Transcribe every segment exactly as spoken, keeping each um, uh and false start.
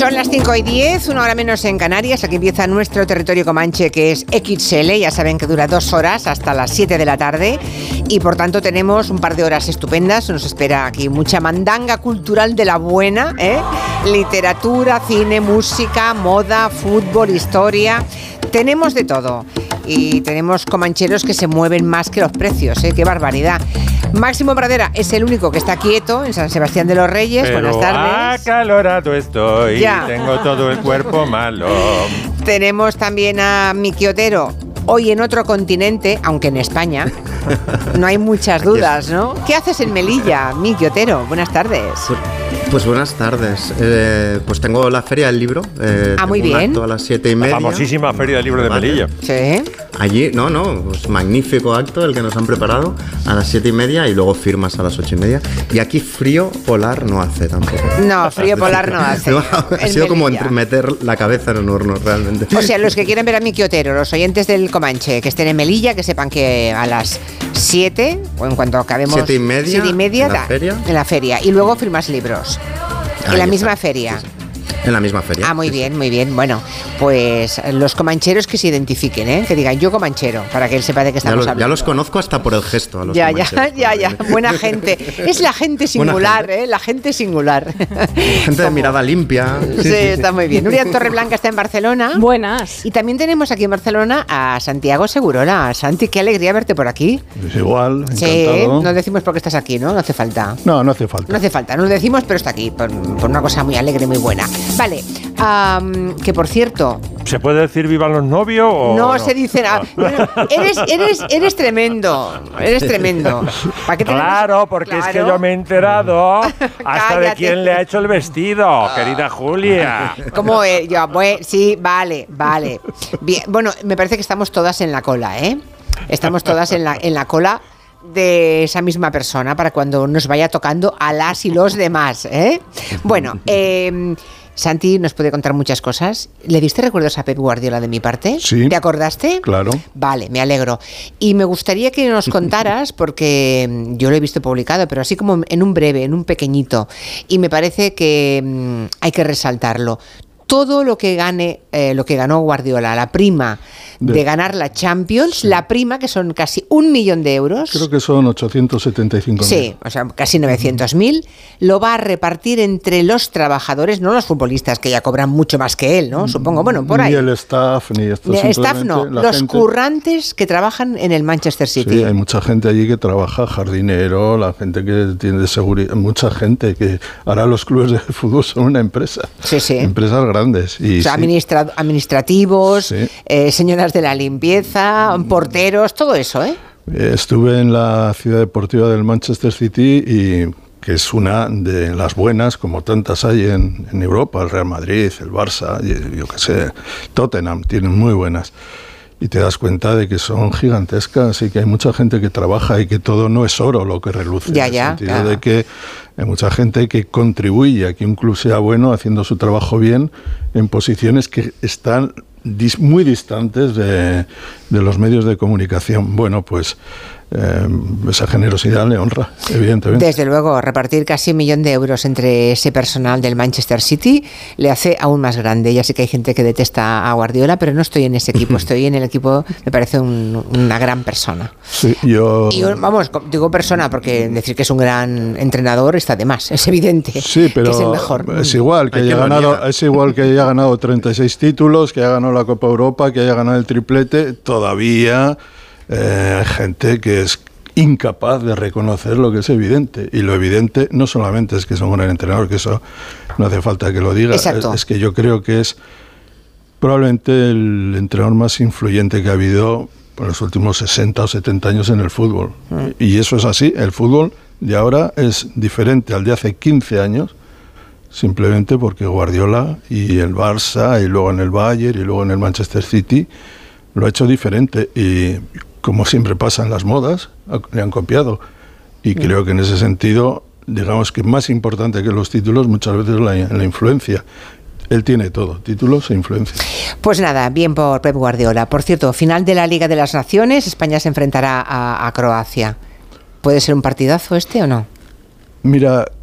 Son las cinco y diez, una hora menos en Canarias. Aquí empieza nuestro territorio comanche, que es X L. Ya saben que dura dos horas hasta las siete de la tarde. Y por tanto tenemos un par de horas estupendas. Nos espera aquí mucha mandanga cultural de la buena, ¿eh? Literatura, cine, música, moda, fútbol, historia. Tenemos de todo. Y tenemos comancheros que se mueven más que los precios, ¿eh? ¡Qué barbaridad! Máximo Pradera es el único que está quieto en San Sebastián de los Reyes. Pero buenas tardes. Acalorado estoy, ya. Tengo todo el cuerpo malo. Tenemos también a Miki Otero, hoy en otro continente, aunque en España. No hay muchas dudas, ¿no? ¿Qué haces en Melilla, Miki Otero? Buenas tardes. Pues, pues buenas tardes. Eh, pues tengo la Feria del Libro. Eh, ah, muy bien. Un acto a las siete y media. La famosísima Feria del Libro de vale. Melilla. Sí. Allí, no, no, pues magnífico acto el que nos han preparado a las siete y media y luego firmas a las ocho y media. Y aquí frío polar no hace tampoco. No, frío polar no hace. No, ha sido como entre meter la cabeza en un horno realmente. O sea, los que quieran ver a Miki Otero, los oyentes del Comanche, que estén en Melilla, que sepan que a las siete, o en cuanto acabemos... Siete y media, siete y media en la da, feria. En la feria. Y luego firmas libros. Ahí en la está. misma feria. Sí, sí. En la misma feria. Ah, muy sí, bien, sí. muy bien. Bueno, pues los comancheros que se identifiquen, ¿eh? Que digan yo comanchero, para que él sepa de qué estamos ya, lo, hablando. ya los conozco hasta por el gesto. A los ya, ya, comancheros, ya, ya. Buena gente. Es la gente singular, gente. ¿eh? La gente singular. Gente de Como... mirada limpia. Sí, sí, sí, está sí. muy bien. Nuria Torreblanca está en Barcelona. Buenas. Y también tenemos aquí en Barcelona a Santiago Segurola. Santi, qué alegría verte por aquí. Es igual, sí, encantado. No decimos por qué estás aquí, ¿no? No hace falta. No, no hace falta. No hace falta, no lo decimos, pero está aquí, por, por una cosa muy alegre, muy buena. Vale, um, que por cierto... ¿Se puede decir vivan los novios o no? No, se dice nada. Bueno, eres, eres, eres tremendo, eres tremendo. ¿Para qué tenemos? Claro, porque claro. es que yo me he enterado hasta Cállate. de quién le ha hecho el vestido, querida Julia. ¿Cómo es? Yo, bueno, sí, vale, vale. Bien, bueno, me parece que estamos todas en la cola, ¿eh? Estamos todas en la, en la cola de esa misma persona para cuando nos vaya tocando a las y los demás, ¿eh? Bueno, eh... Santi nos puede contar muchas cosas. ¿Le diste recuerdos a Pep Guardiola de mi parte? Sí. ¿Te acordaste? Claro. Vale, me alegro. Y me gustaría que nos contaras, porque yo lo he visto publicado, pero así como en un breve, en un pequeñito, y me parece que mmm, hay que resaltarlo. Todo lo que gane, eh, lo que ganó Guardiola, la prima de, de ganar la Champions, sí. La prima, que son casi un millón de euros. Creo que son ochocientos setenta y cinco mil. Sí, o sea, casi novecientos mil. Lo va a repartir entre los trabajadores, no los futbolistas, que ya cobran mucho más que él, ¿no? Supongo, bueno, por ahí. Ni el staff, ni esto. Ni el staff no, los gente... currantes que trabajan en el Manchester City. Sí, hay mucha gente allí que trabaja, jardinero, la gente que tiene seguridad, mucha gente que ahora los clubes de fútbol son una empresa. Sí, sí. Empresas grandes. Y o sea, sí. administra- administrativos, sí. eh, señoras de la limpieza, porteros, todo eso, ¿eh? Estuve en la ciudad deportiva del Manchester City y que es una de las buenas, como tantas hay en, en Europa, el Real Madrid, el Barça, y, yo qué sé, Tottenham, tienen muy buenas. Y te das cuenta de que son gigantescas y que hay mucha gente que trabaja y que todo no es oro lo que reluce. Ya, en el ya, sentido claro. de que hay mucha gente que contribuye a que un club sea bueno haciendo su trabajo bien en posiciones que están dis- muy distantes de, de los medios de comunicación. Bueno, pues eh, esa generosidad le honra, evidentemente. Desde luego, repartir casi un millón de euros entre ese personal del Manchester City le hace aún más grande. Ya sé que hay gente que detesta a Guardiola, pero no estoy en ese equipo, estoy en el equipo, me parece un, una gran persona. Sí, yo... Y vamos, digo persona porque decir que es un gran entrenador está de más, es evidente. Sí, pero que es el mejor. es igual que Hay haya quien lo ganado, niega. es igual que haya ganado treinta y seis títulos, que haya ganado la Copa Europa, que haya ganado el triplete, todavía eh, hay gente que es incapaz de reconocer lo que es evidente. Y lo evidente no solamente es que es un gran entrenador, que eso no hace falta que lo diga, es, es que yo creo que es probablemente el entrenador más influyente que ha habido por los últimos sesenta o setenta años en el fútbol. Mm. Y eso es así, el fútbol de ahora es diferente al de hace quince años, simplemente porque Guardiola y el Barça, y luego en el Bayern, y luego en el Manchester City, lo ha hecho diferente. Y como siempre pasa en las modas, le han copiado. Y creo que en ese sentido, digamos que más importante que los títulos muchas veces la, la influencia. Él tiene todo, títulos e influencia. Pues nada, bien por Pep Guardiola. Por cierto, final de la Liga de las Naciones, España se enfrentará a, a Croacia. ¿Puede ser un partidazo este o no? Mira,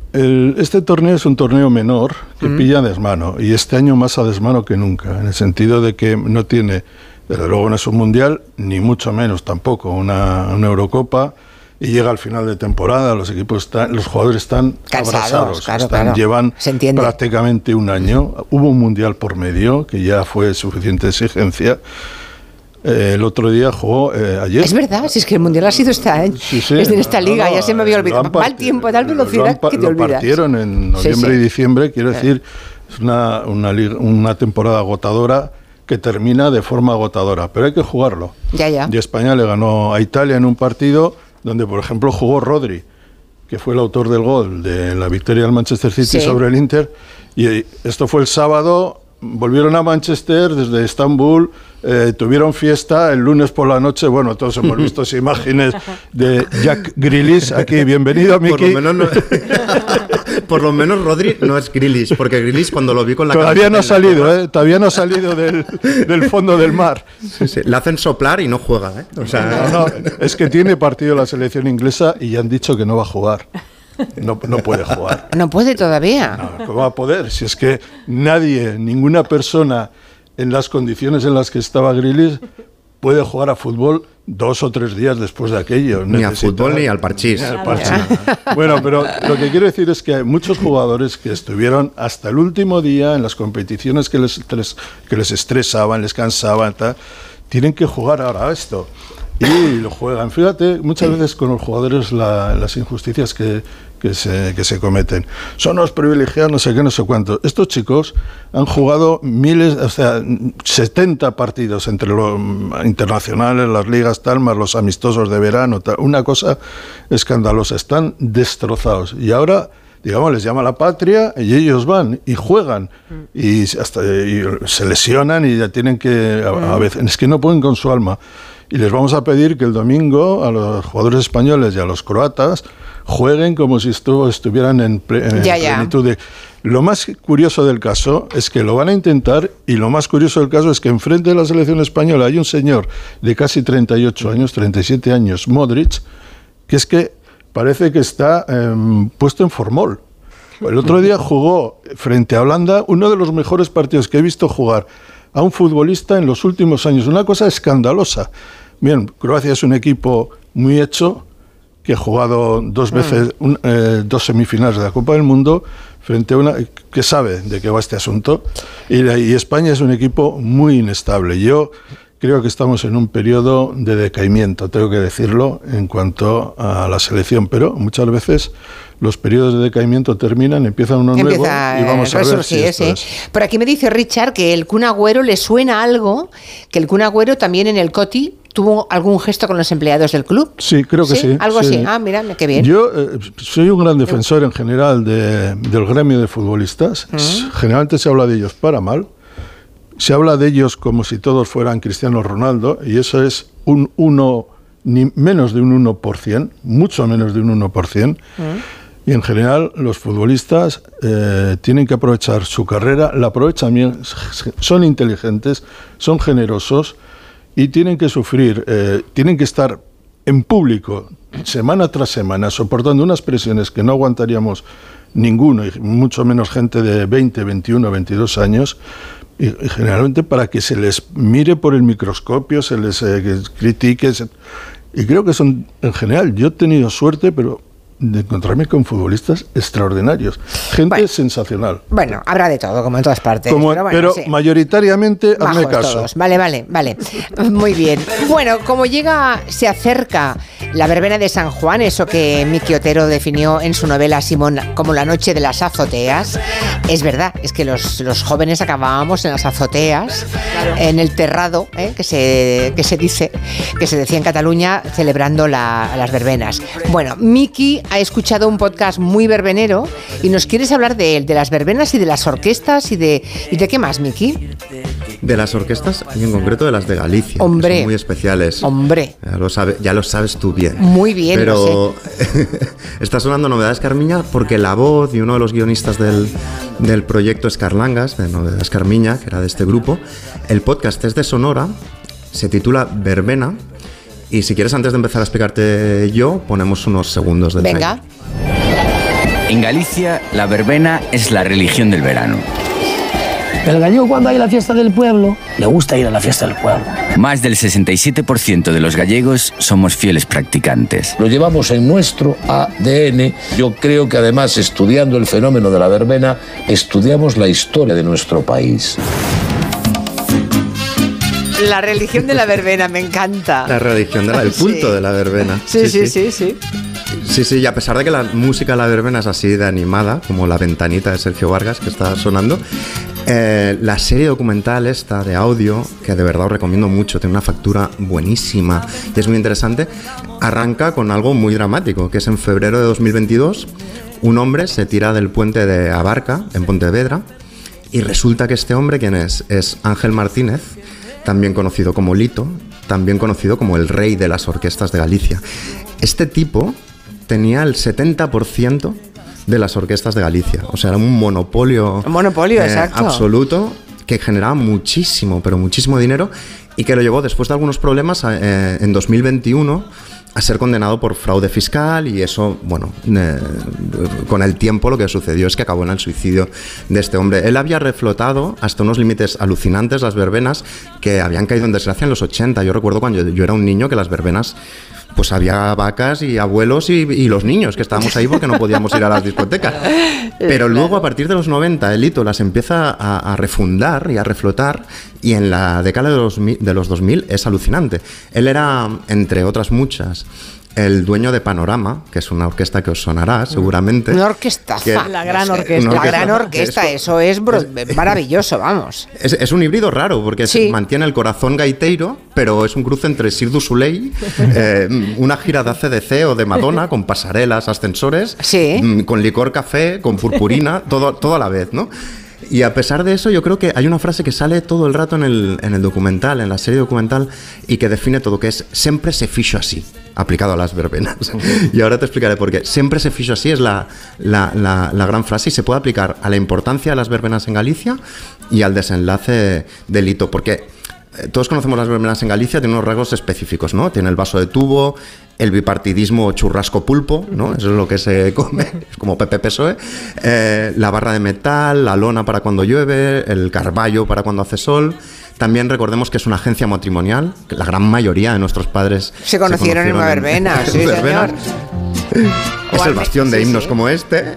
el, este torneo es un torneo menor que mm. pilla a desmano, y este año más a desmano que nunca, en el sentido de que no tiene, desde luego no es un mundial, ni mucho menos tampoco una, una Eurocopa, y llega al final de temporada, los equipos están, los jugadores están cansados, abrasados, claro, están, claro. llevan Se entiende. prácticamente un año, hubo un mundial por medio, que ya fue suficiente exigencia. Eh, el otro día jugó eh, ayer. Es verdad, si es que el mundial ha sido esta, ¿eh? Sí, sí. Es en esta liga, no, no, ya se me había olvidado. Va el tiempo a tal velocidad pa- que te lo olvidas. partieron en noviembre sí, sí. y diciembre, quiero decir, es una, una, una temporada agotadora que termina de forma agotadora, pero hay que jugarlo. Ya, ya. Y España le ganó a Italia en un partido donde, por ejemplo, jugó Rodri, que fue el autor del gol de la victoria del Manchester City sí. sobre el Inter, y esto fue el sábado. Volvieron a Manchester desde Estambul, eh, tuvieron fiesta el lunes por la noche. Bueno, todos hemos visto esas imágenes de Jack Grealish aquí. Bienvenido, Miki. Por lo menos, no, por lo menos Rodri no es Grealish, porque Grealish cuando lo vi con la todavía no ha salido, eh, todavía no ha salido del, del fondo del mar. Sí, sí. Le hacen soplar y no juega, ¿eh? O sea, no, no, es que tiene partido la selección inglesa y ya han dicho que no va a jugar. No, no puede jugar. No puede todavía. No, ¿cómo va a poder? Si es que nadie, ninguna persona en las condiciones en las que estaba Grealish puede jugar a fútbol dos o tres días después de aquello. Ni Necesita, a fútbol ni al parchís. Ni al parchís. Bueno, pero lo que quiero decir es que hay muchos jugadores que estuvieron hasta el último día en las competiciones que les, que les estresaban, les cansaban, tal, tienen que jugar ahora a esto. Y lo juegan. Fíjate, muchas veces con los jugadores la, las injusticias que, que, se, que se cometen. Son los privilegiados, no sé qué, no sé cuánto. Estos chicos han jugado miles, o sea, setenta partidos entre los internacionales, las ligas, tal, más los amistosos de verano, tal. Una cosa escandalosa. Están destrozados. Y ahora, digamos, les llama la patria y ellos van y juegan. Y hasta y se lesionan y ya tienen que, a, a veces, es que no pueden con su alma. Y les vamos a pedir que el domingo a los jugadores españoles y a los croatas jueguen como si estu- estuvieran en, ple- en ya, plenitud de... Lo más curioso del caso es que lo van a intentar, y lo más curioso del caso es que enfrente de la selección española hay un señor de casi treinta y ocho años, treinta y siete años, Modric, que es que parece que está eh, puesto en formol. El otro día jugó frente a Holanda uno de los mejores partidos que he visto jugar a un futbolista en los últimos años. Una cosa escandalosa. Bien, Croacia es un equipo muy hecho, que ha jugado dos veces, un, eh, dos semifinales de la Copa del Mundo, frente a una que sabe de qué va este asunto, y, y España es un equipo muy inestable. Yo creo que estamos en un periodo de decaimiento, tengo que decirlo, en cuanto a la selección, pero muchas veces los periodos de decaimiento terminan, empiezan uno nuevo y vamos a ver si esto sí. es. Por aquí me dice Richard que el Kun Agüero le suena algo, que el Kun Agüero también en el Coti tuvo algún gesto con los empleados del club. Sí, creo que sí. sí algo sí. así. Ah, mira, qué bien. Yo eh, soy un gran defensor en general de, del gremio de futbolistas. Uh-huh. Generalmente se habla de ellos para mal. Se habla de ellos como si todos fueran Cristiano Ronaldo, y eso es un uno, ni menos de un uno por ciento, mucho menos de un uno por ciento. Uh-huh. Y en general los futbolistas eh, tienen que aprovechar su carrera, la aprovechan bien, son inteligentes, son generosos y tienen que sufrir, eh, tienen que estar en público semana tras semana soportando unas presiones que no aguantaríamos ninguno, y mucho menos gente de veinte, veintiuno, veintidós años, y, y generalmente para que se les mire por el microscopio, se les eh, critique, se, y creo que son, en general, yo he tenido suerte, pero de encontrarme con futbolistas extraordinarios, gente bueno, sensacional. Bueno, habrá de todo, como en todas partes. Como, pero bueno, pero sí. mayoritariamente, hazme caso. Todos. Vale, vale, vale. Muy bien. Bueno, como llega, se acerca la verbena de San Juan, eso que Miki Otero definió en su novela Simón como la noche de las azoteas, es verdad, es que los, los jóvenes acabábamos en las azoteas, claro. en el terrado, ¿eh? que, se, que se dice, que se decía en Cataluña, celebrando la, las verbenas. Bueno, Miki ha escuchado un podcast muy verbenero y nos quieres hablar de él, de las verbenas y de las orquestas y de, ¿y de qué más, Miki? De las orquestas y en concreto de las de Galicia, hombre, que son muy especiales. Hombre. Ya lo, sabe, ya lo sabes tú bien. Muy bien, pero sé. Está sonando Novedades Carmiña porque la voz y uno de los guionistas del, del proyecto es Carlangas, de Novedades Carmiña, que era de este grupo. El podcast es de Sonora, se titula Verbena. Y si quieres, antes de empezar a explicarte yo, ponemos unos segundos de Venga. trailer. En Galicia, la verbena es la religión del verano. El gallego, cuando hay la fiesta del pueblo, le gusta ir a la fiesta del pueblo. Más del sesenta y siete por ciento de los gallegos somos fieles practicantes. Lo llevamos en nuestro A D N. Yo creo que además, estudiando el fenómeno de la verbena, estudiamos la historia de nuestro país. La religión de la verbena, me encanta. La religión del de culto Sí. de la verbena. Sí, sí, sí, sí. Sí, sí, y a pesar de que la música de la verbena es así de animada, como La ventanita de Sergio Vargas que está sonando, eh, la serie documental esta de audio, que de verdad os recomiendo mucho, tiene una factura buenísima y es muy interesante, arranca con algo muy dramático, que es en febrero de dos mil veintidós, un hombre se tira del puente de Abarca, en Pontevedra, y resulta que este hombre, ¿quién es? Es Ángel Martínez, también conocido como Lito, también conocido como el rey de las orquestas de Galicia. Este tipo tenía el setenta por ciento de las orquestas de Galicia. O sea, era un monopolio, Un monopolio, exacto. absoluto, que generaba muchísimo, pero muchísimo dinero, y que lo llevó, después de algunos problemas, eh, en dos mil veintiuno a ser condenado por fraude fiscal, y eso, bueno, eh, con el tiempo lo que sucedió es que acabó en el suicidio de este hombre. Él había reflotado hasta unos límites alucinantes las verbenas que habían caído en desgracia en los ochenta. Yo recuerdo cuando yo, yo era un niño que las verbenas, pues había vacas y abuelos y, y los niños que estábamos ahí porque no podíamos ir a las discotecas. Pero luego, a partir de los noventa, el Lito las empieza a, a refundar y a reflotar, y en la década de los, de los dos mil es alucinante. Él era, entre otras muchas, el dueño de Panorama, que es una orquesta que os sonará seguramente. Una orquestaza. Que- La gran una orquesta. La gran orquesta, Es- eso es bro- maravilloso, vamos. Es, es un híbrido raro, porque Sí. se mantiene el corazón gaiteiro, pero es un cruce entre Cirque du Soleil, eh, una gira de A C D C o de Madonna, con pasarelas, ascensores, Sí. mm, con licor café, con purpurina, todo, todo a la vez, ¿no? Y a pesar de eso, yo creo que hay una frase que sale todo el rato en el, en el documental, en la serie documental, y que define todo, que es «Sempre se fixo así», aplicado a las verbenas. Y ahora te explicaré por qué. «Sempre se fixo así» es la, la, la, la gran frase, y se puede aplicar a la importancia de las verbenas en Galicia y al desenlace del Lito, porque eh, todos conocemos las verbenas en Galicia, tienen unos rasgos específicos, ¿no? Tiene el vaso de tubo, el bipartidismo churrasco pulpo, ¿no? Eso es lo que se come, es como P P P S O E, eh, la barra de metal, la lona para cuando llueve, el carballo para cuando hace sol. También recordemos que es una agencia matrimonial, que la gran mayoría de nuestros padres Se conocieron en una verbena, sí, verbenas. señor. Es O el al me- bastión de sí, himnos sí. como este.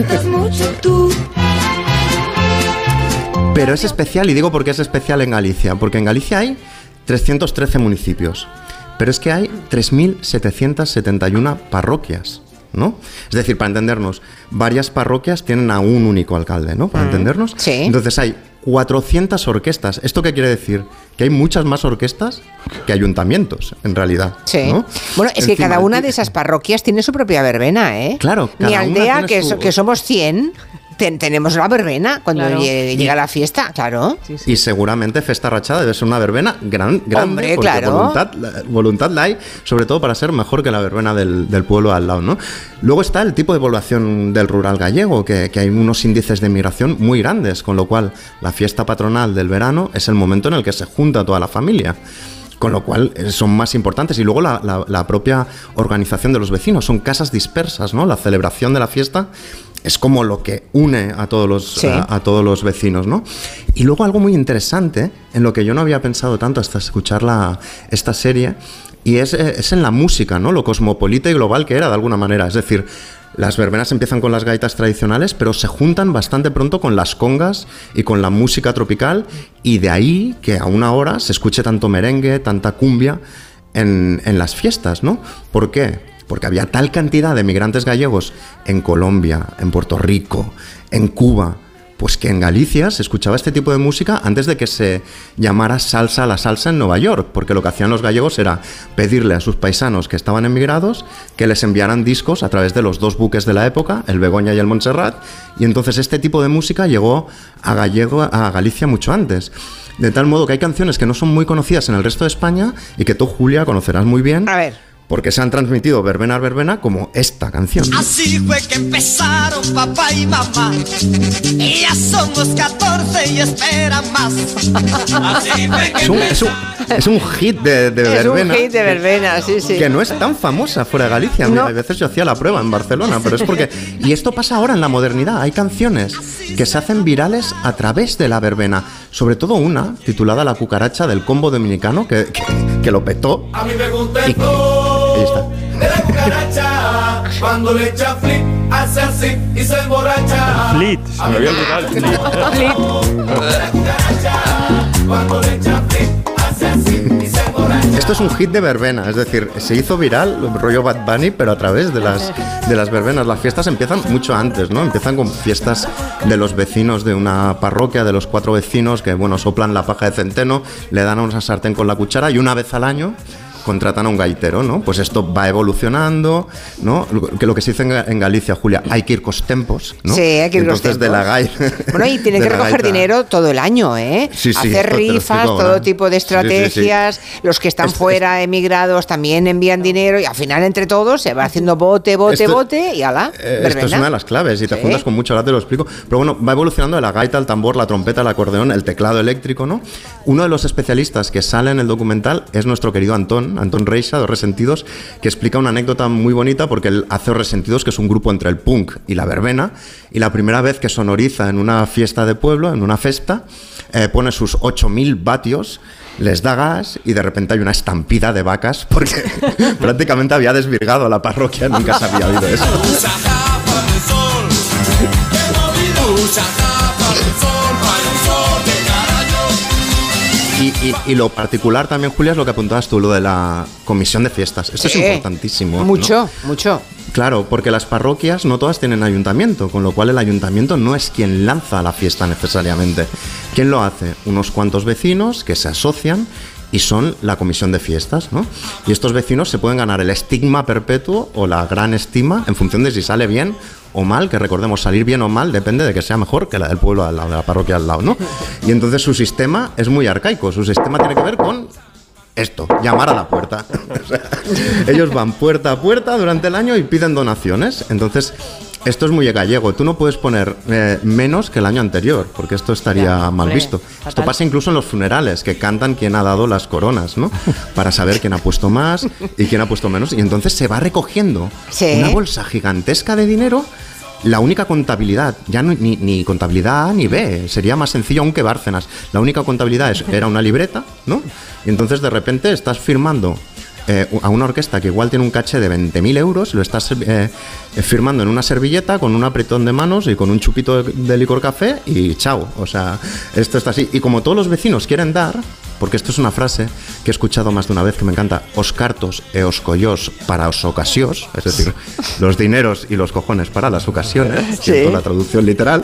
Pero es especial, y digo por qué es especial en Galicia, porque en Galicia hay trescientos trece municipios, pero es que hay tres mil setecientas setenta y una parroquias, ¿no? Es decir, para entendernos, varias parroquias tienen a un único alcalde, ¿no? Para entendernos. sí. Entonces hay cuatrocientas orquestas. ¿Esto qué quiere decir? Que hay muchas más orquestas que ayuntamientos, en realidad. Sí. ¿no? Bueno, es que Encima, cada una el- de esas parroquias tiene su propia verbena, ¿eh? Claro, Mi cada una aldea, tiene que, su- so- que somos cien, ten- tenemos la verbena cuando Claro. llegue- llega la fiesta, claro. Sí, sí. Y seguramente Festa Rachada debe ser una verbena gran, grande, Hombre, porque claro. voluntad, la- voluntad la hay, sobre todo para ser mejor que la verbena del, del pueblo al lado, ¿no? Luego está el tipo de población del rural gallego, que, que hay unos índices de migración muy grandes, con lo cual la fiesta patronal del verano es el momento en el que se junta toda la familia. Con lo cual eh, son más importantes. Y luego la, la- la propia organización de los vecinos. Son casas dispersas, ¿no? La celebración de la fiesta es como lo que une a todos los, Sí. a, a todos los vecinos, ¿no? Y luego algo muy interesante, en lo que yo no había pensado tanto hasta escuchar la, esta serie, y es, eh, es en la música, ¿no? Lo cosmopolita y global que era, de alguna manera. Es decir, las verbenas empiezan con las gaitas tradicionales, pero se juntan bastante pronto con las congas y con la música tropical, y de ahí que a una hora se escuche tanto merengue, tanta cumbia en, en las fiestas, ¿no? ¿Por qué? Porque había tal cantidad de migrantes gallegos en Colombia, en Puerto Rico, en Cuba, pues que en Galicia se escuchaba este tipo de música antes de que se llamara salsa a la salsa en Nueva York, porque lo que hacían los gallegos era pedirle a sus paisanos que estaban emigrados que les enviaran discos a través de los dos buques de la época, el Begoña y el Montserrat, y entonces este tipo de música llegó a, Gallego, a Galicia mucho antes. De tal modo que hay canciones que no son muy conocidas en el resto de España y que tú, Julia, conocerás muy bien. A ver. porque se han transmitido verbena verbena como esta canción. Así fue que empezaron papá y mamá, y ya somos catorce y esperan más. Así fue que es, un, es, un, es un hit de, de es verbena. Es un hit de verbena, sí, sí. Que no es tan famosa fuera de Galicia. No. A veces yo hacía la prueba en Barcelona, pero es porque... Y esto pasa ahora en la modernidad. Hay canciones que se hacen virales a través de la verbena. Sobre todo una, titulada La cucaracha del combo dominicano, que, que, que lo petó. A mí me gusta Y, el flow ahí está. de la cucaracha. Cuando le echa flip, hace así y se emborracha. Fleet, se me había olvidado el Fleet. De la cucaracha. Cuando le echa flip, hace así y se emborracha. Esto es un hit de verbena, es decir, se hizo viral, rollo Bad Bunny, pero a través de las, de las verbenas. Las fiestas empiezan mucho antes, ¿no? Empiezan con fiestas de los vecinos de una parroquia, de los cuatro vecinos que, bueno, soplan la paja de centeno, le dan a una sartén con la cuchara y una vez al año contratan a un gaitero, ¿no? Pues esto va evolucionando, ¿no? Que lo que se dice en Galicia, Julia, hay que ir cos tempos, ¿no? Sí, hay que ir Entonces, cos de la gaita... Bueno, y tienen que recoger gaita. dinero todo el año, ¿eh? Sí, sí, hacer rifas, todo tipo de estrategias, sí, sí, sí. Los que están esto, fuera, emigrados, también envían dinero y al final entre todos se va haciendo bote, bote, esto, bote y ala, eh, Esto es una de las claves y te sí. juntas con mucho, ahora te lo explico. Pero bueno, va evolucionando de la gaita, el tambor, la trompeta, el acordeón, el teclado eléctrico, ¿no? Uno de los especialistas que sale en el documental es nuestro querido Antón, Antón Reixa, de Resentidos, que explica una anécdota muy bonita porque él hace Resentidos, que es un grupo entre el punk y la verbena, y la primera vez que sonoriza en una fiesta de pueblo, en una festa, eh, pone sus ocho mil vatios, les da gas y de repente hay una estampida de vacas porque prácticamente había desvirgado la parroquia, nunca se había oído eso. Y, y, y lo particular también, Julia, es lo que apuntabas tú, lo de la comisión de fiestas. Esto sí, es importantísimo. Mucho, ¿no? mucho. Claro, porque las parroquias no todas tienen ayuntamiento, con lo cual el ayuntamiento no es quien lanza la fiesta necesariamente. ¿Quién lo hace? Unos cuantos vecinos que se asocian y son la comisión de fiestas, ¿no? Y estos vecinos se pueden ganar el estigma perpetuo o la gran estima en función de si sale bien o mal, que recordemos, salir bien o mal depende de que sea mejor que la del pueblo al lado, de la parroquia al lado, ¿no? Y entonces su sistema es muy arcaico, su sistema tiene que ver con esto, llamar a la puerta. O sea, ellos van puerta a puerta durante el año y piden donaciones. Entonces, esto es muy gallego. Tú no puedes poner eh, menos que el año anterior, porque esto estaría ya, mal visto. Fatal. Esto pasa incluso en los funerales, que cantan quién ha dado las coronas, ¿no? Para saber quién ha puesto más y quién ha puesto menos. Y entonces se va recogiendo sí. una bolsa gigantesca de dinero. La única contabilidad, ya no, ni, ni contabilidad A ni B, sería más sencillo aún que Bárcenas. La única contabilidad es, era una libreta, ¿no? Y entonces de repente estás firmando eh, a una orquesta que igual tiene un caché de veinte mil euros, lo estás eh, firmando en una servilleta con un apretón de manos y con un chupito de, de licor café y chao. O sea, esto está así. Y como todos los vecinos quieren dar, porque esto es una frase que he escuchado más de una vez que me encanta, os cartos e os collós para os ocasiós, es decir, los dineros y los cojones para las ocasiones, sí. siento la traducción literal,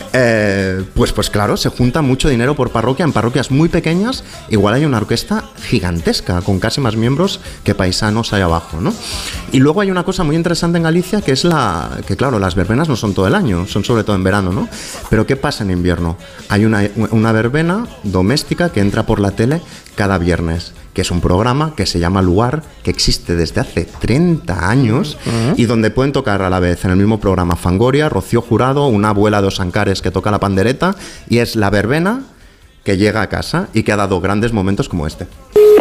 eh, pues, pues claro, se junta mucho dinero por parroquia, en parroquias muy pequeñas, igual hay una orquesta gigantesca, con casi más miembros que paisanos ahí abajo, ¿no? Y luego hay una cosa muy interesante en Galicia, que es la, que claro, las verbenas no son todo el año, son sobre todo en verano, ¿no? Pero ¿qué pasa en invierno? Hay una, una verbena doméstica que entra por la tele cada viernes, que es un programa que se llama Luar, que existe desde hace treinta años uh-huh. y donde pueden tocar a la vez en el mismo programa Fangoria, Rocío Jurado, una abuela de Osancares que toca la pandereta, y es la verbena que llega a casa y que ha dado grandes momentos como este.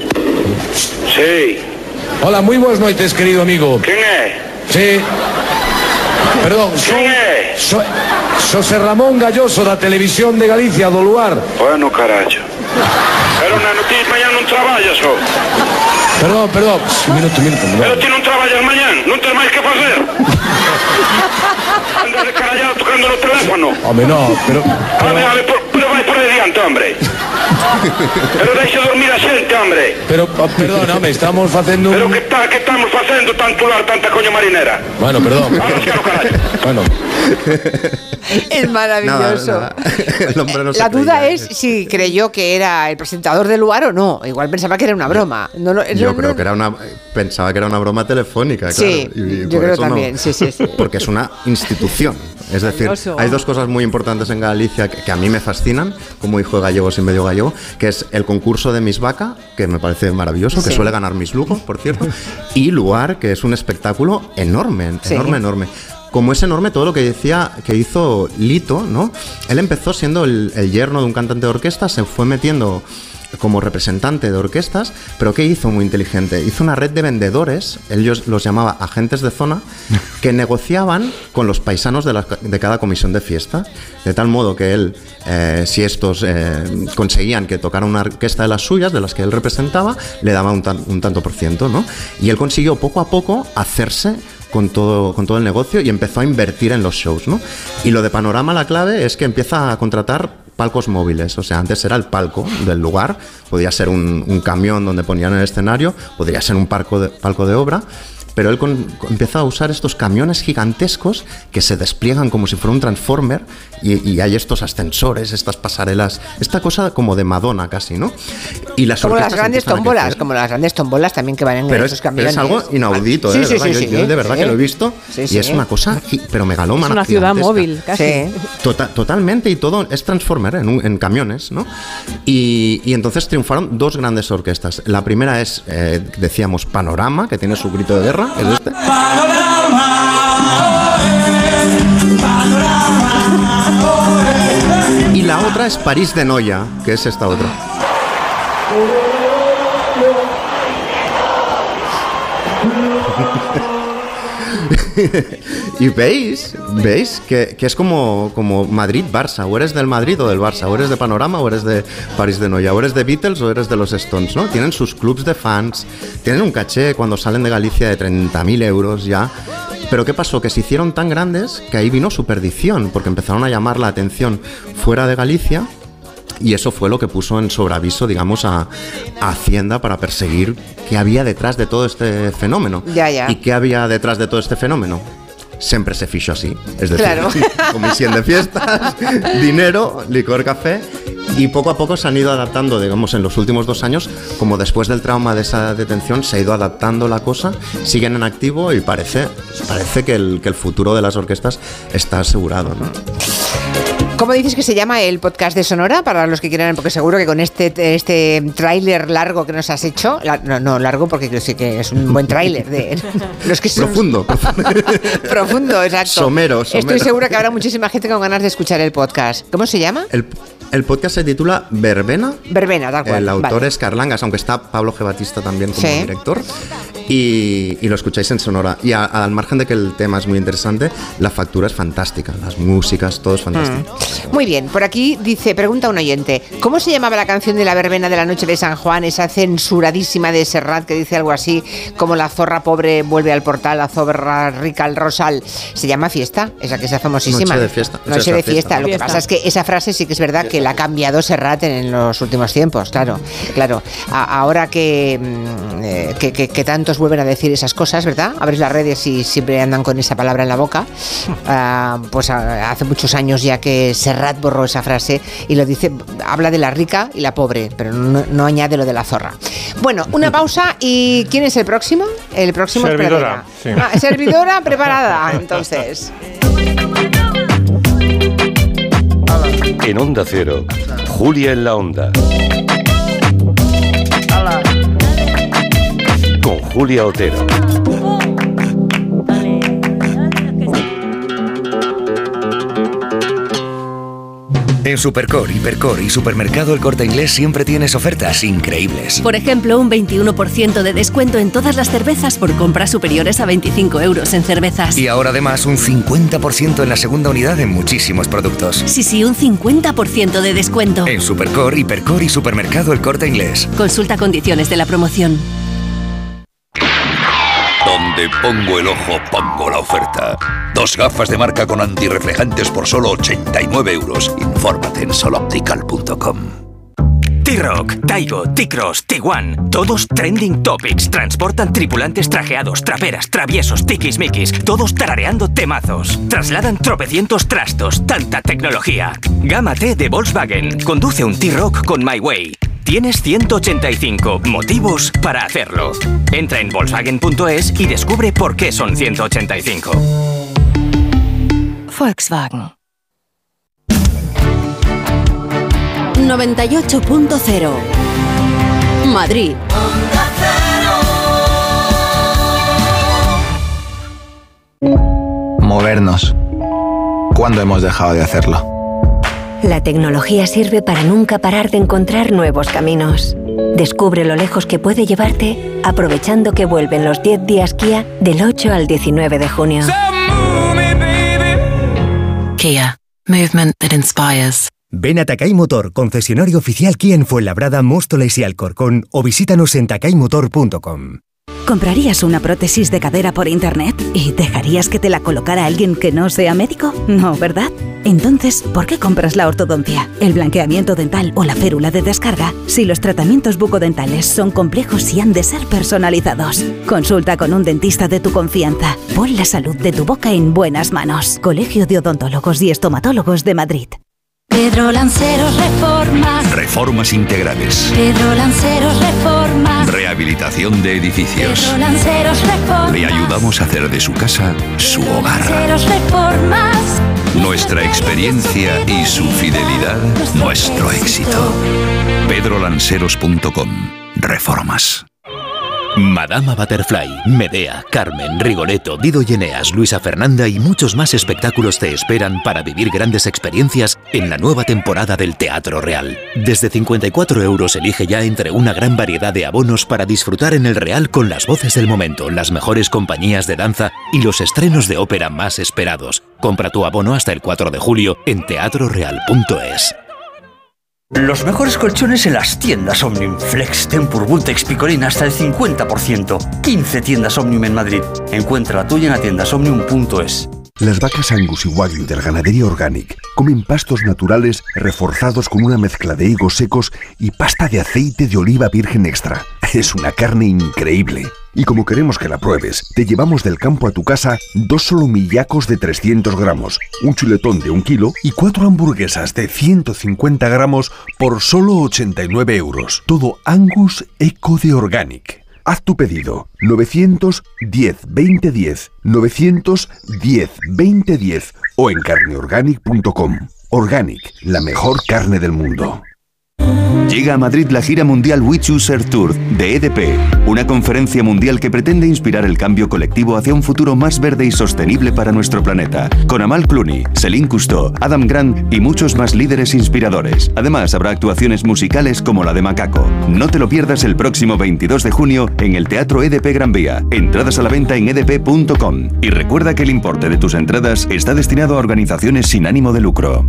Sí. Hola, muy buenas noches, querido amigo. ¿Quién es? Sí. Perdón, ¿Quién soy, es? Soy, José Ramón Galloso, da Televisión de Galicia, do Luar. Bueno, carajo. Pero na noticia mañana non traballas, oh. Perdón, perdón, un minuto, un minuto. Pero ti non traballas mañán, non tens máis que facer. Andas de carallado tocando no teléfono. Home, no, pero... pero... A ver, pero, pero vai por adiante, hombre. Pero deixa dormir a xente, hombre. Pero, oh, perdón, home, estamos facendo un... Pero que, ta, que estamos facendo tanto lar, tanta coña marinera? Bueno, perdón. Ahora sí, carallo. Bueno. Es maravilloso. Nada, nada. El hombre no se La duda creía, es ¿eh? si creyó que era el presentador del Luar o no. Igual pensaba que era una broma. No, no, yo no, creo no. que era una... Pensaba que era una broma telefónica, sí, claro. Y, y yo creo eso también, no, sí, sí, sí. Porque es una institución. Es decir, Maravilloso. hay dos cosas muy importantes en Galicia que, que a mí me fascinan, como hijo de gallegos y medio gallego, que es el concurso de Miss Vaca, que me parece maravilloso, que Sí. suele ganar Miss Lugo, por cierto, y Luar, que es un espectáculo enorme, Sí. enorme, enorme. Como es enorme todo lo que decía que hizo Lito, ¿no? Él empezó siendo el, el yerno de un cantante de orquesta, se fue metiendo como representante de orquestas, pero ¿qué hizo muy inteligente? Hizo una red de vendedores, ellos los llamaba agentes de zona, que negociaban con los paisanos de, la- de cada comisión de fiesta, de tal modo que él, eh, si estos eh, conseguían que tocara una orquesta de las suyas, de las que él representaba, le daba un, tan- un tanto por ciento, ¿no? Y él consiguió poco a poco hacerse con todo, con todo el negocio y empezó a invertir en los shows, ¿no? Y lo de Panorama, la clave es que empieza a contratar palcos móviles, o sea, antes era el palco del lugar, podía ser un, un camión donde ponían el escenario, podría ser un palco de, palco de obra, pero él con, con- empezó a usar estos camiones gigantescos que se despliegan como si fuera un transformer y, y hay estos ascensores, estas pasarelas, esta cosa como de Madonna casi, ¿no? Y las Como las orquestas grandes empiezan a tómbolas, crecer. como las grandes tómbolas también que van en Pero esos es, pero camiones. es algo inaudito, Sí, ¿eh? sí, ¿verdad? sí, yo, sí, yo de verdad sí. que lo he visto Sí, y sí. es una cosa, gi- pero megalómana. Es una ciudad gigantesca. móvil, casi. Sí. Tota- totalmente, y todo es Transformer en, un- en camiones, ¿no? Y, y entonces triunfaron dos grandes orquestas. La primera es, eh, decíamos, Panorama, que tiene su grito de guerra, que es este. Y la otra es París de Noia, que es esta otra. Y veis, veis que, que es como, como Madrid-Barça, o eres del Madrid o del Barça, o eres de Panorama o eres de París de Noia, o eres de Beatles o eres de los Stones, ¿no? Tienen sus clubs de fans, tienen un caché cuando salen de Galicia de treinta mil euros ya. Pero ¿qué pasó? Que se hicieron tan grandes que ahí vino su perdición, porque empezaron a llamar la atención fuera de Galicia. Y eso fue lo que puso en sobreaviso, digamos, a, a Hacienda para perseguir qué había detrás de todo este fenómeno. Ya, ya. ¿Y qué había detrás de todo este fenómeno? Siempre se fichó así. Es decir, Claro. comisión de fiestas, dinero, licor, café. Y poco a poco se han ido adaptando, digamos, en los últimos dos años, como después del trauma de esa detención, se ha ido adaptando la cosa, siguen en activo y parece, parece que, el, que el futuro de las orquestas está asegurado, ¿no? ¿Cómo dices que se llama el podcast de Sonora? Para los que quieran, porque seguro que con este, este tráiler largo que nos has hecho, la- no, no largo porque creo sí que es un buen tráiler de los que son Profundo, profundo. profundo, exacto. Somero, somero. Estoy segura que habrá muchísima gente con ganas de escuchar el podcast. ¿Cómo se llama? El, el podcast se titula Verbena. Verbena, tal cual. El autor Vale. es Carlangas, aunque está Pablo G. Batista también como Sí. director. Y, y lo escucháis en Sonora. Y a- al margen de que el tema es muy interesante, la factura es fantástica. Las músicas, todo es fantástico. Muy bien, por aquí dice, pregunta un oyente, ¿cómo se llamaba la canción de la verbena de la noche de San Juan, esa censuradísima de Serrat que dice algo así como la zorra pobre vuelve al portal, la zorra rica al rosal? Se llama Fiesta, esa que es famosísima. Noche de fiesta. Noche O sea, de esa fiesta. fiesta. Lo que Fiesta. pasa es que esa frase sí que es verdad que la ha cambiado Serrat en, en los últimos tiempos, claro, claro. A- ahora que, mm, eh, que, que- que tantos vuelven a decir esas cosas, ¿verdad? Abres las redes y siempre andan con esa palabra en la boca. Ah, pues ah, hace muchos años ya que Serrat borró esa frase y lo dice, habla de la rica y la pobre, pero no, no añade lo de la zorra. Bueno, una pausa y ¿quién es el próximo? El próximo es Servidora, Pradera. sí. Ah, servidora preparada, entonces. En Onda Cero, Julia en la Onda. Con Julia Otero. En Supercor, Hipercor y Supermercado El Corte Inglés siempre tienes ofertas increíbles. Por ejemplo, un veintiuno por ciento de descuento en todas las cervezas por compras superiores a veinticinco euros en cervezas. Y ahora además un cincuenta por ciento en la segunda unidad en muchísimos productos. Sí, sí, un cincuenta por ciento de descuento. En Supercor, Hipercor y Supermercado El Corte Inglés. Consulta condiciones de la promoción. Donde pongo el ojo, pongo la oferta. Dos gafas de marca con antirreflejantes por solo ochenta y nueve euros. Infórmate en soloptical punto com. T-Rock, Taigo, T-Cross, Tiguan, todos trending topics. Transportan tripulantes trajeados, traperas, traviesos, tiquismiquis, todos tarareando temazos. Trasladan tropecientos trastos, tanta tecnología. Gama T de Volkswagen, conduce un T-Rock con My Way. Tienes ciento ochenta y cinco motivos para hacerlo. Entra en Volkswagen punto es y descubre por qué son ciento ochenta y cinco. Volkswagen. noventa y ocho punto cero Madrid. Movernos. ¿Cuándo hemos dejado de hacerlo? La tecnología sirve para nunca parar de encontrar nuevos caminos. Descubre lo lejos que puede llevarte aprovechando que vuelven los diez días Kia del ocho al diecinueve de junio. Kia. Movement that inspires. Ven a Takay Motor, concesionario oficial Kia en Fuenlabrada, Móstoles y Alcorcón, o visítanos en takay motor punto com. ¿Comprarías una prótesis de cadera por internet y dejarías que te la colocara alguien que no sea médico? No, ¿verdad? Entonces, ¿por qué compras la ortodoncia, el blanqueamiento dental o la férula de descarga si los tratamientos bucodentales son complejos y han de ser personalizados? Consulta con un dentista de tu confianza. Pon la salud de tu boca en buenas manos. Colegio de Odontólogos y Estomatólogos de Madrid. Pedro Lanceros Reformas. Reformas integrales. Pedro Lanceros Reformas. Rehabilitación de edificios. Pedro Lanceros Reformas. Le ayudamos a hacer de su casa su hogar. Lanceros Reformas. Nuestra experiencia y su fidelidad, nuestro éxito. pedro lanceros punto com. Reformas. Madama Butterfly, Medea, Carmen, Rigoletto, Dido y Eneas, Luisa Fernanda y muchos más espectáculos te esperan para vivir grandes experiencias en la nueva temporada del Teatro Real. Desde cincuenta y cuatro euros elige ya entre una gran variedad de abonos para disfrutar en el Real con las voces del momento, las mejores compañías de danza y los estrenos de ópera más esperados. Compra tu abono hasta el cuatro de julio en teatro real punto es. Los mejores colchones en las tiendas Omnium. Flex, Tempur, Vultex, Picolín hasta el cincuenta por ciento. quince tiendas Omnium en Madrid. Encuentra la tuya en la tienda omnium punto es. Las vacas Angus y Wagyu del Ganadería Organic comen pastos naturales reforzados con una mezcla de higos secos y pasta de aceite de oliva virgen extra. Es una carne increíble. Y como queremos que la pruebes, te llevamos del campo a tu casa dos solomillacos de trescientos gramos, un chuletón de un kilo y cuatro hamburguesas de ciento cincuenta gramos por solo ochenta y nueve euros. Todo Angus Eco de Organic. Haz tu pedido novecientos diez veinte diez, novecientos diez veinte diez o en carne organic punto com. Organic, la mejor carne del mundo. Llega a Madrid la gira mundial We Chooser Tour de E D P, una conferencia mundial que pretende inspirar el cambio colectivo hacia un futuro más verde y sostenible para nuestro planeta, con Amal Clooney, Céline Cousteau, Adam Grant y muchos más líderes inspiradores. Además, habrá actuaciones musicales como la de Macaco. No te lo pierdas el próximo veintidós de junio en el Teatro E D P Gran Vía. Entradas a la venta en e d p punto com. Y recuerda que el importe de tus entradas está destinado a organizaciones sin ánimo de lucro.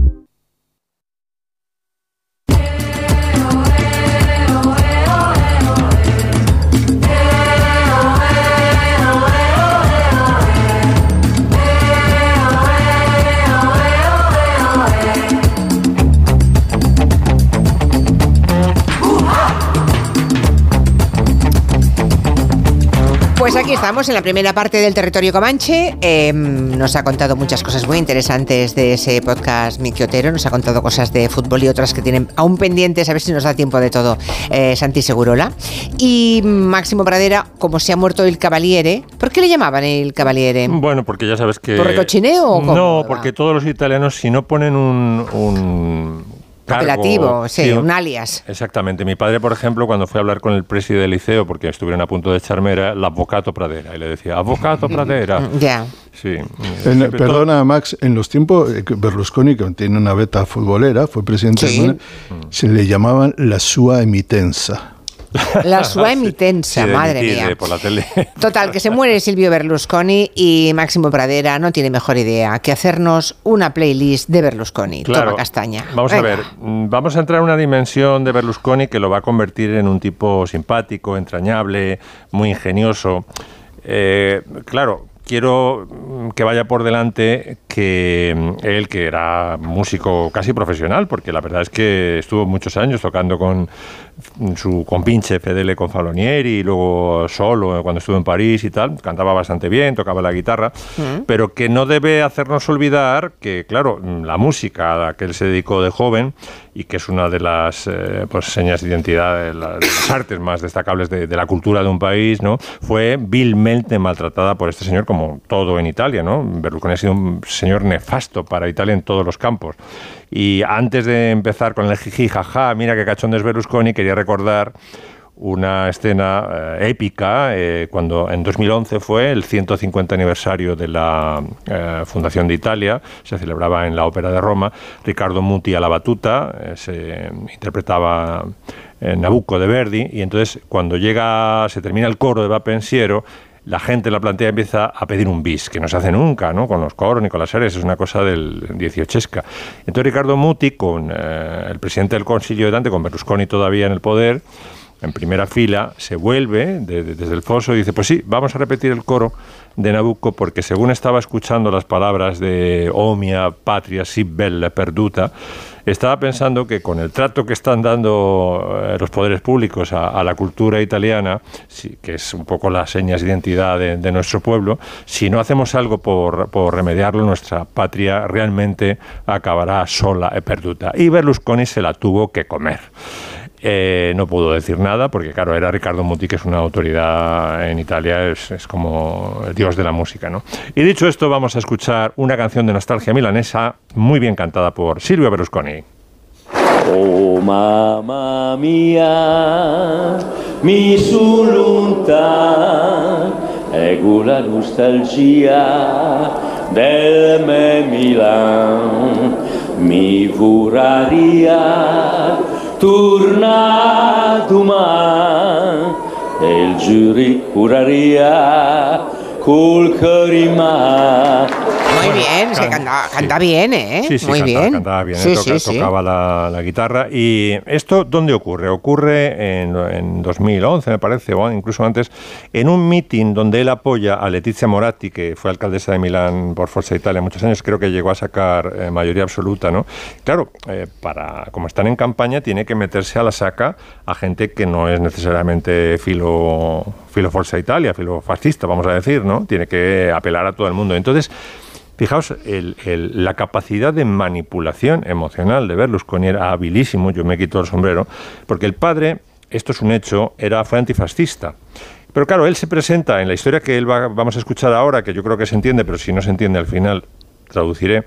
Pues aquí estamos en la primera parte del Territorio Comanche. Eh, nos ha contado muchas cosas muy interesantes de ese podcast Miki Otero. Nos ha contado cosas de fútbol y otras que tienen aún pendientes, a ver si nos da tiempo de todo, eh, Santi Segurola. Y Máximo Pradera, como se ha muerto el Cavaliere. ¿Por qué le llamaban el Cavaliere? Bueno, porque ya sabes que... ¿Por recochineo o cómo? No, porque todos los italianos, si no ponen un... un cargo, apelativo, sí, sí, un alias. Exactamente. Mi padre, por ejemplo, cuando fue a hablar con el presidente del liceo, porque estuvieron a punto de echarme, era el Avvocato Pradera. Y le decía, Avvocato Pradera. Ya. Sí. En, perdona, todo... Max, en los tiempos que Berlusconi, que tiene una beta futbolera, fue presidente, sí. de, se le llamaban la sua emitenza. La sua emitenza, sí, madre emitir, mía. Eh, por la tele. Total, que se muere Silvio Berlusconi y Máximo Pradera no tiene mejor idea que hacernos una playlist de Berlusconi. Claro. Toma castaña. Vamos Venga. a ver, vamos a entrar en una dimensión de Berlusconi que lo va a convertir en un tipo simpático, entrañable, muy ingenioso. Eh, claro, quiero que vaya por delante que él, que era músico casi profesional, porque la verdad es que estuvo muchos años tocando con su compinche Fedele Confalonieri y luego solo cuando estuvo en París y tal, cantaba bastante bien, tocaba la guitarra, mm. pero que no debe hacernos olvidar que, claro, la música a la que él se dedicó de joven y que es una de las eh, pues, señas de identidad de, la, de las artes más destacables de, de la cultura de un país, ¿no? Fue vilmente maltratada por este señor, como todo en Italia, ¿no? Berlusconi ha sido un señor nefasto para Italia en todos los campos. Y antes de empezar con el jiji, jaja, mira qué cachondo es Berlusconi, quería recordar una escena eh, épica eh, cuando en dos mil once fue el ciento cincuenta aniversario de la eh, fundación de Italia, se celebraba en la Ópera de Roma. Ricardo Muti a la batuta, eh, se interpretaba eh, Nabucco de Verdi, y entonces cuando llega, se termina el coro de Va Pensiero, la gente en la platea empieza a pedir un bis, que no se hace nunca, ¿no? Con los coros ni con las áreas, es una cosa del dieciochesca. Entonces Ricardo Muti, con eh, el presidente del Consiglio de Dante, con Berlusconi todavía en el poder, en primera fila, se vuelve de, de, desde el foso y dice, pues sí, vamos a repetir el coro de Nabucco, porque según estaba escuchando las palabras de O mia patria si bella perduta, estaba pensando que con el trato que están dando eh, los poderes públicos a, a la cultura italiana, sí, que es un poco las señas de identidad de, de nuestro pueblo, si no hacemos algo por, por remediarlo, nuestra patria realmente acabará sola e perduta. Y Berlusconi se la tuvo que comer. Eh, no pudo decir nada porque, claro, era Ricardo Muti, que es una autoridad en Italia, es, es como el dios de la música, ¿no? Y dicho esto, vamos a escuchar una canción de nostalgia milanesa muy bien cantada por Silvio Berlusconi. Oh mamma mia, mi son lontan, ego la nostalgia del me Milan, mi vorraria torna domani e il giuri curaria col carima. Muy bien, se canta, canta sí. bien, ¿eh? Sí, sí, Muy cantaba, bien. cantaba bien, sí, ¿eh? Toca, sí, tocaba sí. la, la guitarra. ¿Y esto dónde ocurre? Ocurre en, en dos mil once, me parece, o incluso antes, en un meeting donde él apoya a Letizia Moratti, que fue alcaldesa de Milán por Forza Italia muchos años, creo que llegó a sacar eh, mayoría absoluta, ¿no? Claro, eh, para, como están en campaña, tiene que meterse a la saca a gente que no es necesariamente filo, filo Forza Italia, filo fascista, vamos a decir, ¿no? Tiene que apelar a todo el mundo. Entonces, fijaos, el, el, la capacidad de manipulación emocional de Berlusconi era habilísimo, yo me quito el sombrero, porque el padre, esto es un hecho, era, fue antifascista. Pero claro, él se presenta en la historia que él va, vamos a escuchar ahora, que yo creo que se entiende, pero si no se entiende al final traduciré,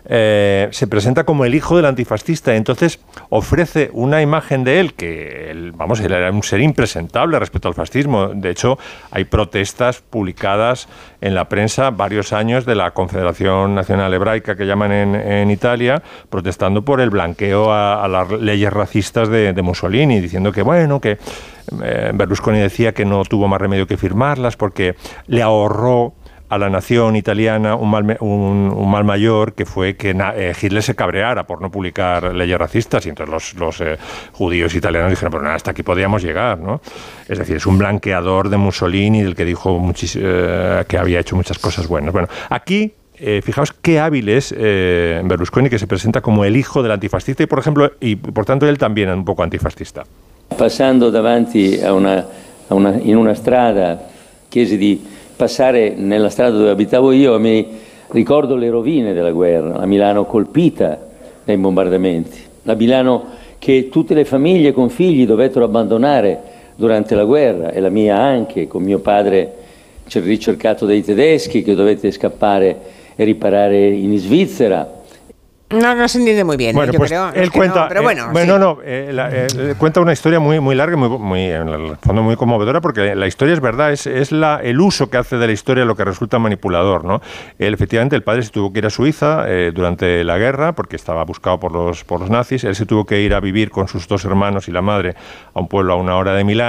eh, se presenta como el hijo del antifascista, entonces ofrece una imagen de él que, él, vamos, él era un ser impresentable respecto al fascismo. De hecho, hay protestas publicadas en la prensa varios años de la Confederación Nacional Hebraica, que llaman en, en Italia, protestando por el blanqueo a, a las leyes racistas de, de Mussolini, diciendo que, bueno, que eh, Berlusconi decía que no tuvo más remedio que firmarlas porque le ahorró a la nación italiana un mal, un, un mal mayor, que fue que eh, Hitler se cabreara por no publicar leyes racistas, y entonces los, los eh, judíos italianos dijeron, pero nada, hasta aquí podíamos llegar, ¿no? Es decir, es un blanqueador de Mussolini, del que dijo muchis, eh, que había hecho muchas cosas buenas. Bueno, aquí, eh, fijaos qué hábil es eh, Berlusconi, que se presenta como el hijo del antifascista, y por ejemplo, y por tanto él también es un poco antifascista. Passando davanti a una, a una, in una strada, chiesi di passare nella strada dove abitavo io, mi ricordo le rovine della guerra, la Milano colpita dai bombardamenti, la Milano che tutte le famiglie con figli dovettero abbandonare durante la guerra, e la mia anche, con mio padre ricercato dai tedeschi, che dovette scappare e riparare in Svizzera. No, no se entiende muy bien. Bueno, yo pues creo, él es que cuenta, no, pero bueno, eh, bueno, sí. no, eh, la, eh, cuenta una historia muy, muy larga, muy, muy, en el fondo muy conmovedora, porque la historia es verdad, es, es la, el uso que hace de la historia lo que resulta manipulador, ¿no? Él, efectivamente, el padre se tuvo que ir a Suiza eh, durante la guerra, porque estaba buscado por los, por los nazis. Él se tuvo que ir a vivir con sus dos hermanos y la madre a un pueblo a una hora de Milán.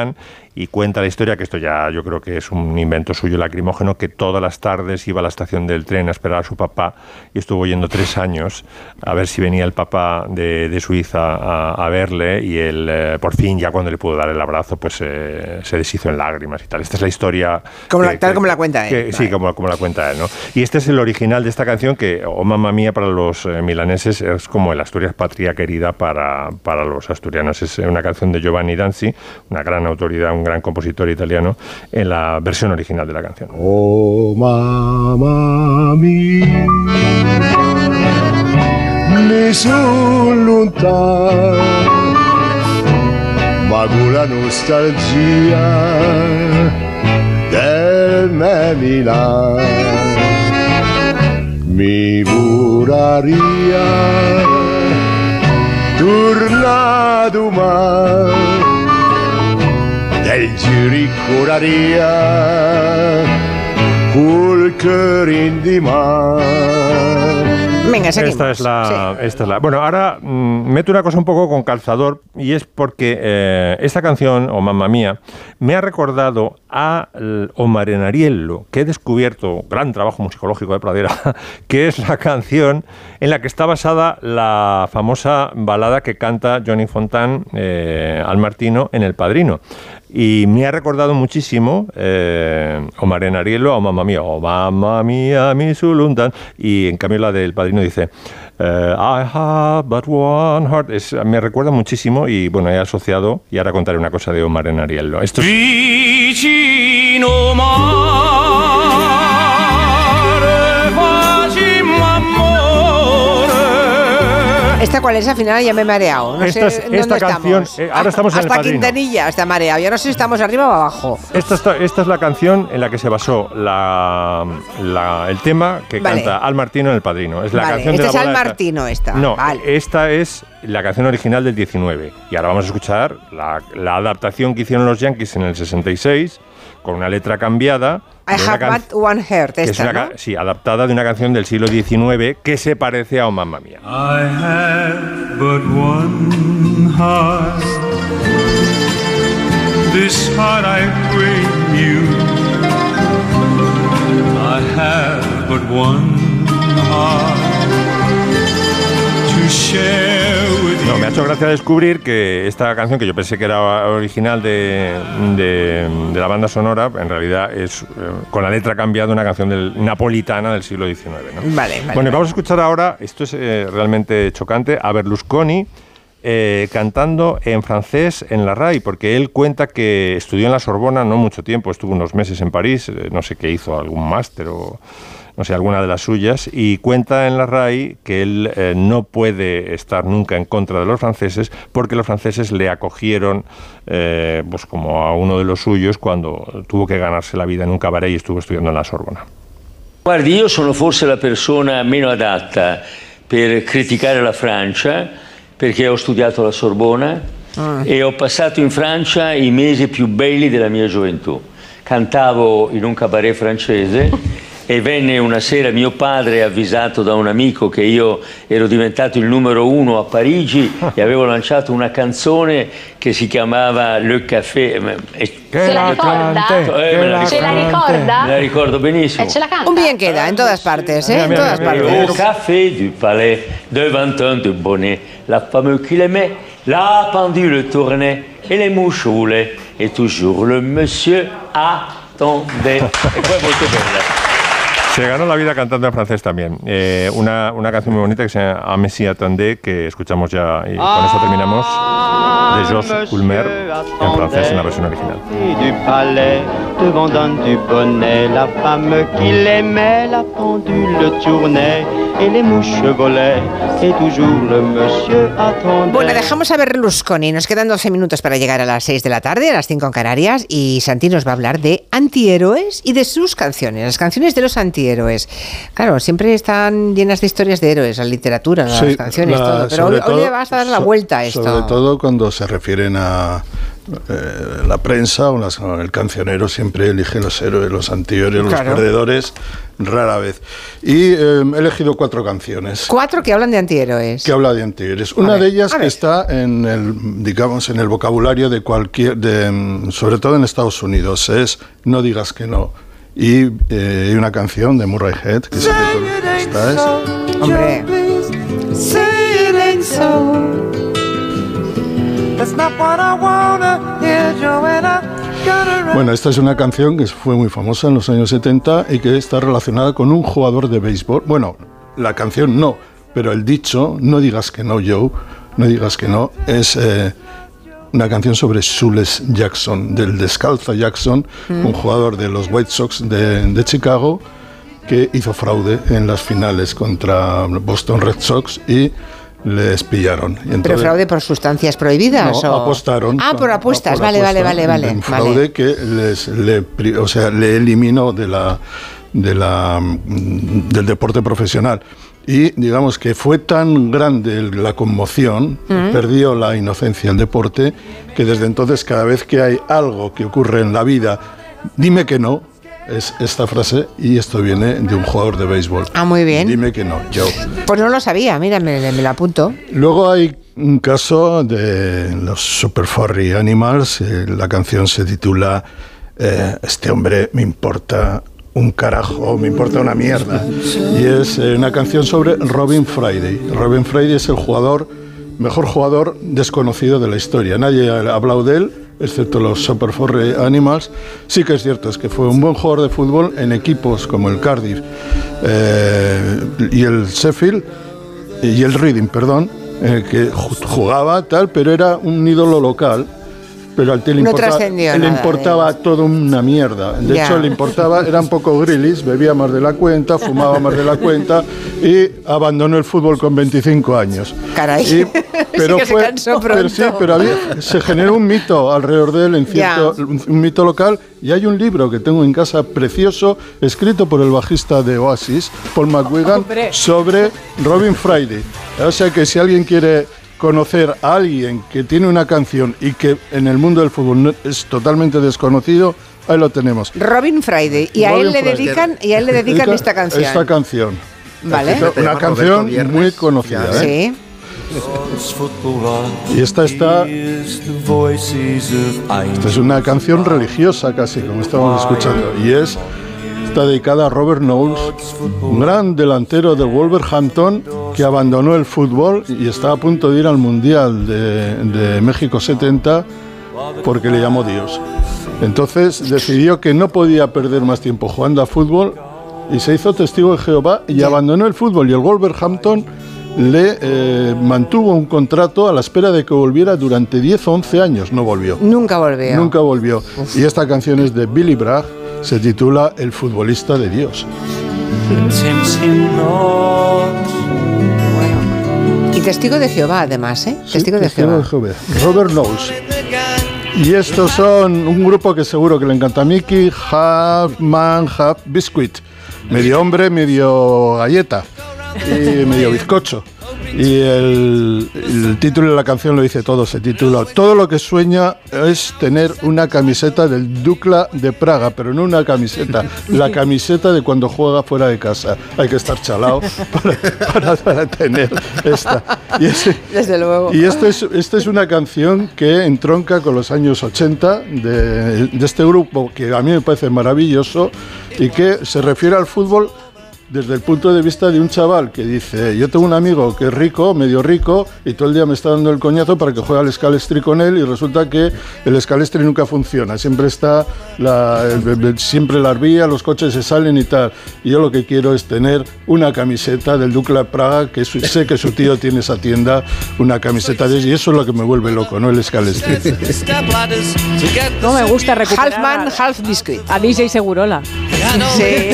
y cuenta la historia, que esto ya yo creo que es un invento suyo lacrimógeno, que todas las tardes iba a la estación del tren a esperar a su papá y estuvo yendo tres años a ver si venía el papá de, de Suiza a, a verle, y él eh, por fin, ya cuando le pudo dar el abrazo, pues eh, se deshizo en lágrimas y tal. Esta es la historia... Como la, que, tal que, como la cuenta él. Que, vale. Sí, como, como la cuenta él, ¿no? Y este es el original de esta canción que, oh mamma mía, para los eh, milaneses es como el Asturias patria querida para, para los asturianos. Es una canción de Giovanni Danzi, una gran autoridad, un gran compositor italiano, en la versión original de la canción. Oh mamma mia, mi son lontano, ma con la nostalgia del me Milano mi vorria tornar domani, del giri curaria col cuore in di mar. Venga, seguimos. Esta es la, sí. esta es la. Bueno, ahora mmm, meto una cosa un poco con calzador, y es porque eh, esta canción, o oh, Mamma Mía, me ha recordado a O Marinariello, que he descubierto, gran trabajo musicológico de Pradera, que es la canción en la que está basada la famosa balada que canta Johnny Fontane eh, al Martino en El Padrino. Y me ha recordado muchísimo eh, O Marinariello a O Mamma Mía, O Mamma Mía, mi suluntan. Y en cambio la del Padrino dice uh, I have but one heart. Es, me recuerda muchísimo, y bueno, he asociado, y ahora contaré una cosa de O Marinariello. Esto es... Vicino mare, facimmo amore. ¿Esta cuál es? Al final ya me he mareado. No esta sé es, dónde esta canción, estamos. eh, ahora estamos Hasta en El Padrino. Quintanilla está mareado. Ya no sé si estamos arriba o abajo. Esta, está, esta es la canción en la que se basó la, la, el tema que Vale. canta Al Martino en El Padrino. Es la Vale, canción este de la es Al boda de- Martino, esta. No, Vale. esta es la canción original del diecinueve. Y ahora vamos a escuchar la, la adaptación que hicieron los Yankees en el sesenta y seis, con una letra cambiada. I de una have can- but one heart, que es esta, una ¿no? ca- Sí, adaptada de una canción del siglo diecinueve que se parece a Oh Mamma Mía. I have but one heart. This heart I bring you. I have but one heart to share with you. No, me ha hecho gracia descubrir que esta canción, que yo pensé que era original de, de, de la banda sonora, en realidad es eh, con la letra cambiada, una canción del, napolitana del siglo diecinueve, ¿no? Vale, vale. Bueno, y vamos a escuchar ahora, esto es eh, realmente chocante, a Berlusconi eh, cantando en francés en la R A I, porque él cuenta que estudió en la Sorbona no mucho tiempo, estuvo unos meses en París, eh, no sé qué hizo, algún máster o no sé, alguna de las suyas, y cuenta en la R A I que él eh, no puede estar nunca en contra de los franceses, porque los franceses le acogieron eh, pues como a uno de los suyos cuando tuvo que ganarse la vida en un cabaret y estuvo estudiando en la Sorbona. Guardi, io sono forse la persona meno adatta per criticare la Francia, perché ho studiato alla Sorbona Ah. e ho passato in Francia i mesi più belli della mia gioventù. Cantavo in un cabaret francese e venne una sera mio padre avvisato da un amico che io ero diventato il numero uno a Parigi e avevo lanciato una canzone che si chiamava Le Café. Se la ricorda? Eh, me la Ce la ricordo. ricorda? Me la ricordo benissimo. E ce la canta? Un bien queda en todas partes, ¿eh? En todas Au partes. café du palais, devant un de bonnet, la femme qui l'aimait, la pendule tournait et les mouches roulaient, et toujours le monsieur attendait. E poi è molto bella. Se ganó la vida cantando en francés también. Eh, una, una canción muy bonita que se llama A Messi Attendé, que escuchamos ya y con eso terminamos, de Georges Culmer, en francés en la versión original. Du palais, devant un du bonnet, la femme qu'il aimait, la pendule tournait et les mouches volaient, et toujours le monsieur attendait. Bueno, dejamos a Berlusconi. Nos quedan doce minutos para llegar a las seis de la tarde, a las cinco en Canarias, y Santi nos va a hablar de antihéroes y de sus canciones, las canciones de los antihéroes. Claro, siempre están llenas de historias de héroes, la literatura, las Sí, canciones, la- todo. Pero sobre hoy, hoy todo- le vas a dar la so- vuelta a esto. Sobre todo cuando se refieren a, eh, la prensa o las, el cancionero siempre elige los héroes, los antihéroes, Claro. los perdedores, rara vez. Y eh, he elegido cuatro canciones. Cuatro que hablan de antihéroes. Que habla de antihéroes. Una ver, de ellas a que ver. está en el, digamos, en el vocabulario de cualquier, de, sobre todo en Estados Unidos, es No digas que no. Y eh, hay una canción de Murray Head que se titula, esta es. Hombre. Bueno, esta es una canción que fue muy famosa en los años setenta y que está relacionada con un jugador de béisbol. Bueno, la canción no, pero el dicho, no digas que no, Joe, no digas que no, es eh, una canción sobre Shoeless Jackson, del descalzo Jackson, mm. un jugador de los White Sox de, de Chicago, que hizo fraude en las finales contra Boston Red Sox y les pillaron. Y entonces, ¿pero fraude por sustancias prohibidas? no, o? apostaron. Ah, por apuestas, por vale, apuesta, vale, vale, vale. Un fraude vale. que les, le, o sea, le eliminó de la, de la, del deporte profesional. Y digamos que fue tan grande la conmoción, mm. perdió la inocencia el deporte, que desde entonces cada vez que hay algo que ocurre en la vida, dime que no, es esta frase, y esto viene de un jugador de béisbol. Ah, muy bien. Dime que no, Joe. Pues no lo sabía, mira, me, me lo apunto. Luego hay un caso de los Super Furry Animals, eh, la canción se titula eh, Este hombre me importa un carajo, me importa una mierda, y es eh, una canción sobre Robin Friday. Robin Friday es el jugador, mejor jugador desconocido de la historia, nadie ha hablado de él, excepto los Super Furry Animals. Sí que es cierto, es que fue un buen jugador de fútbol en equipos como el Cardiff eh, y el Sheffield y el Reading, perdón, eh, que jugaba tal, pero era un ídolo local. Pero al tío le, no importaba, trascendió le nada importaba todo una mierda. De Ya. hecho, le importaba, era un poco grilis, bebía más de la cuenta, fumaba más de la cuenta y abandonó el fútbol con veinticinco años. Caray. Y, pero sí que fue, se cansó pronto. pero sí, pero había, se generó un mito alrededor de él, en cierto, un, un mito local. Y hay un libro que tengo en casa precioso, escrito por el bajista de Oasis, Paul McGuigan, sobre Robin Friday. O sea que si alguien quiere conocer a alguien que tiene una canción y que en el mundo del fútbol no, es totalmente desconocido, ahí lo tenemos. Robin Friday. Y a Robin él le Friday. dedican, y a él le dedican esta canción. Esta canción. Vale. Esta, una canción muy conocida, ¿eh? Sí. Y esta está. Esta es una canción religiosa casi, como estamos escuchando. Y es. Está dedicada a Robert Knowles, un gran delantero del Wolverhampton que abandonó el fútbol y está a punto de ir al Mundial de, de México setenta porque le llamó Dios. Entonces decidió que no podía perder más tiempo jugando a fútbol y se hizo testigo de Jehová y abandonó el fútbol, y el Wolverhampton le eh, mantuvo un contrato a la espera de que volviera durante diez o once años. No volvió. Nunca volvió. Nunca volvió. Uf. Y esta canción es de Billy Bragg. Se titula El futbolista de Dios. Bueno. Y testigo de Jehová, además, ¿eh? Sí, testigo de testigo Jehová. de Jehová. Robert Knowles. Y estos son un grupo que seguro que le encanta a Mickey, Half Man, Half Biscuit. Medio hombre, medio galleta y medio bizcocho. Y el, el título de la canción lo dice todo, se titula Todo lo que sueña es tener una camiseta del Dukla de Praga, pero no una camiseta, la camiseta de cuando juega fuera de casa. Hay que estar chalado para, para, para tener esta. Y, ese, Desde luego. y esto es, esta es una canción que entronca con los años ochenta de, de este grupo que a mí me parece maravilloso y que se refiere al fútbol desde el punto de vista de un chaval que dice, yo tengo un amigo que es rico, medio rico, y todo el día me está dando el coñazo para que juegue al Scalestri con él, y resulta que el Scalestri nunca funciona, siempre está, la, siempre la arbilla, los coches se salen y tal, y yo lo que quiero es tener una camiseta del Dukla Praga, que su, sé que su tío tiene esa tienda, una camiseta de y eso es lo que me vuelve loco, ¿no? El Scalestri. No me gusta recuperar Half Man, Half Biscuit. A D J Segurola. Sí.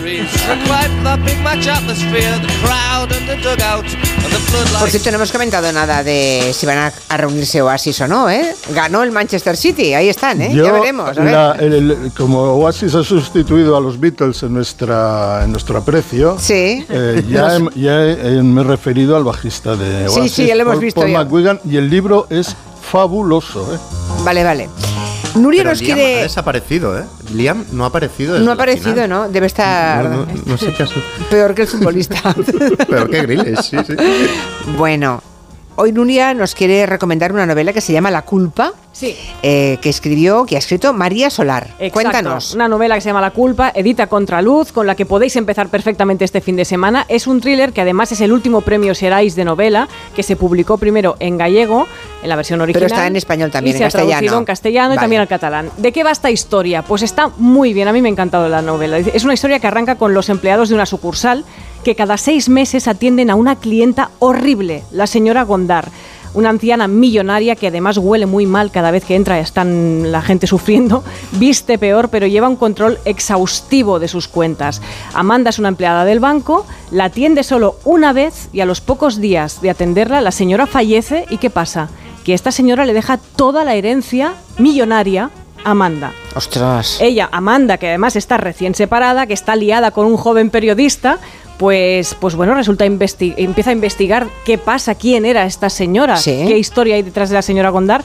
Por cierto, no hemos comentado nada de si van a, a reunirse Oasis o no, ¿eh? Ganó el Manchester City, ahí están, ¿eh? Yo, ya veremos. A ver. La, el, el, como Oasis ha sustituido a los Beatles en, nuestra, en nuestro aprecio, sí. eh, ya, he, ya he, me he referido al bajista de Oasis, sí, sí, ya lo hemos Paul, visto Paul ya. McGuigan, y el libro es fabuloso, ¿eh? Vale, vale. Nuria Pero nos Liam quiere... ha desaparecido, ¿eh? Liam no ha aparecido desde No ha el aparecido, final. ¿no? Debe estar... No, no, no sé qué ha sido. Peor que el futbolista. Peor que Griles, sí, sí. Bueno, hoy Nuria nos quiere recomendar una novela que se llama La culpa. Sí. Eh, que escribió, que ha escrito María Solar. Exacto. Cuéntanos. Una novela que se llama La culpa, edita Contraluz, con la que podéis empezar perfectamente este fin de semana. Es un thriller que además es el último premio Xerais de novela, que se publicó primero en gallego, en la versión original. Pero está en español también, y en se ha traducido castellano. en castellano y Vale. también al catalán. ¿De qué va esta historia? Pues está muy bien, a mí me ha encantado la novela. Es una historia que arranca con los empleados de una sucursal que cada seis meses atienden a una clienta horrible, la señora Gondar. Una anciana millonaria que además huele muy mal cada vez que entra, están la gente sufriendo, viste peor, pero lleva un control exhaustivo de sus cuentas. Amanda es una empleada del banco, la atiende solo una vez y a los pocos días de atenderla la señora fallece. ¿Y qué pasa? Que esta señora le deja toda la herencia millonaria a Amanda. Ostras. Ella, Amanda, que además está recién separada, que está liada con un joven periodista, pues, pues bueno, resulta investi- empieza a investigar qué pasa, quién era esta señora, Sí. qué historia hay detrás de la señora Gondar,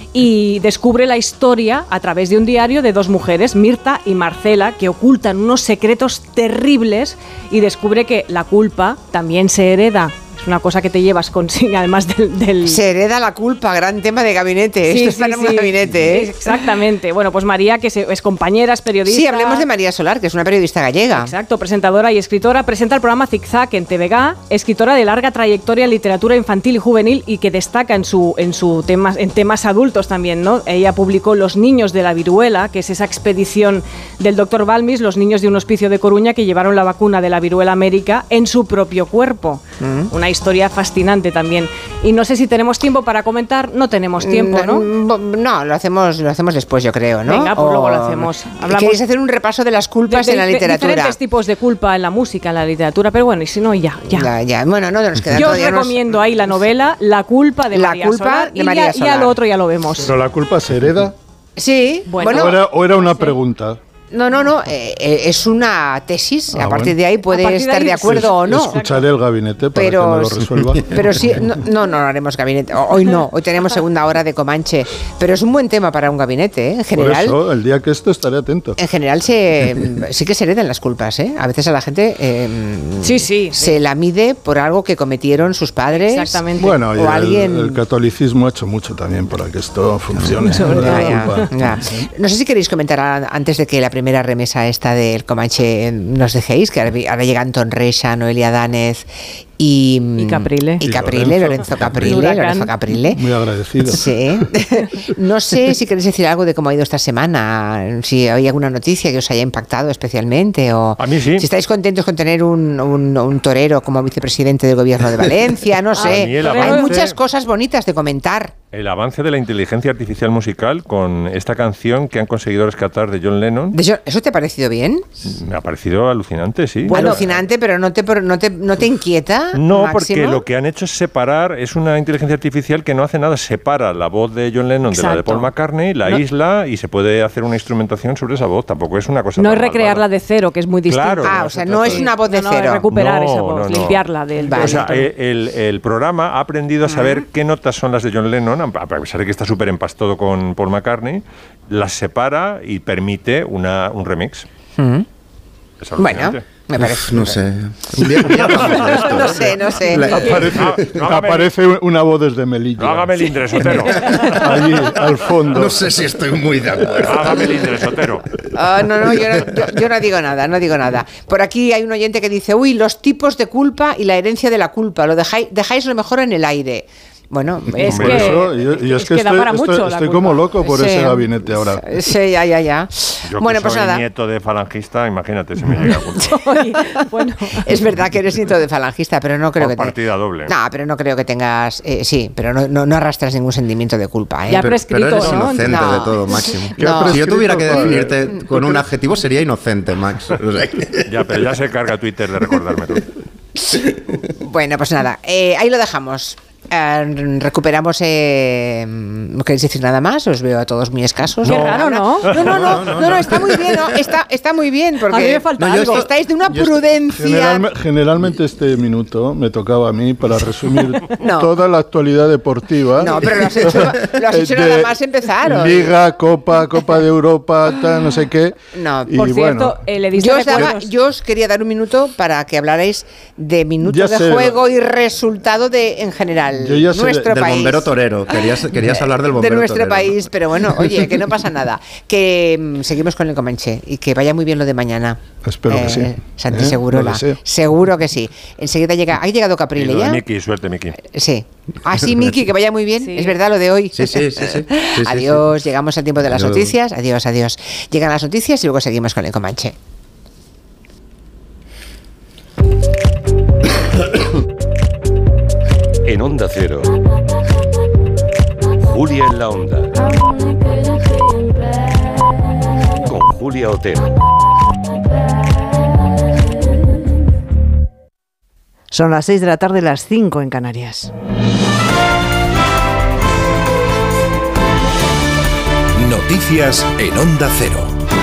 y descubre la historia a través de un diario de dos mujeres, Mirta y Marcela, que ocultan unos secretos terribles, y descubre que la culpa también se hereda. Es una cosa que te llevas consigo, además del... del... Se hereda la culpa, gran tema de gabinete. Sí, Esto está sí, en un sí. gabinete, ¿eh? Exactamente. Bueno, pues María, que se- es compañera, es periodista. Sí, hablemos de María Solar, que es una periodista gallega. Exacto, presentadora y escritora, presenta el programa Zigzag en T V G, escritora de larga trayectoria en literatura infantil y juvenil y que destaca en su en su temas en temas adultos también, ¿no? Ella publicó Los niños de la viruela, que es esa expedición del doctor Balmis, los niños de un hospicio de Coruña que llevaron la vacuna de la viruela América en su propio cuerpo. Mm. Una historia fascinante también. Y no sé si tenemos tiempo para comentar, no tenemos tiempo, ¿no? No, no, lo hacemos, lo hacemos después, yo creo, ¿no? Venga, pues O- luego lo hacemos. Hablamos- ¿Queréis hacer un repaso de las culpas de, en la de- de literatura? diferentes tipos de culpa en la música, en la literatura, pero bueno, y si no, ya, ya. Ya, ya. Bueno, no nos queda Yo os todavía unos- recomiendo ahí la novela La culpa de La María culpa Solar, de y María ya, Solar. ya lo otro ya lo vemos. Pero la culpa se hereda. Sí, bueno. o, era, o era una pregunta. No, no, no, eh, eh, es una tesis. Ah, a partir bueno. de ahí puede A partir de estar ahí, de acuerdo Es- o no. Escucharé el gabinete para Pero, que me lo resuelva. pero sí, no, no, no haremos gabinete. Hoy no, hoy tenemos segunda hora de Comanche. Pero es un buen tema para un gabinete, ¿eh? En Por general. eso, el día que esto estaré atento. En general se, sí que se heredan las culpas, ¿eh? A veces a la gente eh, Sí, sí, se la mide por algo que cometieron sus padres. Exactamente. Bueno, y o el, alguien... el catolicismo ha hecho mucho también para que esto funcione. Ya, La ya, culpa. ya. No sé si queréis comentar a- antes de que la primera remesa esta del Comanche nos dejéis, que ahora, ahora llegan Ton Reixa, Noelia Danez y, Y Caprile. y Y Caprile, Lorenzo. Lorenzo Caprile, Huracán. Lorenzo Caprile. Muy agradecido. Sí. No sé si queréis decir algo de cómo ha ido esta semana, si hay alguna noticia que os haya impactado especialmente o A mí sí. si estáis contentos con tener un, un- un torero como vicepresidente del gobierno de Valencia, no sé. mí el Hay avance- muchas cosas bonitas de comentar. El avance de la inteligencia artificial musical con esta canción que han conseguido rescatar de John Lennon De hecho, ¿eso te ha parecido bien? me ha parecido alucinante, sí. Alucinante, pero no te, no te, no te inquieta. No, Máximo? porque lo que han hecho es separar, es una inteligencia artificial que no hace nada, separa la voz de John Lennon de la de Exacto. Paul McCartney, la No. isla y se puede hacer una instrumentación sobre esa voz, tampoco es una cosa No tan es recrearla malvada. de cero, que es muy distinto. Claro, Ah, no o sea, se no trata es una voz de No, no, es cero. recuperar No, esa voz, no, no. limpiarla del... Vale. O sea, del- eh, el, el programa ha aprendido a saber qué notas son las de John Lennon, a pesar de que está súper empastado con Paul McCartney, las separa y permite una, un remix. Mm. Es Bueno, alucinante. me parece. No sé. Un día- un día hablamos de esto. No sé, no sé. La- Aparece, No, no hágame- aparece una voz desde Melilla. No hágame el indresotero. Allí, al fondo. No sé si estoy muy de acuerdo. Hágame el indresotero. Ah, no, no, yo no, yo- yo no digo nada, no digo nada. Por aquí hay un oyente que dice, uy, los tipos de culpa y la herencia de la culpa, lo dejáis, dejáis lo mejor en el aire. Bueno, Es Por que- eso, yo, yo es, es que, que da estoy, para estoy- mucho la estoy culpa. como loco por Sí. ese gabinete ahora. sí, ya, ya, ya. Yo Bueno, que pues soy nada. nieto de falangista, imagínate, se me llega a culpa. Oye, bueno, Es verdad que eres nieto de falangista, pero no creo Por que te- partida doble. No, pero no creo que tengas. eh, sí, pero no, no, no arrastras ningún sentimiento de culpa, ¿eh? Ya Pero, prescrito, pero eres ¿no? inocente No. de todo, Máximo. ¿Qué ha Si yo prescrito tuviera que todavía? definirte con un adjetivo sería inocente, Max. O sea que- Ya, pero ya se carga Twitter de recordarme todo. Bueno, pues nada, eh, ahí lo dejamos. Eh, recuperamos. Eh, ¿No queréis decir nada más? Os veo a todos muy escasos. Qué raro, ¿no? No, no, no, no, no, está muy bien, ¿no? Está, está muy bien, porque a mí me falta no, algo. Estáis de una Yo prudencia. Generalme, generalmente este minuto me tocaba a mí para resumir no. toda la actualidad deportiva. No, pero lo has hecho, lo has hecho nada más empezar. Hoy. Liga, Copa, Copa de Europa, tal, no sé qué. No, y por cierto, bueno, el editor yo, de os daba, juegos. yo os quería dar un minuto para que hablarais de minutos Ya de sé, juego y resultado de en general. Yo ya sé, nuestro Del país. bombero torero. Querías, querías hablar del bombero de nuestro torero, país, ¿no? pero bueno, oye, que no pasa nada. Que mm, seguimos con el Comanche y que vaya muy bien lo de mañana. Espero que sí. Santi ¿Eh? Segurola. Lo deseo. Seguro que sí. Enseguida llega. ¿Ha llegado Caprile Y lo de ya? Miki, suerte, Miki. Sí. Ah, sí, Miki, que vaya muy bien. Sí. Es verdad lo de hoy. Sí, sí, sí, sí. Sí, sí, Adiós, sí. llegamos al tiempo de las Adiós. noticias. Adiós, adiós. Llegan las noticias y luego seguimos con el Comanche. En Onda Cero, Julia en la Onda, con Julia Otero. Son las seis de la tarde, las cinco en Canarias. Noticias en Onda Cero.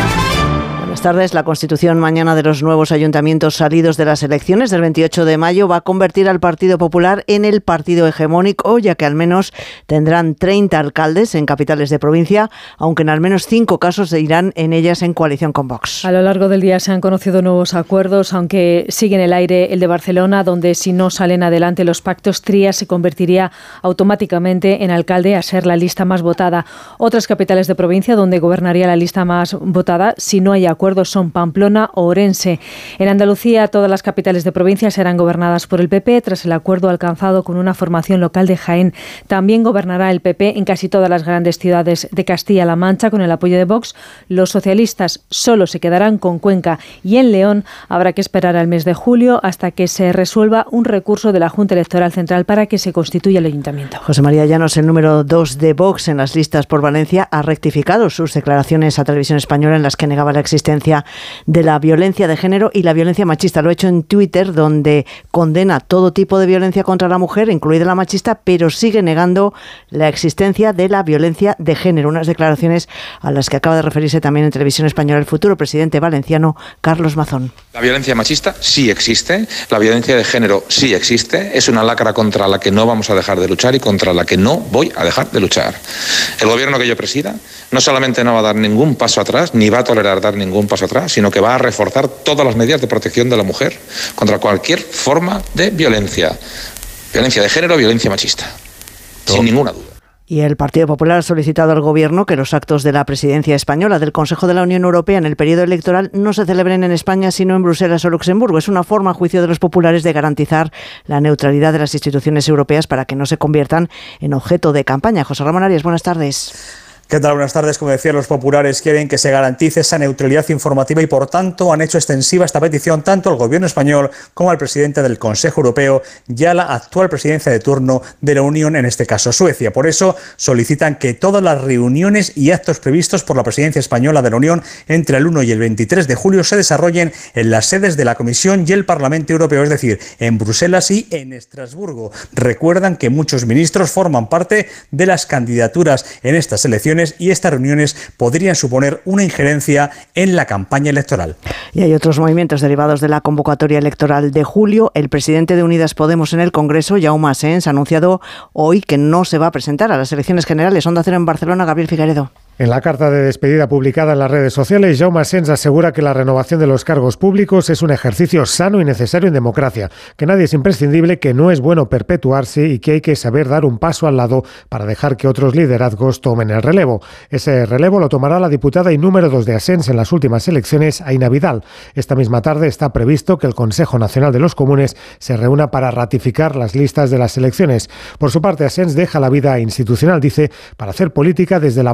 Buenas tardes. La constitución mañana de los nuevos ayuntamientos salidos de las elecciones del veintiocho de mayo va a convertir al Partido Popular en el partido hegemónico, ya que al menos tendrán treinta alcaldes en capitales de provincia, aunque en al menos cinco casos se irán en ellas en coalición con Vox. A lo largo del día se han conocido nuevos acuerdos, aunque sigue en el aire el de Barcelona, donde si no salen adelante los pactos, Trías se convertiría automáticamente en alcalde a ser la lista más votada. Otras capitales de provincia donde gobernaría la lista más votada, si no hay acuerdos, son Pamplona o Orense. En Andalucía, todas las capitales de provincia serán gobernadas por el P P tras el acuerdo alcanzado con una formación local de Jaén. También gobernará el P P en casi todas las grandes ciudades de Castilla-La Mancha con el apoyo de Vox. Los socialistas solo se quedarán con Cuenca y en León habrá que esperar al mes de julio hasta que se resuelva un recurso de la Junta Electoral Central para que se constituya el ayuntamiento. José María Llanos, el número dos de Vox en las listas por Valencia, ha rectificado sus declaraciones a Televisión Española en las que negaba la existencia de la violencia de género y la violencia machista. Lo ha hecho en Twitter, donde condena todo tipo de violencia contra la mujer, incluida la machista, pero sigue negando la existencia de la violencia de género. Unas declaraciones a las que acaba de referirse también en Televisión Española el futuro presidente valenciano, Carlos Mazón. La violencia machista sí existe, la violencia de género sí existe, es una lacra contra la que no vamos a dejar de luchar y contra la que no voy a dejar de luchar. El gobierno que yo presida no solamente no va a dar ningún paso atrás, ni va a tolerar dar ningún paso atrás, sino que va a reforzar todas las medidas de protección de la mujer contra cualquier forma de violencia. Violencia de género, violencia machista. Todo. Sin ninguna duda. Y el Partido Popular ha solicitado al Gobierno que los actos de la presidencia española del Consejo de la Unión Europea en el periodo electoral no se celebren en España, sino en Bruselas o Luxemburgo. Es una forma, a juicio de los populares, de garantizar la neutralidad de las instituciones europeas para que no se conviertan en objeto de campaña. José Ramón Arias, buenas tardes. ¿Qué tal? Buenas tardes. Como decía, los populares quieren que se garantice esa neutralidad informativa y, por tanto, han hecho extensiva esta petición tanto al Gobierno español como al presidente del Consejo Europeo y a la actual presidencia de turno de la Unión, en este caso Suecia. Por eso solicitan que todas las reuniones y actos previstos por la presidencia española de la Unión entre el uno y el veintitrés de julio se desarrollen en las sedes de la Comisión y el Parlamento Europeo, es decir, en Bruselas y en Estrasburgo. Recuerdan que muchos ministros forman parte de las candidaturas en estas elecciones y estas reuniones podrían suponer una injerencia en la campaña electoral. Y hay otros movimientos derivados de la convocatoria electoral de julio. El presidente de Unidas Podemos en el Congreso, Jaume Asens, ha anunciado hoy que no se va a presentar a las elecciones generales. Onda Cero en Barcelona, Gabriel Figueredo. En la carta de despedida publicada en las redes sociales, Jaume Asens asegura que la renovación de los cargos públicos es un ejercicio sano y necesario en democracia, que nadie es imprescindible, que no es bueno perpetuarse y que hay que saber dar un paso al lado para dejar que otros liderazgos tomen el relevo. Ese relevo lo tomará la diputada y número dos de Asens en las últimas elecciones, Aina Vidal. Esta misma tarde está previsto que el Consejo Nacional de los Comunes se reúna para ratificar las listas de las elecciones. Por su parte, Asens deja la vida institucional, dice, para hacer política desde la base.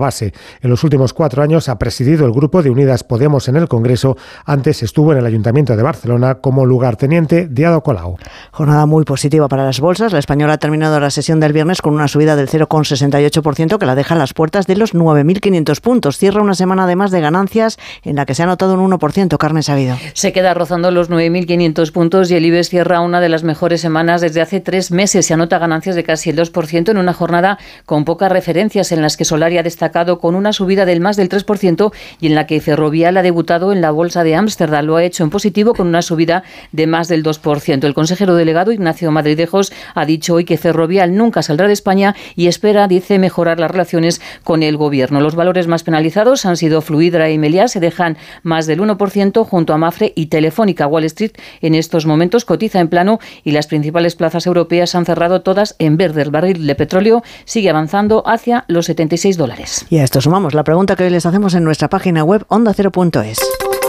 En los últimos cuatro años ha presidido el grupo de Unidas Podemos en el Congreso. Antes estuvo en el Ayuntamiento de Barcelona como lugarteniente de Ada Colau. Jornada muy positiva para las bolsas. La española ha terminado la sesión del viernes con una subida del cero coma sesenta y ocho por ciento que la deja a las puertas de los nueve mil quinientos puntos. Cierra una semana además de ganancias en la que se ha notado un uno por ciento. Carmen Sabido. Se queda rozando los nueve mil quinientos puntos y el IBEX cierra una de las mejores semanas desde hace tres meses. Se anota ganancias de casi el dos por ciento en una jornada con pocas referencias, en las que Solari ha destacado con una subida del más del tres por ciento y en la que Ferrovial ha debutado en la bolsa de Ámsterdam. Lo ha hecho en positivo con una subida de más del dos por ciento. El consejero delegado Ignacio Madridejos ha dicho hoy que Ferrovial nunca saldrá de España y espera, dice, mejorar las relaciones con el gobierno. Los valores más penalizados han sido Fluidra y Meliá, se dejan más del uno por ciento junto a Mafre y Telefónica. Wall Street en estos momentos cotiza en plano y las principales plazas europeas han cerrado todas en verde. El barril de petróleo sigue avanzando hacia los setenta y seis dólares. Y a esto sumamos la pregunta que hoy les hacemos en nuestra página web onda cero punto es.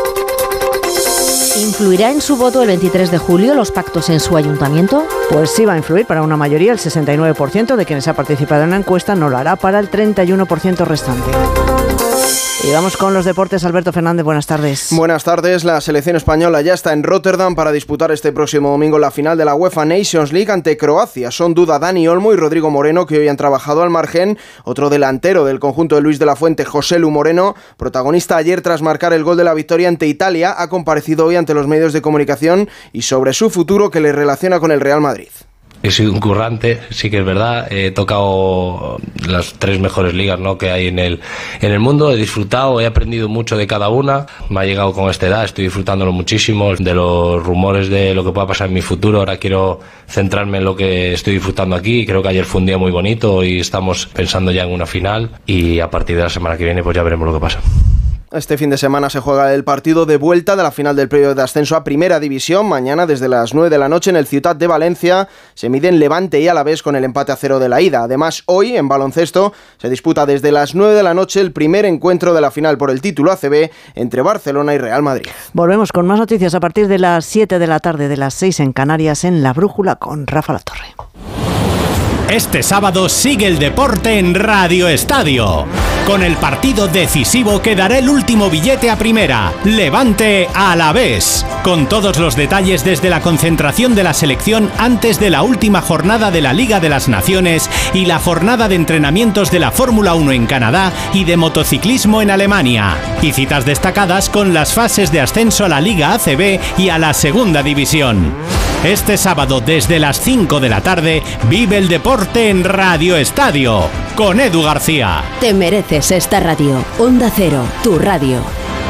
¿Influirá en su voto el veintitrés de julio los pactos en su ayuntamiento? Pues sí va a influir para una mayoría. El sesenta y nueve por ciento de quienes ha participado en la encuesta no lo hará para el treinta y uno por ciento restante. Y vamos con los deportes. Alberto Fernández, buenas tardes. Buenas tardes. La selección española ya está en Rotterdam para disputar este próximo domingo la final de la UEFA Nations League ante Croacia. Son duda Dani Olmo y Rodrigo Moreno, que hoy han trabajado al margen. Otro delantero del conjunto de Luis de la Fuente, José Lu Moreno, protagonista ayer tras marcar el gol de la victoria ante Italia, ha comparecido hoy ante los medios de comunicación y sobre su futuro que le relaciona con el Real Madrid. He sido un currante, sí que es verdad. He tocado las tres mejores ligas, ¿no?, que hay en el en el mundo. He disfrutado, he aprendido mucho de cada una. Me ha llegado con esta edad, estoy disfrutándolo muchísimo. De los rumores de lo que pueda pasar en mi futuro, ahora quiero centrarme en lo que estoy disfrutando aquí. Creo que ayer fue un día muy bonito y estamos pensando ya en una final. Y a partir de la semana que viene, pues ya veremos lo que pasa. Este fin de semana se juega el partido de vuelta de la final del playoff de ascenso a Primera División. Mañana desde las nueve de la noche en el Ciutat de Valencia se miden Levante y Alavés con el empate a cero de la ida. Además, hoy en baloncesto se disputa desde las nueve de la noche el primer encuentro de la final por el título A C B entre Barcelona y Real Madrid. Volvemos con más noticias a partir de las siete de la tarde, de las seis en Canarias, en La Brújula con Rafa Latorre. Este sábado sigue el deporte en Radio Estadio, con el partido decisivo que dará el último billete a primera, Levante Alavés, con todos los detalles desde la concentración de la selección antes de la última jornada de la Liga de las Naciones y la jornada de entrenamientos de la Fórmula uno en Canadá y de motociclismo en Alemania, y citas destacadas con las fases de ascenso a la Liga A C B y a la Segunda División. Este sábado desde las cinco de la tarde vive el deporte en Radio Estadio con Edu García. Te mereces esta radio. Onda Cero, tu radio.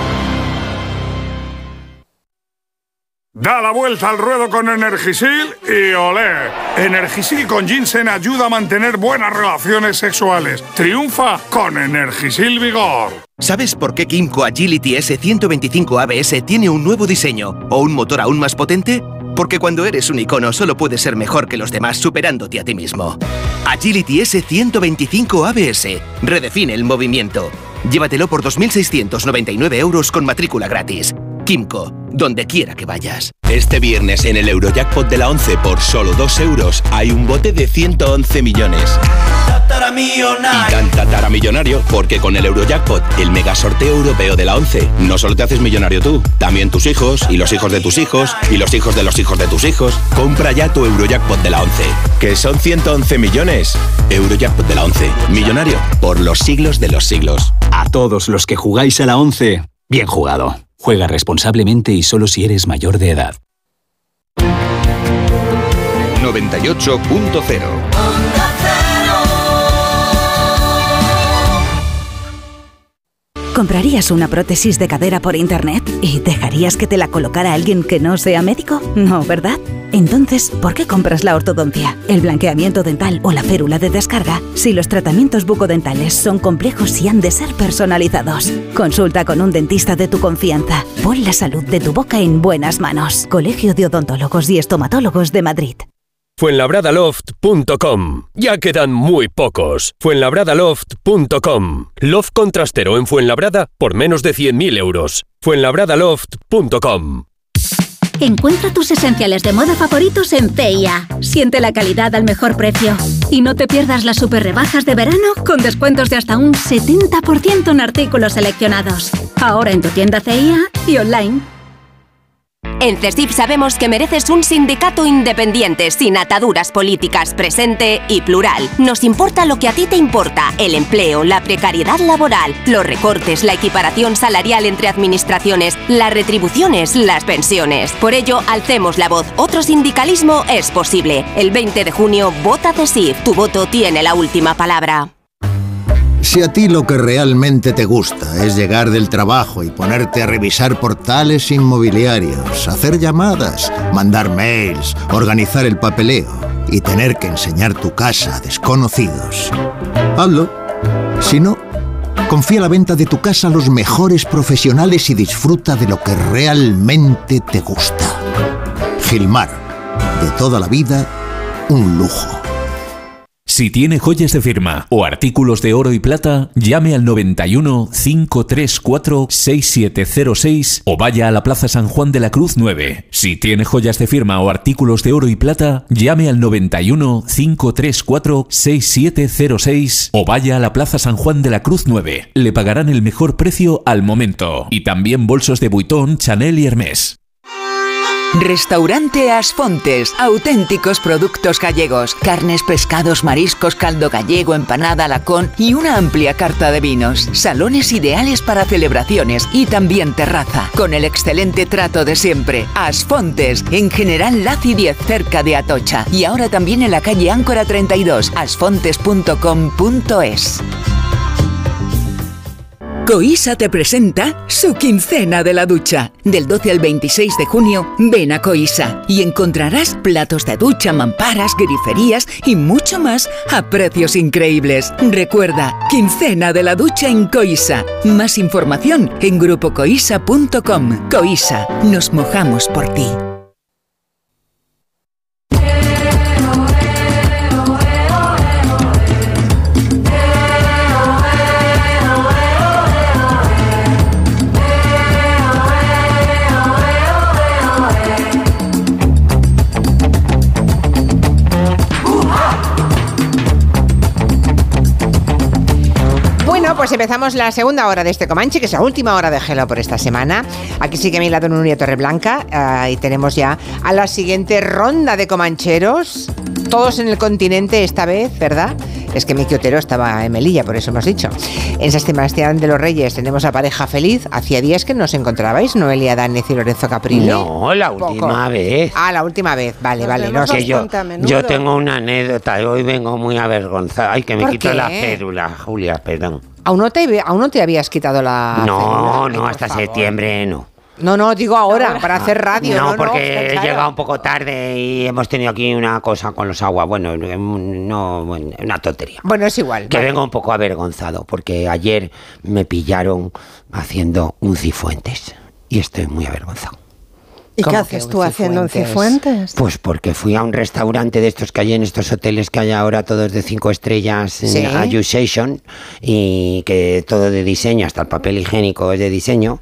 Da la vuelta al ruedo con Energisil y olé. Energisil con ginseng ayuda a mantener buenas relaciones sexuales. Triunfa con Energisil Vigor. ¿Sabes por qué Kymco Agility S ciento veinticinco A B S tiene un nuevo diseño o un motor aún más potente? Porque cuando eres un icono solo puedes ser mejor que los demás superándote a ti mismo. Agility S ciento veinticinco A B S. Redefine el movimiento. Llévatelo por dos mil seiscientos noventa y nueve euros con matrícula gratis. Kymco, donde quiera que vayas. Este viernes en el Eurojackpot de la once por solo dos euros hay un bote de ciento once millones. Y tan tatara millonario porque con el Eurojackpot, el mega sorteo europeo de la once, no solo te haces millonario tú, también tus hijos y los hijos de tus hijos y los hijos de los hijos de tus hijos. Compra ya tu Eurojackpot de la once, que son ciento once millones. Eurojackpot de la once, millonario por los siglos de los siglos. A todos los que jugáis a la once, bien jugado. Juega responsablemente y solo si eres mayor de edad. noventa y ocho punto cero. ¿Comprarías una prótesis de cadera por internet y dejarías que te la colocara alguien que no sea médico? No, ¿verdad? Entonces, ¿por qué compras la ortodoncia, el blanqueamiento dental o la férula de descarga si los tratamientos bucodentales son complejos y han de ser personalizados? Consulta con un dentista de tu confianza. Pon la salud de tu boca en buenas manos. Colegio de Odontólogos y Estomatólogos de Madrid. Fuenlabradaloft punto com. Ya quedan muy pocos. Fuenlabradaloft punto com. Loft contrastero en Fuenlabrada por menos de cien mil euros. Fuenlabradaloft punto com. Encuentra tus esenciales de moda favoritos en C y A. Siente la calidad al mejor precio. Y no te pierdas las super rebajas de verano con descuentos de hasta un setenta por ciento en artículos seleccionados. Ahora en tu tienda C I A y online. En CESIF sabemos que mereces un sindicato independiente, sin ataduras políticas, presente y plural. Nos importa lo que a ti te importa: el empleo, la precariedad laboral, los recortes, la equiparación salarial entre administraciones, las retribuciones, las pensiones. Por ello, alcemos la voz. Otro sindicalismo es posible. El veinte de junio, vota CESIF. Tu voto tiene la última palabra. Si a ti lo que realmente te gusta es llegar del trabajo y ponerte a revisar portales inmobiliarios, hacer llamadas, mandar mails, organizar el papeleo y tener que enseñar tu casa a desconocidos, hazlo. Si no, confía la venta de tu casa a los mejores profesionales y disfruta de lo que realmente te gusta. Gilmar, de toda la vida, un lujo. Si tiene joyas de firma o artículos de oro y plata, llame al noventa y uno, cinco tres cuatro, seis siete cero seis o vaya a la Plaza San Juan de la Cruz nueve. Si tiene joyas de firma o artículos de oro y plata, llame al noventa y uno, cinco tres cuatro, seis siete cero seis o vaya a la Plaza San Juan de la Cruz nueve. Le pagarán el mejor precio al momento. Y también bolsos de Vuitton, Chanel y Hermès. Restaurante Asfontes, auténticos productos gallegos, carnes, pescados, mariscos, caldo gallego, empanada, lacón y una amplia carta de vinos. Salones ideales para celebraciones y también terraza, con el excelente trato de siempre. Asfontes, en General Laci diez, cerca de Atocha, y ahora también en la calle Áncora treinta y dos, asfontes punto com punto es. Coisa te presenta su quincena de la ducha. Del doce al veintiséis de junio, ven a Coisa y encontrarás platos de ducha, mamparas, griferías y mucho más a precios increíbles. Recuerda, quincena de la ducha en Coisa. Más información en grupo coisa punto com. Coisa, nos mojamos por ti. Pues empezamos la segunda hora de este Comanche, que es la última hora de Hello por esta semana. Aquí sigue a mi lado Nuria Torreblanca uh, y tenemos ya a la siguiente ronda de comancheros, todos en el continente esta vez, ¿verdad? Es que Miki Otero estaba en Melilla, por eso hemos dicho. En San Sebastián de los Reyes tenemos a Pareja Feliz. Hacía días que no os encontrabais, Noelia Danez y Lorenzo Caprile. No, la última Poco. vez. Ah, la última vez, vale, Nos vale. No sé, yo, yo tengo una anécdota, hoy vengo muy avergonzada. Ay, que me quito qué? la cédula, Julia, perdón. ¿Aún no, te, ¿Aún no te habías quitado la No, cédula? no, Ay, hasta favor. septiembre no. No, no, digo ahora, ahora. para hacer radio. No, no porque no, he claro. llegado un poco tarde y hemos tenido aquí una cosa con los aguas. Bueno, no, bueno, una tontería. Bueno, es igual. Que vale. vengo un poco avergonzado porque ayer me pillaron haciendo un Cifuentes y estoy muy avergonzado. ¿Y qué haces tú haciendo un Cifuentes? Pues porque fui a un restaurante de estos que hay en estos hoteles que hay ahora todos de cinco estrellas, ¿sí? En Ayusation, y que todo de diseño, hasta el papel higiénico es de diseño,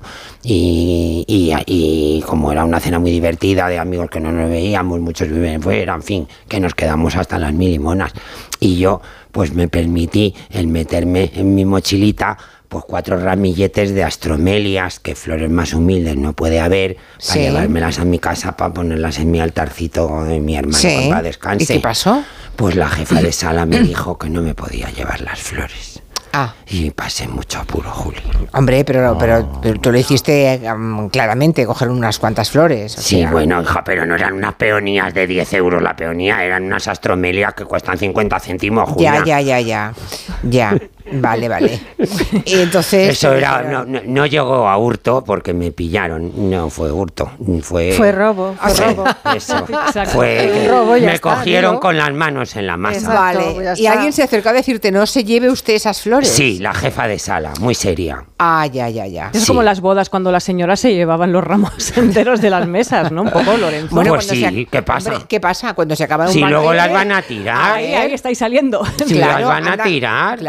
y, y, y como era una cena muy divertida de amigos que no nos veíamos, muchos viven fuera, en fin, que nos quedamos hasta las mil y monas. Y yo pues me permití el meterme en mi mochilita pues cuatro ramilletes de astromelias, que flores más humildes no puede haber, para sí. llevármelas a mi casa para ponerlas en mi altarcito de mi hermano sí. para descanse. ¿Y qué pasó? Pues la jefa de sala me dijo que no me podía llevar las flores. Ah. Y pasé mucho apuro, Juli. Hombre, pero, oh. pero, pero tú lo hiciste um, claramente, coger unas cuantas flores. O sí, sea. bueno, hija, pero no eran unas peonías de diez euros la peonía, eran unas astromelias que cuestan cincuenta céntimos, Julia. Ya, ya, ya, ya. Ya. Vale, vale. Y entonces... Eso era, no, no, no llegó a hurto porque me pillaron. No fue hurto, fue... Fue robo, fue sí, robo. Eso, fue... robo, me está, cogieron ¿no? con las manos en la masa. Exacto, vale. Y alguien se acercó a decirte, no se lleve usted esas flores. Sí, la jefa de sala, muy seria. Ah, ya, ya, ya. Es sí. como las bodas cuando las señoras se llevaban los ramos enteros de las mesas, ¿no? Un poco, Lorenzo. Bueno, pues sí, se... ¿qué pasa? Hombre, ¿qué pasa? Cuando se acaba un Si banquete, luego las van a tirar. Ahí, ahí estáis saliendo. Si claro, las van a anda, tirar. Claro, y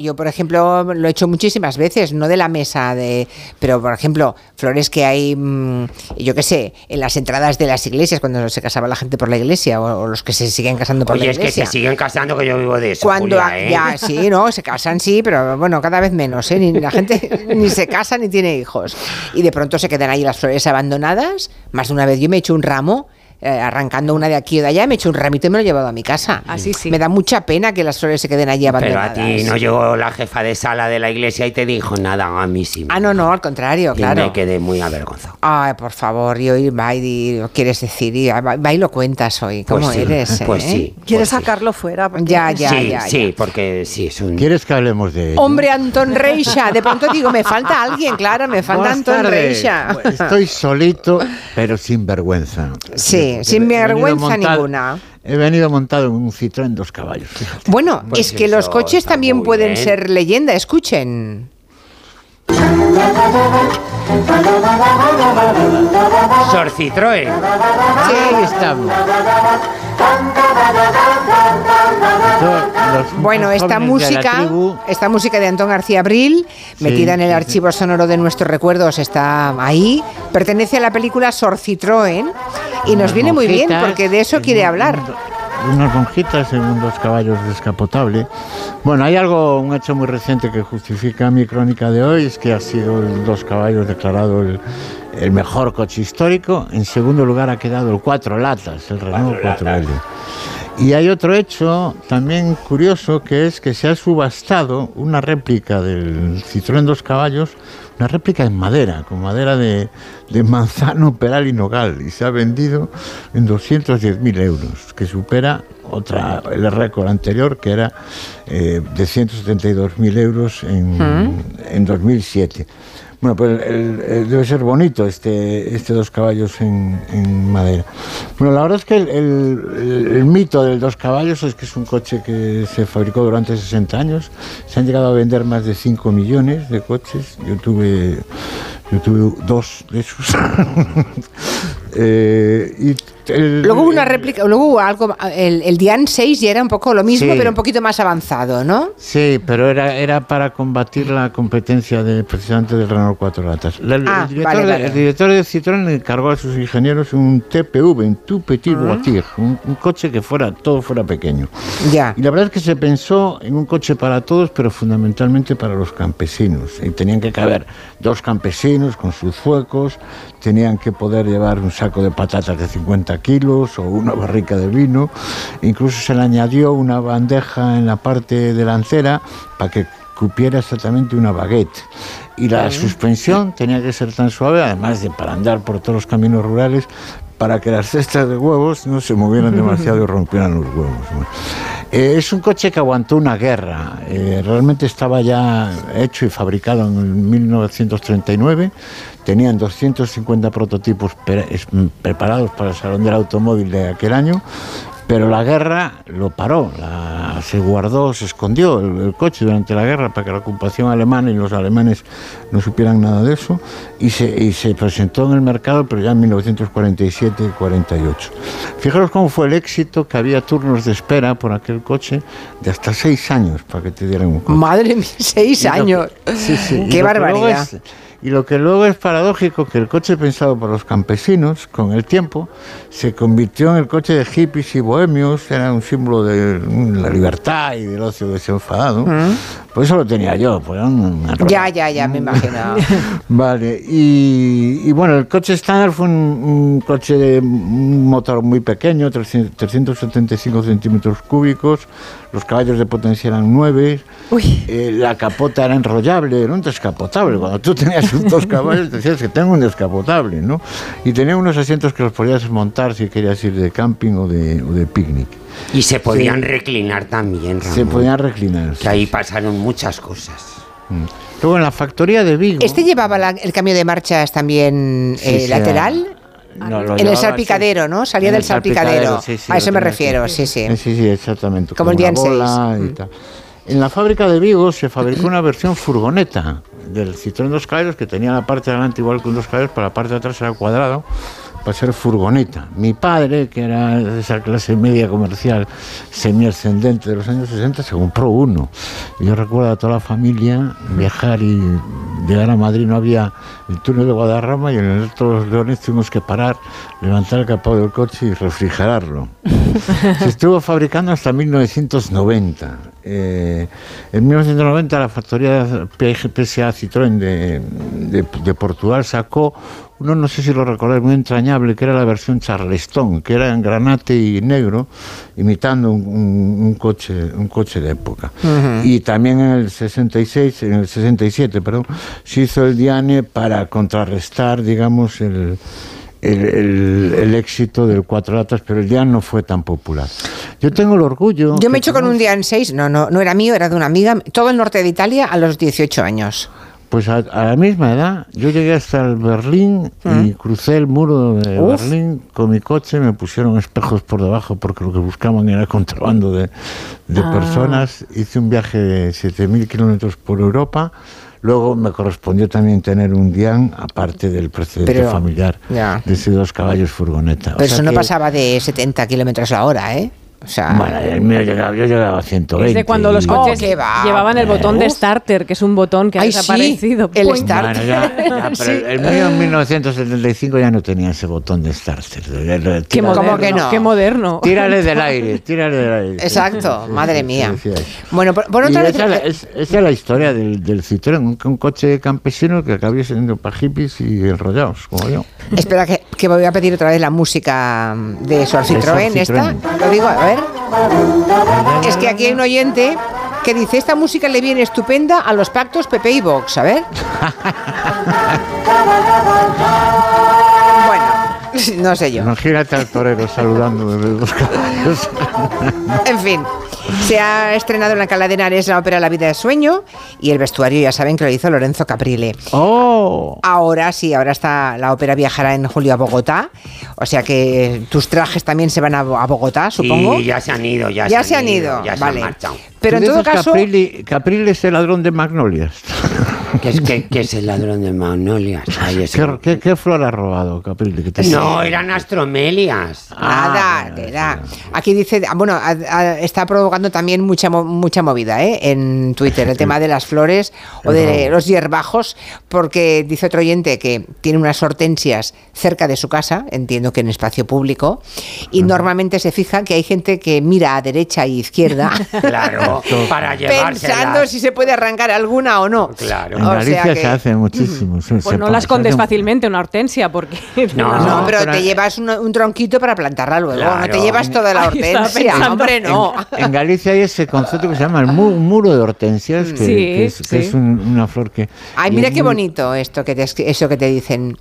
yo, por ejemplo, lo he hecho muchísimas veces, no de la mesa, de, pero, por ejemplo, flores que hay, mmm, yo qué sé, en las entradas de las iglesias, cuando se casaba la gente por la iglesia, o, o los que se siguen casando por Oye, la iglesia. Oye, es que se siguen casando, que yo vivo de eso, Cuando, Julia, ¿eh? Ya, sí, no, se casan, sí, pero bueno, cada vez menos, ¿eh? Ni la gente ni se casa ni tiene hijos. Y de pronto se quedan ahí las flores abandonadas. Más de una vez yo me he hecho un ramo, eh, arrancando una de aquí o de allá, me he hecho un ramito y me lo he llevado a mi casa. Así sí. Me da mucha pena que las flores se queden allí abandonadas. Pero a ti no llegó la jefa de sala de la iglesia y te dijo nada, a mí sí. Ah, no, no, al contrario, y claro. me quedé muy avergonzado. Ay, por favor, y hoy va y lo quieres decir, y va, va y lo cuentas hoy, ¿cómo pues sí, eres? Pues ¿eh? sí. ¿Quieres pues sacarlo sí. fuera? Ya, ya, sí, ya, sí, ya. porque sí, es un... ¿Quieres que hablemos de ello? Hombre, Antón Reixa, de pronto digo, me falta alguien, claro, me falta Buenas Antón tardes. Reixa. Estoy solito, pero sin vergüenza. Sí, Porque sin vergüenza montado, ninguna. He venido montado en un Citroën dos caballos. Fíjate. Bueno, pues es que los coches también pueden bien. ser leyenda, escuchen. Sor Citroën. Sí, ahí estamos. Bueno, esta música, esta música de Antón García Abril, Sí, metida en el sí, archivo sonoro de nuestros recuerdos, está ahí. Pertenece a la película Sor Citroën y nos Unas viene muy bien monjitas, porque de eso quiere hablar. Unas monjitas en un dos caballos descapotable. Bueno, hay algo, un hecho muy reciente que justifica mi crónica de hoy, es que ha sido el dos caballos declarado el, el mejor coche histórico. En segundo lugar ha quedado el cuatro latas, el Renault cuatro L. Y hay otro hecho también curioso, que es que se ha subastado una réplica del Citroën dos caballos, una réplica en madera, con madera de, de manzano, peral y nogal, y se ha vendido en doscientos diez mil euros, que supera otra, el récord anterior, que era eh, de ciento setenta y dos mil euros en, ¿Mm? en dos mil siete. Bueno, pues el, el, debe ser bonito este, este dos caballos en, en madera. Bueno, la verdad es que el, el, el mito del dos caballos es que es un coche que se fabricó durante sesenta años. Se han llegado a vender más de cinco millones de coches. Yo tuve, yo tuve dos de esos. eh, y el, luego hubo una réplica, luego hubo algo, el, el Dian seis ya era un poco lo mismo, sí, pero un poquito más avanzado, ¿no? Sí, pero era, era para combatir la competencia de, precisamente del Renault cuatro latas. La, ah, el, director vale, de, vale. el director de Citroën le encargó a sus ingenieros un T P V, un Tout Petit uh-huh. Voiture, un, un coche que fuera todo fuera pequeño. Ya. Y la verdad es que se pensó en un coche para todos, pero fundamentalmente para los campesinos. Y tenían que caber dos campesinos con sus zuecos, tenían que poder llevar un saco de patatas de cincuenta kilos o una barrica de vino. Incluso se le añadió una bandeja en la parte delantera para que cupiera exactamente una baguette. Y la uh-huh. suspensión tenía que ser tan suave, además de para andar por todos los caminos rurales, para que las cestas de huevos no se movieran demasiado y rompieran los huevos. Bueno, eh, es un coche que aguantó una guerra. Eh, realmente estaba ya hecho y fabricado en mil novecientos treinta y nueve. Tenían doscientos cincuenta prototipos pre- preparados para el Salón del Automóvil de aquel año. Pero la guerra lo paró, la, se guardó, se escondió el, el coche durante la guerra para que la ocupación alemana y los alemanes no supieran nada de eso, y se, y se presentó en el mercado, pero ya en mil novecientos cuarenta y siete y cuarenta y ocho. Fijaros cómo fue el éxito, que había turnos de espera por aquel coche de hasta seis años para que te dieran un coche. Madre mía, seis años. Que, sí, sí, qué barbaridad. Y lo que luego es paradójico, que el coche pensado por los campesinos, con el tiempo, se convirtió en el coche de hippies y bohemios, era un símbolo de la libertad y del ocio desenfadado. ¿Mm? Por eso lo tenía yo. Pues una ya, ya, ya, me imagino. Vale, y, y bueno, el coche estándar fue un, un coche de un motor muy pequeño, trescientos setenta y cinco centímetros cúbicos, los caballos de potencia eran nueve, eh, la capota era enrollable, era un descapotable. Cuando tú tenías dos caballos decías que tengo un descapotable, ¿no? Y tenía unos asientos que los podías montar si querías ir de camping o de, o de picnic. Y se podían sí. reclinar también, Ramón. Se podían reclinar. Que ahí pasaron muchas cosas. Mm. Luego en la factoría de Vigo... ¿Este llevaba la, el cambio de marchas también sí, eh, sí, lateral? No, en el salpicadero, ¿no? Salía del salpicadero. Sí, sí, a eso me refiero, sí, sí. Sí, sí, exactamente. Como el Dian seis. Y tal. En la fábrica de Vigo se fabricó una versión furgoneta del Citroën dos caballos, que tenía la parte de adelante igual que un dos caballos, pero la parte de atrás era cuadrado, para ser furgoneta. Mi padre, que era de esa clase media comercial semi-ascendente de los años sesenta, se compró uno. Y yo recuerdo a toda la familia viajar y llegar a Madrid, no había el túnel de Guadarrama, y en el Alto de los Leones tuvimos que parar, levantar el capó del coche y refrigerarlo. Se estuvo fabricando hasta mil novecientos noventa. Eh, en mil novecientos noventa la factoría P S A Citroën de, de, de Portugal sacó uno, no sé si lo recordáis, muy entrañable, que era la versión Charleston, que era en granate y negro, imitando un, un, un coche un coche de época. Uh-huh. Y también en el sesenta y seis, en el sesenta y siete, perdón, se hizo el Diane para contrarrestar, digamos, el El, el, el éxito del Cuatro Latas, pero el Diane no fue tan popular. Yo tengo el orgullo... Yo me he hecho con un Diane seis, no, no, no era mío, era de una amiga, todo el norte de Italia a los dieciocho años. Pues a, a la misma edad, yo llegué hasta el Berlín ¿Mm? y crucé el muro de Uf. Berlín con mi coche, me pusieron espejos por debajo porque lo que buscaban era contrabando de, de ah. personas. Hice un viaje de siete mil kilómetros por Europa. Luego me correspondió también tener un Diane, aparte del precedente Pero, familiar ya. de esos dos caballos furgoneta. Pero o sea eso no que... pasaba de setenta kilómetros la hora, ¿eh? O sea, bueno, el mío llegaba, yo llegaba a ciento veinte. Es de cuando los coches oh, va, llevaban el botón Uf. de starter, que es un botón que ha Ay, desaparecido. Sí, el starter. Bueno, ya, ya, pero sí. el mío en mil novecientos setenta y cinco ya no tenía ese botón de starter. Tírale, Qué moderno, que no? Qué moderno. Tírale del aire, tírale del aire. Exacto, sí, madre sí, mía. Sí, sí, sí. Bueno, por, por otra vez... Esa, es, esa es la historia del, del Citroën, un, un coche campesino que acabó siendo para hippies y enrollados, como yo. Espera, que, que voy a pedir otra vez la música de Sor Citroën, esta. Lo digo, a ver... Es que aquí hay un oyente que dice: esta música le viene estupenda a los pactos P P y Vox, a ver. Bueno, no sé yo. Imagínate al torero saludando desde los caballos. En fin, se ha estrenado en la Alcalá de Henares la ópera La vida de sueño, y el vestuario ya saben que lo hizo Lorenzo Caprile. Oh. Ahora sí, ahora está la ópera, viajará en julio a Bogotá, o sea que tus trajes también se van a, a Bogotá, supongo. Sí, ya se han ido, ya, ya se han ido, ido, ya vale. se han marchado. Pero en todo caso, Caprile, Caprile es el ladrón de magnolias. ¿Qué es, qué, qué es el ladrón de magnolias? Ay, ¿Qué, qué, ¿Qué flor ha robado Caprile? ¿Qué te no, eran astromelias. Nada, ah, era. Aquí dice, bueno, a, a, está provocando también mucha mucha movida, ¿eh? En Twitter, el tema de las flores o de los hierbajos, porque dice otro oyente que tiene unas hortensias cerca de su casa, entiendo que en espacio público, y normalmente se fija que hay gente que mira a derecha e izquierda. Claro, para llevárselas. Pensando si se puede arrancar alguna o no. Claro. En Galicia o sea que, se hace muchísimo. Pues se no las escondes fácilmente una hortensia, porque... No, no, no pero, pero te llevas un, un tronquito para plantarla luego, claro. No te llevas toda la hortensia. Ay, hombre, no. En, en Galicia hay ese concepto que se llama el mu, muro de hortensias, que, sí, que es, sí. que es un, una flor que... Ay, mira qué muy... bonito esto que te, eso que te dicen,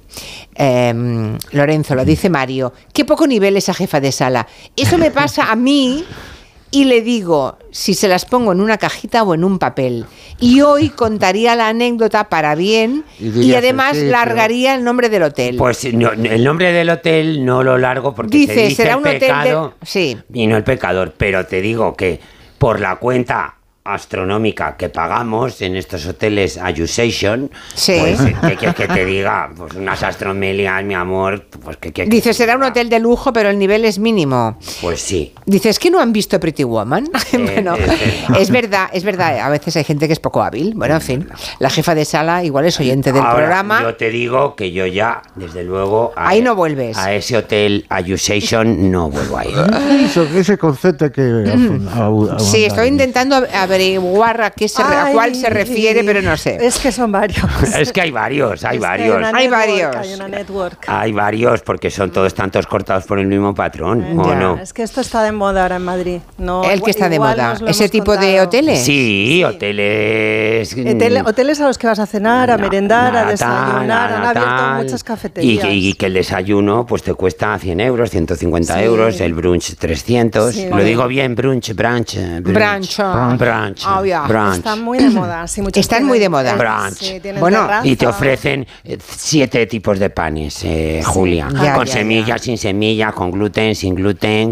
eh, Lorenzo, lo dice Mario. Qué poco nivel esa jefa de sala. Eso me pasa a mí... Y le digo si se las pongo en una cajita o en un papel. Y hoy contaría la anécdota para bien y, y además sí, largaría pero... el nombre del hotel. Pues no, el nombre del hotel no lo largo porque dice, se dice será el un pecado hotel de... sí. y no el pecador. Pero te digo que por la cuenta astronómica que pagamos en estos hoteles Ayusation, sí. Pues, ¿qué quieres que te diga? Pues unas astromelias, mi amor, pues ¿qué quieres? Dice, será un hotel de lujo, pero el nivel es mínimo. Pues sí. Dice, ¿es que no han visto Pretty Woman? Eh, bueno, eh, es verdad, es verdad, a veces hay gente que es poco hábil. Bueno, en fin, la jefa de sala igual es oyente del Ahora, programa. Yo te digo que yo ya, desde luego... A Ahí no vuelves. A ese hotel Ayusation no vuelvo a ir. Eso, ese concepto que... Mm. A, a, a sí, estoy intentando averiguar a, qué se, Ay, a cuál se refiere, pero no sé. Es que son varios. Es que hay varios, hay es varios. Hay, hay network, varios. Hay una network. Hay varios, porque son todos tantos cortados por el mismo patrón, eh, ¿o ya, no? Es que esto está de moda ahora en Madrid. No, ¿El que está de moda? ¿Ese tipo contado. de hoteles? Sí, sí. hoteles... Hotel, hoteles a los que vas a cenar, a no, merendar, nada, a desayunar. Nada, han abierto tal. muchas cafeterías. Y, y que el desayuno pues te cuesta cien euros, ciento cincuenta sí. euros, el brunch trescientos. Sí, lo vale. digo bien, brunch, brunch. Brunch. Brunch. brunch. brunch, Oh, yeah. brunch. Están muy de moda. Sí, muchos Están tienen, muy de moda. eh, Brunch. sí, tienen Bueno, terraza. y te ofrecen eh, siete tipos de panes, eh, Julia. Ya, con ya, semillas, ya. sin semillas, con gluten, sin gluten.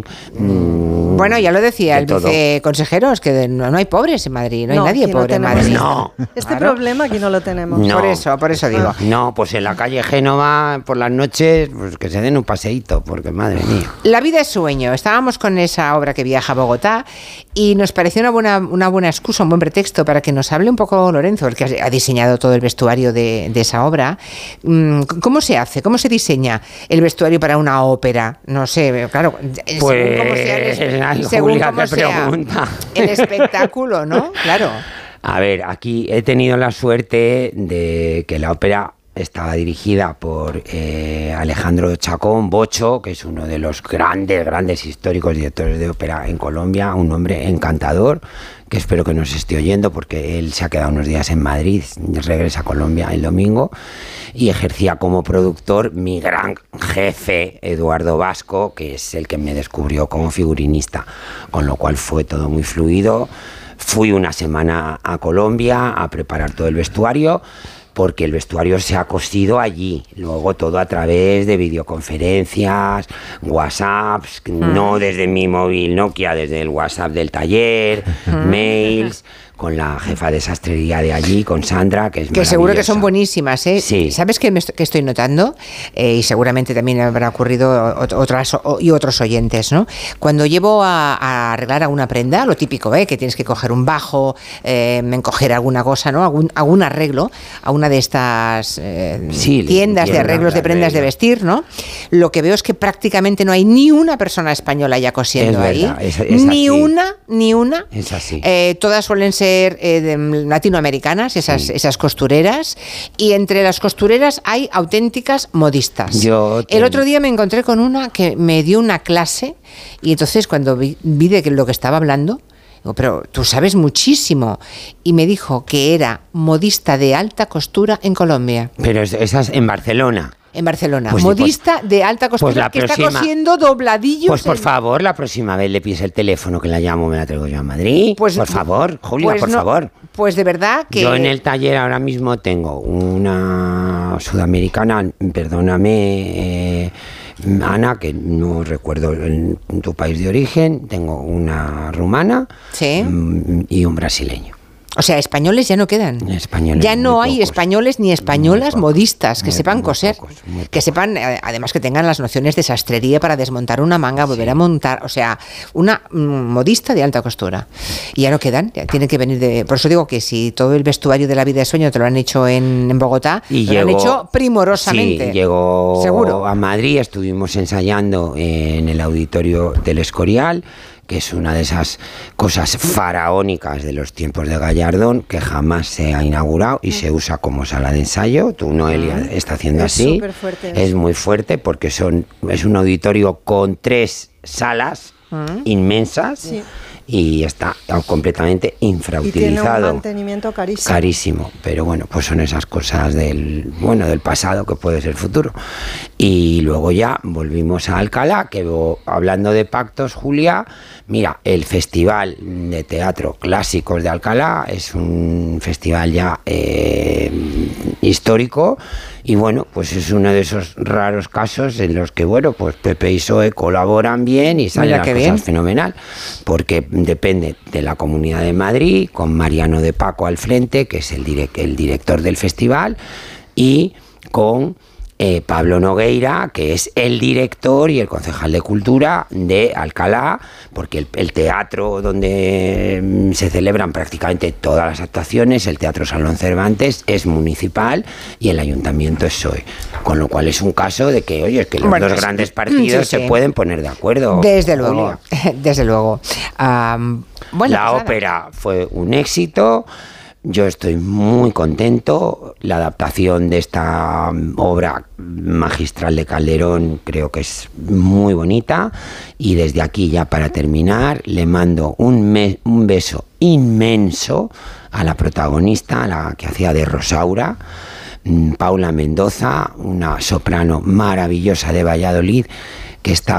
mm, Bueno, ya lo decía de el todo. viceconsejero, es que no, no hay pobres en Madrid, no hay No, nadie aquí no pobre en tenemos Madrid. No. Este Claro. problema aquí no lo tenemos. No. Por eso, por eso digo. No, pues en la calle Génova, por las noches, pues que se den un paseíto, porque madre mía. La vida es sueño. Estábamos con esa obra que viaja a Bogotá y nos pareció una buena, una buena excusa, un buen pretexto para que nos hable un poco Lorenzo, el que ha diseñado todo el vestuario de, de esa obra. Mm, ¿Cómo se hace? ¿Cómo se diseña el vestuario para una ópera? No sé, claro, según Pues, cómo sea el, ay, según Julia, cómo qué sea pregunta. el espectáculo, ¿no? Claro. A ver, aquí he tenido la suerte de que la ópera estaba dirigida por eh, Alejandro Chacón Bocho, que es uno de los grandes, grandes históricos directores de ópera en Colombia, un hombre encantador, que espero que nos esté oyendo porque él se ha quedado unos días en Madrid, regresa a Colombia el domingo, y ejercía como productor mi gran jefe Eduardo Vasco, que es el que me descubrió como figurinista, con lo cual fue todo muy fluido. Fui una semana a Colombia a preparar todo el vestuario, porque el vestuario se ha cosido allí, luego todo a través de videoconferencias, WhatsApps, mm. no desde mi móvil Nokia, desde el WhatsApp del taller, mm. mails, con la jefa de sastrería de allí, con Sandra, que es Que seguro que son buenísimas, ¿eh? Sí. ¿Sabes qué, me est- qué estoy notando? Eh, y seguramente también habrá ocurrido ot- otras o- y otros oyentes, ¿no? Cuando llevo a, a arreglar alguna prenda, lo típico, ¿eh? Que tienes que coger un bajo, eh, encoger alguna cosa, ¿no? Algún, algún arreglo a una de estas eh, Sí, tiendas de tiendas arreglos de de prendas de arreglo. vestir, ¿no? Lo que veo es que prácticamente no hay ni una persona española ya cosiendo Es ahí. verdad, es- es ni así. una, ni una. Es así. Eh, todas suelen ser eh, de- latinoamericanas, esas, Sí. esas costureras, y entre las costureras hay auténticas modistas. Yo El te- otro día me encontré con una que me dio una clase y entonces cuando vi, vi de que lo que estaba hablando, digo, pero tú sabes muchísimo, y me dijo que era modista de alta costura en Colombia. Pero es- esas en Barcelona. En Barcelona, Pues sí, pues- modista de alta costura pues la que está próxima- cosiendo dobladillos. Pues por en- favor, la próxima vez le pides el teléfono que la llamo, me la traigo yo a Madrid. Pues- por favor, Julia, pues por no, favor. Pues de verdad que... Yo en el taller ahora mismo tengo una sudamericana, perdóname, eh, Ana, que no recuerdo el- tu país de origen, tengo una rumana Sí. mm, y un brasileño. O sea, españoles ya no quedan. Españoles Ya no muy hay pocos. españoles ni españolas modistas que muy- sepan muy coser, pocos, muy que sepan, eh, además que tengan las nociones de sastrería para desmontar una manga, volver a montar, o sea, una mm, modista de alta costura. Y ya no quedan, ya tienen que venir de... Por eso digo que si todo el vestuario de la vida de sueño te lo han hecho en, en Bogotá, Y lo han llegó- hecho primorosamente. Sí, llegó Seguro. a Madrid, estuvimos ensayando en el auditorio del Escorial, que es una de esas cosas faraónicas de los tiempos de Gallardón, que jamás se ha inaugurado y se usa como sala de ensayo. Tú, Noelia, está haciendo Es así. superfuerte. Es muy fuerte porque son es un auditorio con tres salas Mm. inmensas Sí. y está completamente Y tiene un infrautilizado. mantenimiento carísimo. Carísimo, pero bueno, pues son esas cosas del bueno del pasado que puede ser futuro. Y luego ya volvimos a Alcalá, que o- hablando de pactos, Julia, mira, el Festival de Teatro Clásicos de Alcalá es un festival ya eh, histórico y bueno, pues es uno de esos raros casos en los que bueno, pues Pepe y Zoe colaboran bien y salen Mira las qué cosas bien. fenomenal, porque depende de la Comunidad de Madrid, con Mariano de Paco al frente, que es el, direc- el director del festival, y con eh, Pablo Nogueira, que es el director y el concejal de Cultura de Alcalá, porque el, el teatro donde mm, se celebran prácticamente todas las actuaciones, el Teatro Salón Cervantes, es municipal y el ayuntamiento es P S O E. Con lo cual es un caso de que, oye, que los Bueno, dos sí. grandes partidos Sí, sí. se pueden poner de acuerdo. Desde luego, Julia. desde luego. Am, bueno, la pues nada. ópera fue un éxito. Yo estoy muy contento. La adaptación de esta mm, obra magistral de Calderón creo que es muy bonita. Y desde aquí, ya para terminar, le mando un, me- un beso inmenso a la protagonista, a la que hacía de Rosaura, mm, Paula Mendoza, una soprano maravillosa de Valladolid, que estaba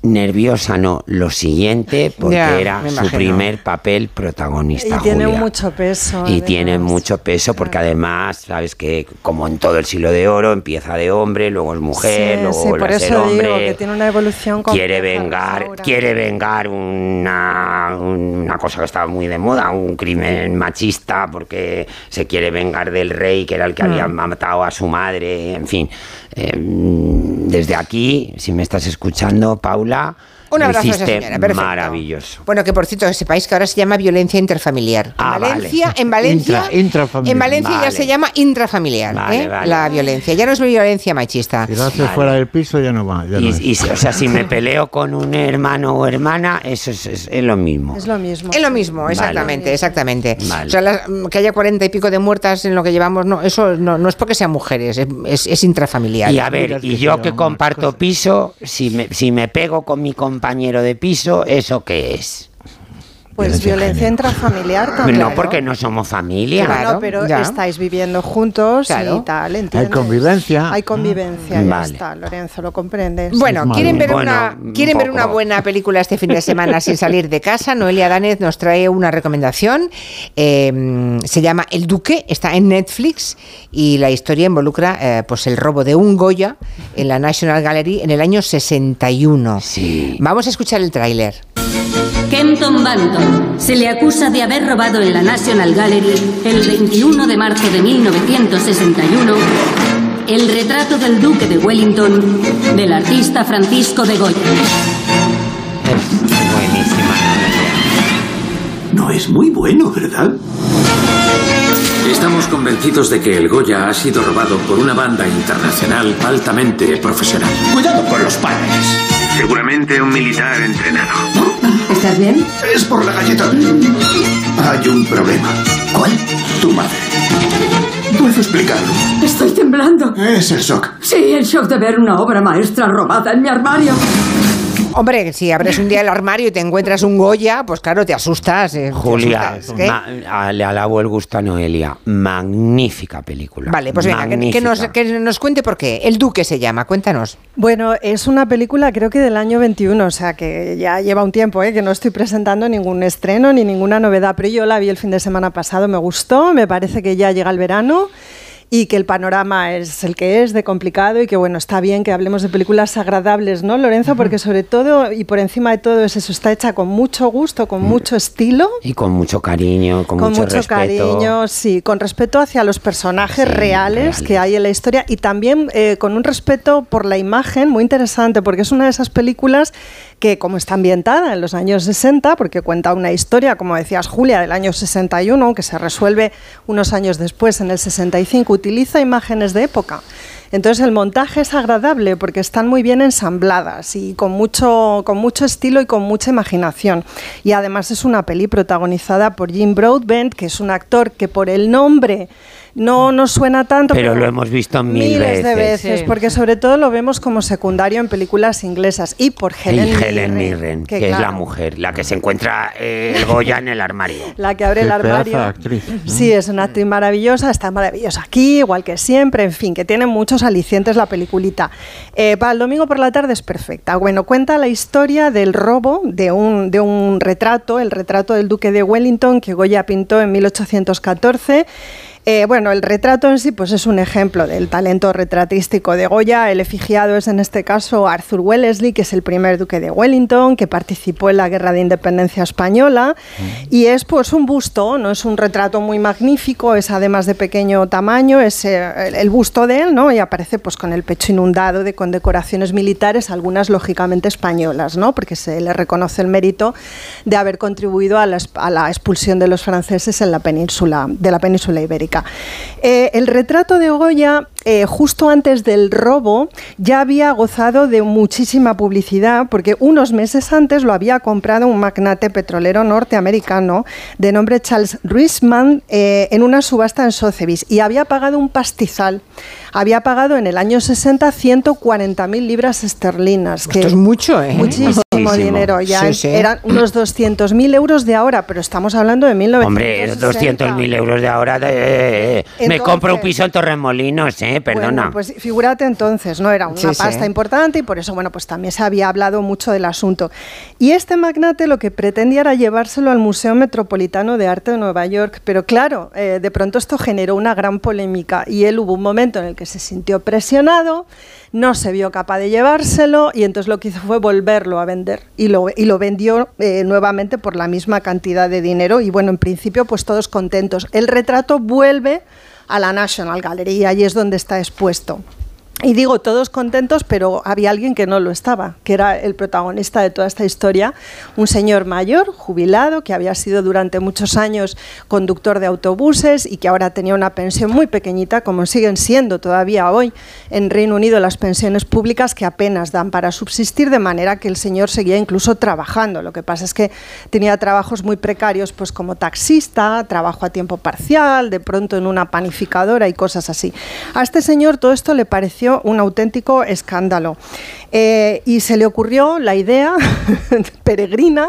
Nerviosa no, lo siguiente, porque ya, era su primer papel protagonista. Y tiene Julia. mucho peso. Y además. tiene mucho peso porque además, sabes que como en todo el siglo de oro, empieza de hombre, luego es mujer, Sí, luego sí, vuelve por a eso ser hombre. digo que tiene una evolución Quiere compleja, vengar, Laura. quiere vengar una, una cosa que estaba muy de moda, un crimen machista, porque se quiere vengar del rey, que era el que Mm. había matado a su madre, en fin. Eh, desde aquí, si me estás escuchando, Paula, Un lo abrazo a esa hiciste señora, perfecto. maravilloso. Bueno, que por cierto, que sepáis que ahora se llama violencia interfamiliar. En Ah, Valencia, vale. en Valencia, Intra- intrafamiliar. en Valencia ya Vale. se llama intrafamiliar, Vale, ¿eh? vale. La violencia. Ya no es violencia machista. Si lo hace Vale. fuera del piso ya no va. Ya Y, no es. y si- o sea, si me peleo con un hermano o hermana, eso es, es- es lo mismo. Es lo mismo. Es lo mismo, Vale. exactamente, exactamente. Vale. O sea, las- que haya cuarenta y pico de muertas en lo que llevamos, no, eso no, no es porque sean mujeres, es, es, es intrafamiliar. Y a ver, y yo que comparto piso, si me, si me pego con mi compañero de piso, ¿eso qué es? Pues violencia intrafamiliar también. No, porque no somos familia. Claro, pero ya. estáis viviendo juntos Claro. y tal, ¿entiendes? Hay convivencia. Hay convivencia, ya Vale. está, Lorenzo, lo comprendes. Bueno, Madre ¿quieren ver, mía. una, Bueno, ¿quieren un ver poco. una buena película este fin de semana sin salir de casa? Noelia Danez nos trae una recomendación. Eh, se llama El Duque, está en Netflix y la historia involucra eh, pues el robo de un Goya en la National Gallery en el año sesenta y uno. Sí. Vamos a escuchar el tráiler. Kenton Banton se le acusa de haber robado en la National Gallery el veintiuno de marzo de mil novecientos sesenta y uno el retrato del Duque de Wellington del artista Francisco de Goya. Es buenísima. No es muy bueno, ¿verdad? Estamos convencidos de que el Goya ha sido robado por una banda internacional altamente profesional. Cuidado con los padres. Seguramente un militar entrenado. ¿Estás bien? Es por la galleta. Hay un problema. ¿Cuál? Tu madre. ¿Puedo explicarlo? Estoy temblando. Es el shock. Sí, el shock de ver una obra maestra robada en mi armario. Hombre, si abres un día el armario y te encuentras un Goya, pues claro, te asustas. eh, te Julia, asustas, ¿qué? ma- a- le alabo el gusto a Noelia. Magnífica película. Vale, pues venga, que, que Magnífica. nos, que nos cuente por qué. El Duque se llama, cuéntanos. Bueno, es una película creo que del año veintiuno, o sea que ya lleva un tiempo, ¿eh? Que no estoy presentando ningún estreno ni ninguna novedad, pero yo la vi el fin de semana pasado, me gustó, me parece que ya llega el verano y que el panorama es el que es, de complicado, y que bueno, está bien que hablemos de películas agradables, ¿no, Lorenzo? Porque sobre todo y por encima de todo es eso, está hecha con mucho gusto, con mucho estilo. Y con mucho cariño, con, Con mucho, mucho respeto. cariño, sí, con respeto hacia los personajes Sí, reales, reales. que hay en la historia y también eh, con un respeto por la imagen muy interesante, porque es una de esas películas que, como está ambientada en los años sesenta, porque cuenta una historia, como decías Julia, del año sesenta y uno, que se resuelve unos años después, en el sesenta y cinco, utiliza imágenes de época. Entonces el montaje es agradable porque están muy bien ensambladas y con mucho, con mucho estilo y con mucha imaginación. Y además es una peli protagonizada por Jim Broadbent, que es un actor que por el nombre no nos suena tanto, Pero lo hemos visto mil miles veces. de veces, Sí. porque sobre todo lo vemos como secundario en películas inglesas y por Helen, y Helen Mirren, Mirren, que, es claro, la mujer, la que se encuentra eh, el Goya en el armario. la que abre el Qué pedazo armario. de actriz, ¿no? Sí, es una actriz maravillosa, está maravillosa aquí, igual que siempre, en fin, que tiene muchos alicientes la peliculita. Eh, para el domingo por la tarde es perfecta. Bueno, cuenta la historia del robo de un, de un retrato, el retrato del Duque de Wellington que Goya pintó en mil ochocientos catorce. Eh, bueno, el retrato en sí pues es un ejemplo del talento retratístico de Goya. El efigiado es en este caso Arthur Wellesley, que es el primer duque de Wellington, que participó en la Guerra de Independencia Española, y es pues un busto, no es un retrato muy magnífico, es además de pequeño tamaño, es eh, el, el busto de él, ¿no? Y aparece pues con el pecho inundado de condecoraciones militares, algunas lógicamente españolas, ¿no? Porque se le reconoce el mérito de haber contribuido a la, a la expulsión de los franceses en la península, de la península ibérica. Eh, el retrato de Goya, eh, justo antes del robo, ya había gozado de muchísima publicidad, porque unos meses antes lo había comprado un magnate petrolero norteamericano de nombre Charles Ruisman eh, en una subasta en Sotheby's, y había pagado un pastizal. Había pagado en el año sesenta ciento cuarenta mil libras esterlinas. Esto es mucho, ¿eh? Muchísimo. muchísimo dinero. Ya sí, sí. Eran unos doscientos mil euros de ahora, pero estamos hablando de mil novecientos sesenta. Hombre, doscientos mil euros de ahora. De, eh, entonces, me compro un piso en Torremolinos, eh, perdona. Bueno, pues figúrate entonces, ¿no? Era una sí, pasta sí. importante y por eso, bueno, pues también se había hablado mucho del asunto. Y este magnate lo que pretendía era llevárselo al Museo Metropolitano de Arte de Nueva York, pero claro, eh, de pronto esto generó una gran polémica y él hubo un momento en el que se sintió presionado, no se vio capaz de llevárselo y entonces lo que hizo fue volverlo a vender y lo, y lo vendió eh, nuevamente por la misma cantidad de dinero y bueno, en principio pues todos contentos. El retrato vuelve a la National Gallery y allí es donde está expuesto. Y digo todos contentos, pero había alguien que no lo estaba, que era el protagonista de toda esta historia, un señor mayor, jubilado, que había sido durante muchos años conductor de autobuses y que ahora tenía una pensión muy pequeñita, como siguen siendo todavía hoy en Reino Unido las pensiones públicas que apenas dan para subsistir, de manera que el señor seguía incluso trabajando. Lo que pasa es que tenía trabajos muy precarios, pues como taxista, trabajo a tiempo parcial, de pronto en una panificadora y cosas así. A este señor todo esto le pareció un auténtico escándalo. Eh, y se le ocurrió la idea peregrina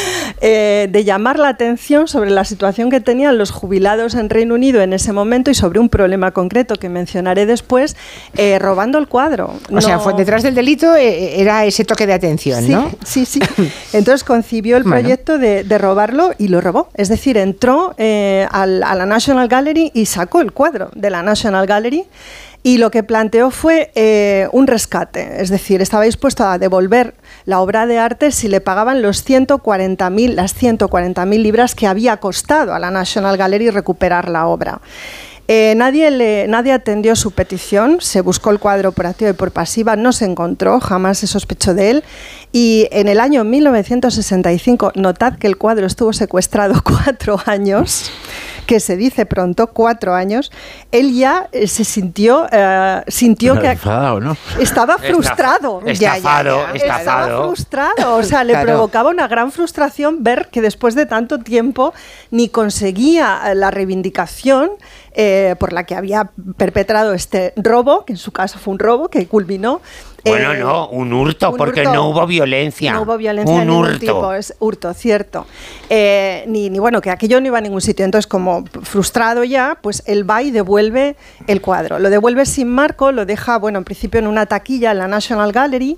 eh, de llamar la atención sobre la situación que tenían los jubilados en Reino Unido en ese momento y sobre un problema concreto que mencionaré después, eh, robando el cuadro. O no... sea, fue detrás del delito eh, era ese toque de atención, sí, ¿no? Sí, sí. Entonces concibió el bueno. proyecto de, de robarlo y lo robó. Es decir, entró eh, al, a la National Gallery y sacó el cuadro de la National Gallery. Y lo que planteó fue eh, un rescate, es decir, estaba dispuesto a devolver la obra de arte si le pagaban los ciento cuarenta mil, las ciento cuarenta mil libras que había costado a la National Gallery recuperar la obra. Eh, nadie, le, nadie atendió su petición, se buscó el cuadro por activa y por pasiva, no se encontró, jamás se sospechó de él. Y en el año mil novecientos sesenta y cinco, notad que el cuadro estuvo secuestrado cuatro años, que se dice pronto, cuatro años, él ya eh, se sintió, eh, sintió Pero que enfadado, ¿no? estaba frustrado. Estafado, ya, ya, ya. estafado. Estaba frustrado, o sea, le claro. provocaba una gran frustración ver que después de tanto tiempo ni conseguía la reivindicación eh, por la que había perpetrado este robo, que en su caso fue un robo que culminó. Bueno, eh, no, un hurto, un porque hurto, no hubo violencia. No hubo violencia un de ningún hurto. tipo, es hurto, cierto. Eh, ni, ni bueno, que aquello no iba a ningún sitio. Entonces, como frustrado ya, pues él va y devuelve el cuadro. Lo devuelve sin marco, lo deja, bueno, en principio en una taquilla en la National Gallery.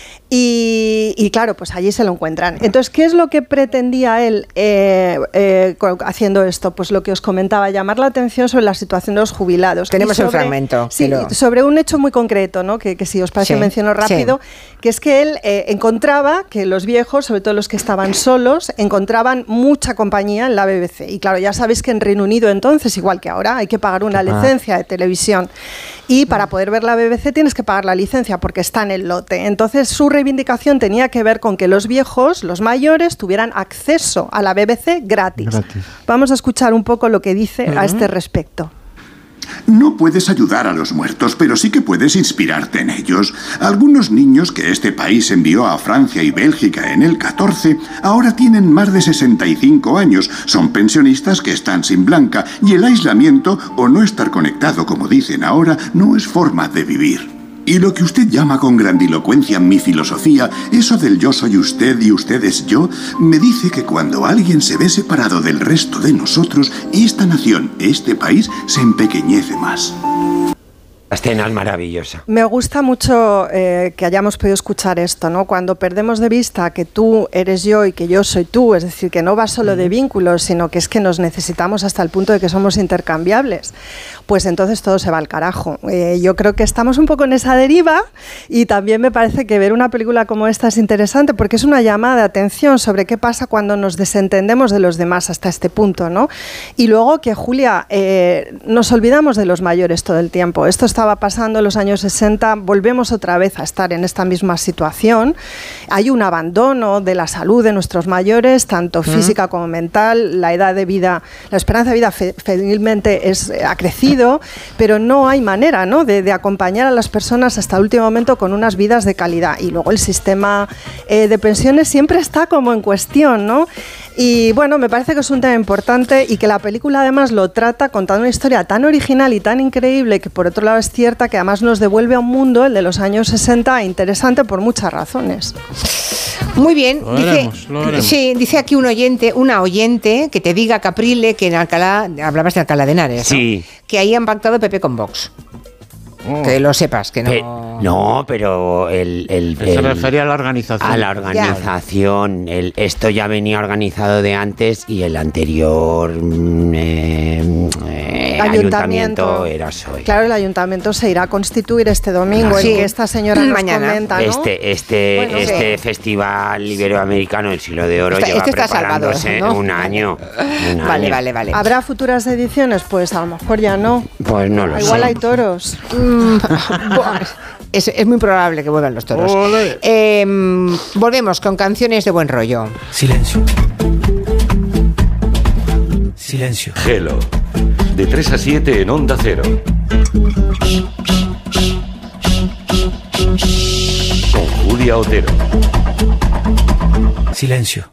Y, y claro, pues allí se lo encuentran. Entonces, ¿qué es lo que pretendía él eh, eh, haciendo esto? Pues lo que os comentaba, llamar la atención sobre la situación de los jubilados. Tenemos sobre, el fragmento. Sí, lo... sobre un hecho muy concreto, ¿no? que, que si os parece sí, menciono rápido, sí. que es que él eh, encontraba que los viejos, sobre todo los que estaban solos, encontraban mucha compañía en la B B C. Y claro, ya sabéis que en Reino Unido entonces, igual que ahora, hay que pagar una licencia de televisión. Y para poder ver la B B C tienes que pagar la licencia porque está en el lote. Entonces su reivindicación tenía que ver con que los viejos, los mayores, tuvieran acceso a la B B C gratis. gratis. Vamos a escuchar un poco lo que dice uh-huh. a este respecto. No puedes ayudar a los muertos, pero sí que puedes inspirarte en ellos. Algunos niños que este país envió a Francia y Bélgica en el catorce, ahora tienen más de sesenta y cinco años, son pensionistas que están sin blanca, y el aislamiento, o no estar conectado como dicen ahora, no es forma de vivir. Y lo que usted llama con grandilocuencia mi filosofía, eso del yo soy usted y usted es yo, me dice que cuando alguien se ve separado del resto de nosotros, esta nación, este país, se empequeñece más. La escena es maravillosa. Me gusta mucho eh, que hayamos podido escuchar esto, ¿no? Cuando perdemos de vista que tú eres yo y que yo soy tú, es decir, que no va solo de vínculos, sino que es que nos necesitamos hasta el punto de que somos intercambiables, pues entonces todo se va al carajo. Eh, yo creo que estamos un poco en esa deriva y también me parece que ver una película como esta es interesante porque es una llamada de atención sobre qué pasa cuando nos desentendemos de los demás hasta este punto, ¿no? Y luego que, Julia, eh, nos olvidamos de los mayores todo el tiempo. Esto estaba pasando en los años sesenta, volvemos otra vez a estar en esta misma situación. Hay un abandono de la salud de nuestros mayores, tanto física como mental. La edad de vida, la esperanza de vida fe, felizmente es, ha crecido, pero no hay manera, ¿no? de, de acompañar a las personas hasta el último momento con unas vidas de calidad. Y luego el sistema eh, de pensiones siempre está como en cuestión, ¿no? Y bueno, me parece que es un tema importante y que la película además lo trata contando una historia tan original y tan increíble que por otro lado es cierta que además nos devuelve a un mundo, el de los años sesenta, interesante por muchas razones. Muy bien. Lo dice, haremos, lo haremos. Sí, dice aquí un oyente, una oyente que te diga, Caprile, que en Alcalá, hablabas de Alcalá de Henares, ¿no? Sí. Que ahí han pactado P P con Vox. Oh. Que lo sepas, que no... Pe- no, pero el... el, Se el- refería a la organización. A la organización. El, esto ya venía organizado de antes y el anterior mm, eh, eh, ayuntamiento. ayuntamiento era P S O E. Claro, el ayuntamiento se irá a constituir este domingo, Sí. el que esta señora nos Mañana. comenta, ¿no? Este, este, Bueno, este sí. Festival Iberoamericano del Siglo de Oro Este- lleva este está salvado, preparándose ¿no? un año. un Vale, año. vale, vale. ¿Habrá futuras ediciones? Pues a lo mejor ya no. Pues no lo Igual sé. hay toros. Mm, buah, es, es muy probable que vuelvan los toros. Ole. Eh, volvemos con canciones de buen rollo. Silencio. Silencio. Gelo. De tres a siete en Onda Cero. Con Julia Otero. Silencio.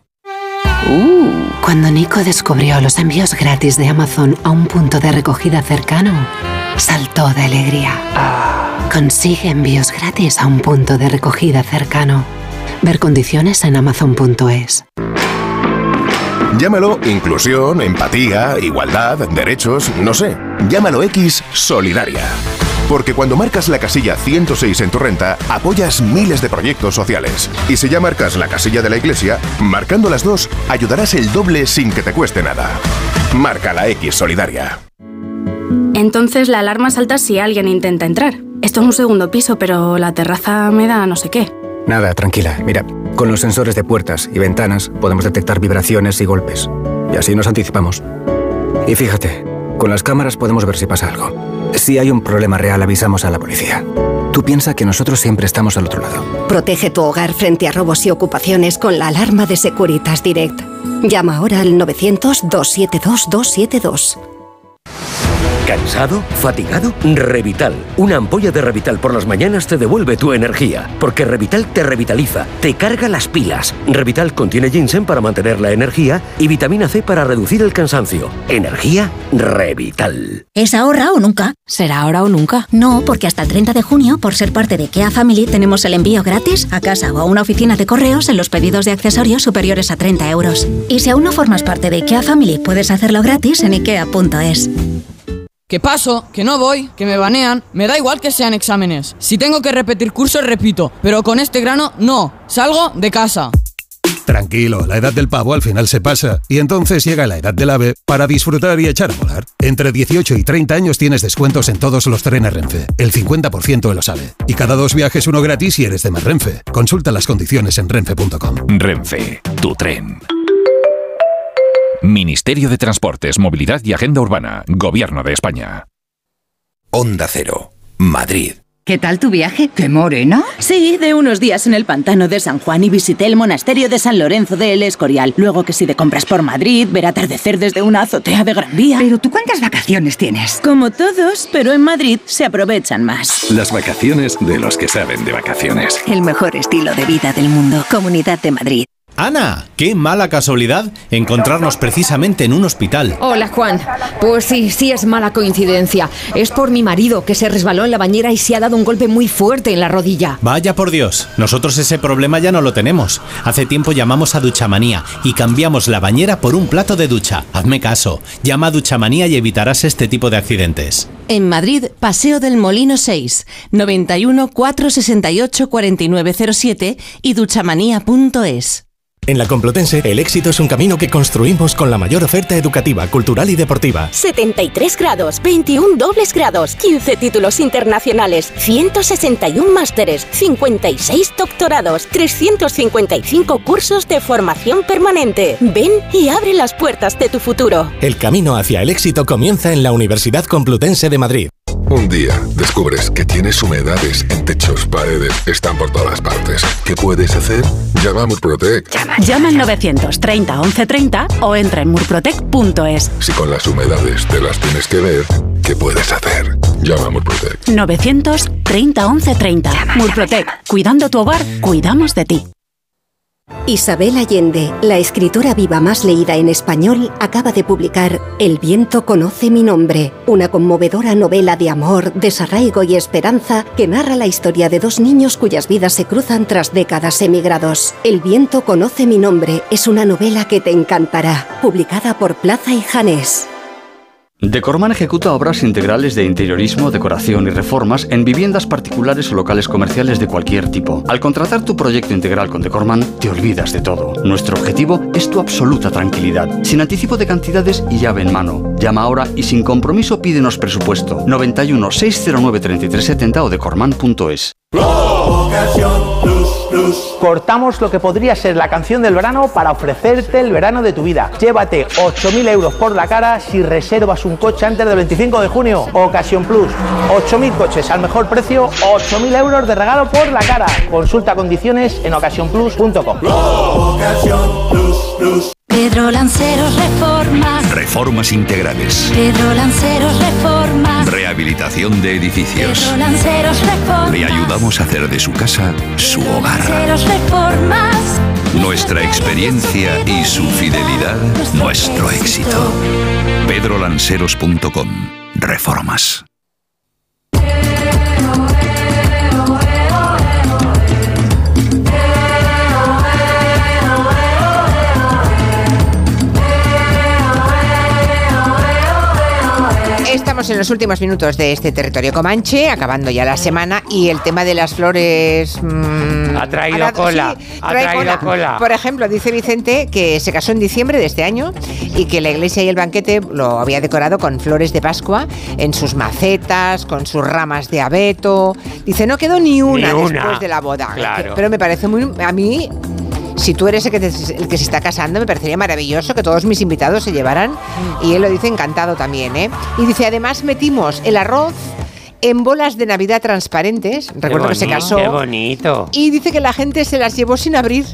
Cuando Nico descubrió los envíos gratis de Amazon a un punto de recogida cercano, saltó de alegría. Consigue envíos gratis a un punto de recogida cercano. Ver condiciones en amazon punto es. Llámalo inclusión, empatía, igualdad, derechos, no sé. Llámalo X Solidaria. Porque cuando marcas la casilla ciento seis en tu renta, apoyas miles de proyectos sociales. Y si ya marcas la casilla de la iglesia, marcando las dos, ayudarás el doble sin que te cueste nada. Marca la X Solidaria. Entonces la alarma salta si alguien intenta entrar. Esto es un segundo piso, pero la terraza me da no sé qué. Nada, tranquila. Mira, con los sensores de puertas y ventanas podemos detectar vibraciones y golpes. Y así nos anticipamos. Y fíjate, con las cámaras podemos ver si pasa algo. Si hay un problema real, avisamos a la policía. Tú piensa que nosotros siempre estamos al otro lado. Protege tu hogar frente a robos y ocupaciones con la alarma de Securitas Direct. Llama ahora al novecientos, doscientos setenta y dos, doscientos setenta y dos. ¿Cansado? ¿Fatigado? Revital. Una ampolla de Revital por las mañanas te devuelve tu energía. Porque Revital te revitaliza, te carga las pilas. Revital contiene ginseng para mantener la energía y vitamina C para reducir el cansancio. Energía Revital. ¿Es ahora o nunca? ¿Será ahora o nunca? No, porque hasta el treinta de junio, por ser parte de IKEA Family, tenemos el envío gratis a casa o a una oficina de correos en los pedidos de accesorios superiores a treinta euros. Y si aún no formas parte de IKEA Family, puedes hacerlo gratis en ikea punto es. ¿Qué paso? Que no voy, que me banean. Me da igual que sean exámenes. Si tengo que repetir cursos, repito. Pero con este grano, no. Salgo de casa. Tranquilo, la edad del pavo al final se pasa. Y entonces llega la edad del ave para disfrutar y echar a volar. Entre dieciocho y treinta años tienes descuentos en todos los trenes Renfe. El cincuenta por ciento de los ave. Y cada dos viajes uno gratis si eres de más Renfe. Consulta las condiciones en renfe punto com. Renfe, tu tren. Ministerio de Transportes, Movilidad y Agenda Urbana, Gobierno de España. Onda Cero, Madrid. ¿Qué tal tu viaje? ¿Qué morena? Sí, de unos días en el pantano de San Juan y visité el monasterio de San Lorenzo de El Escorial. Luego que si de compras por Madrid, ver atardecer desde una azotea de Gran Vía. Pero ¿tú cuántas vacaciones tienes? Como todos, pero en Madrid se aprovechan más. Las vacaciones de los que saben de vacaciones. El mejor estilo de vida del mundo. Comunidad de Madrid. Ana, qué mala casualidad encontrarnos precisamente en un hospital. Hola, Juan. Pues sí, sí es mala coincidencia. Es por mi marido, que se resbaló en la bañera y se ha dado un golpe muy fuerte en la rodilla. Vaya por Dios, nosotros ese problema ya no lo tenemos. Hace tiempo llamamos a Duchamanía y cambiamos la bañera por un plato de ducha. Hazme caso, llama a Duchamanía y evitarás este tipo de accidentes. En Madrid, Paseo del Molino seis, noventa y uno, cuatrocientos sesenta y ocho, cuarenta y nueve cero siete y duchamanía punto es. En la Complutense, el éxito es un camino que construimos con la mayor oferta educativa, cultural y deportiva. setenta y tres grados, veintiún dobles grados, quince títulos internacionales, ciento sesenta y uno másteres, cincuenta y seis doctorados, trescientos cincuenta y cinco cursos de formación permanente. Ven y abre las puertas de tu futuro. El camino hacia el éxito comienza en la Universidad Complutense de Madrid. Un día descubres que tienes humedades en techos, paredes, están por todas partes. ¿Qué puedes hacer? Llama a Murprotec. Llama, Llama al novecientos treinta once treinta o entra en murprotec punto es. Si con las humedades te las tienes que ver, ¿qué puedes hacer? Llama a Murprotec. novecientos treinta once treinta. Murprotec. Cuidando tu hogar, cuidamos de ti. Isabel Allende, la escritora viva más leída en español, acaba de publicar El viento conoce mi nombre, una conmovedora novela de amor, desarraigo y esperanza que narra la historia de dos niños cuyas vidas se cruzan tras décadas emigrados. El viento conoce mi nombre es una novela que te encantará, publicada por Plaza y Janés. Decorman ejecuta obras integrales de interiorismo, decoración y reformas en viviendas particulares o locales comerciales de cualquier tipo. Al contratar tu proyecto integral con Decorman, te olvidas de todo. Nuestro objetivo es tu absoluta tranquilidad, sin anticipo de cantidades y llave en mano. Llama ahora y sin compromiso pídenos presupuesto. noventa y uno, seiscientos nueve, treinta y tres setenta o decorman punto es. Cortamos lo que podría ser la canción del verano para ofrecerte el verano de tu vida. Llévate ocho mil euros por la cara si reservas un coche antes del veinticinco de junio. Ocasión Plus. ocho mil coches al mejor precio, ocho mil euros de regalo por la cara. Consulta condiciones en ocasión plus punto com. Pedro Lanceros Reformas. Reformas integrales. Pedro Lanceros Reformas. Rehabilitación de edificios. Pedro Lanceros Reformas. Le ayudamos a hacer de su casa su hogar. Lanceros Reformas. Nuestra experiencia y su fidelidad, nuestro éxito. pedro lanceros punto com. Reformas. Estamos en los últimos minutos de este territorio comanche, acabando ya la semana, y el tema de las flores... Mmm, ha traído ha, cola, sí, ha traído cola. cola. Por ejemplo, dice Vicente que se casó en diciembre de este año y que la iglesia y el banquete lo había decorado con flores de Pascua en sus macetas, con sus ramas de abeto. Dice, no quedó ni una, ni una. después de la boda. Claro. Pero me parece muy... A mí... Si tú eres el que, te, el que se está casando, me parecería maravilloso que todos mis invitados se llevaran. Y él lo dice encantado también, ¿eh? Y dice, además metimos el arroz en bolas de Navidad transparentes. Recuerdo bonito, que se casó. ¡Qué bonito! Y dice que la gente se las llevó sin abrir.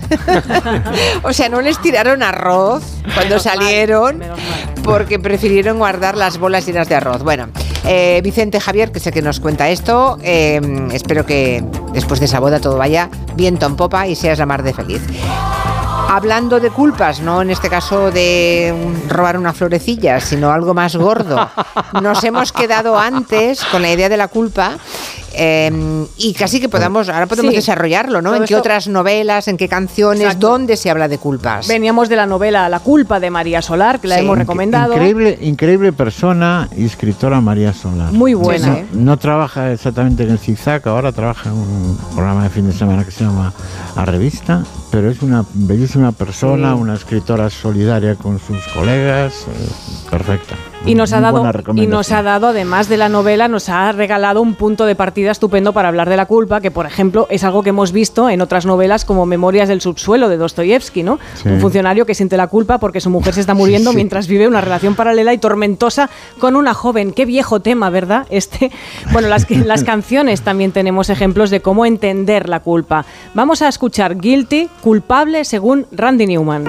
O sea, no les tiraron arroz cuando menos salieron, mal, porque prefirieron guardar las bolas llenas de arroz. Bueno, eh, Vicente Javier, que es el que nos cuenta esto, eh, espero que después de esa boda todo vaya viento en popa y seas la mar de feliz. Hablando de culpas, no en este caso de robar una florecilla, sino algo más gordo. Nos hemos quedado antes con la idea de la culpa eh, y casi que podamos, ahora podemos sí. desarrollarlo, ¿no? Todo ¿En qué otras novelas, en qué canciones, Exacto. dónde se habla de culpas? Veníamos de la novela La culpa de María Solar, que la sí. hemos recomendado. Increíble, increíble persona y escritora María Solar. Muy buena. No, ¿eh? no trabaja exactamente en el zigzag, ahora trabaja en un programa de fin de semana que se llama A Revista, pero es una bellísima persona, sí. una escritora solidaria con sus colegas, eh, perfecta. Y nos, ha dado, y nos ha dado, además de la novela, nos ha regalado un punto de partida estupendo para hablar de la culpa, que por ejemplo es algo que hemos visto en otras novelas como Memorias del subsuelo de Dostoyevsky, ¿no? Sí. Un funcionario que siente la culpa porque su mujer se está muriendo sí, sí. mientras vive una relación paralela y tormentosa con una joven. Qué viejo tema, ¿verdad? Este, bueno, las, las canciones también tenemos ejemplos de cómo entender la culpa. Vamos a escuchar Guilty, culpable según Randy Newman.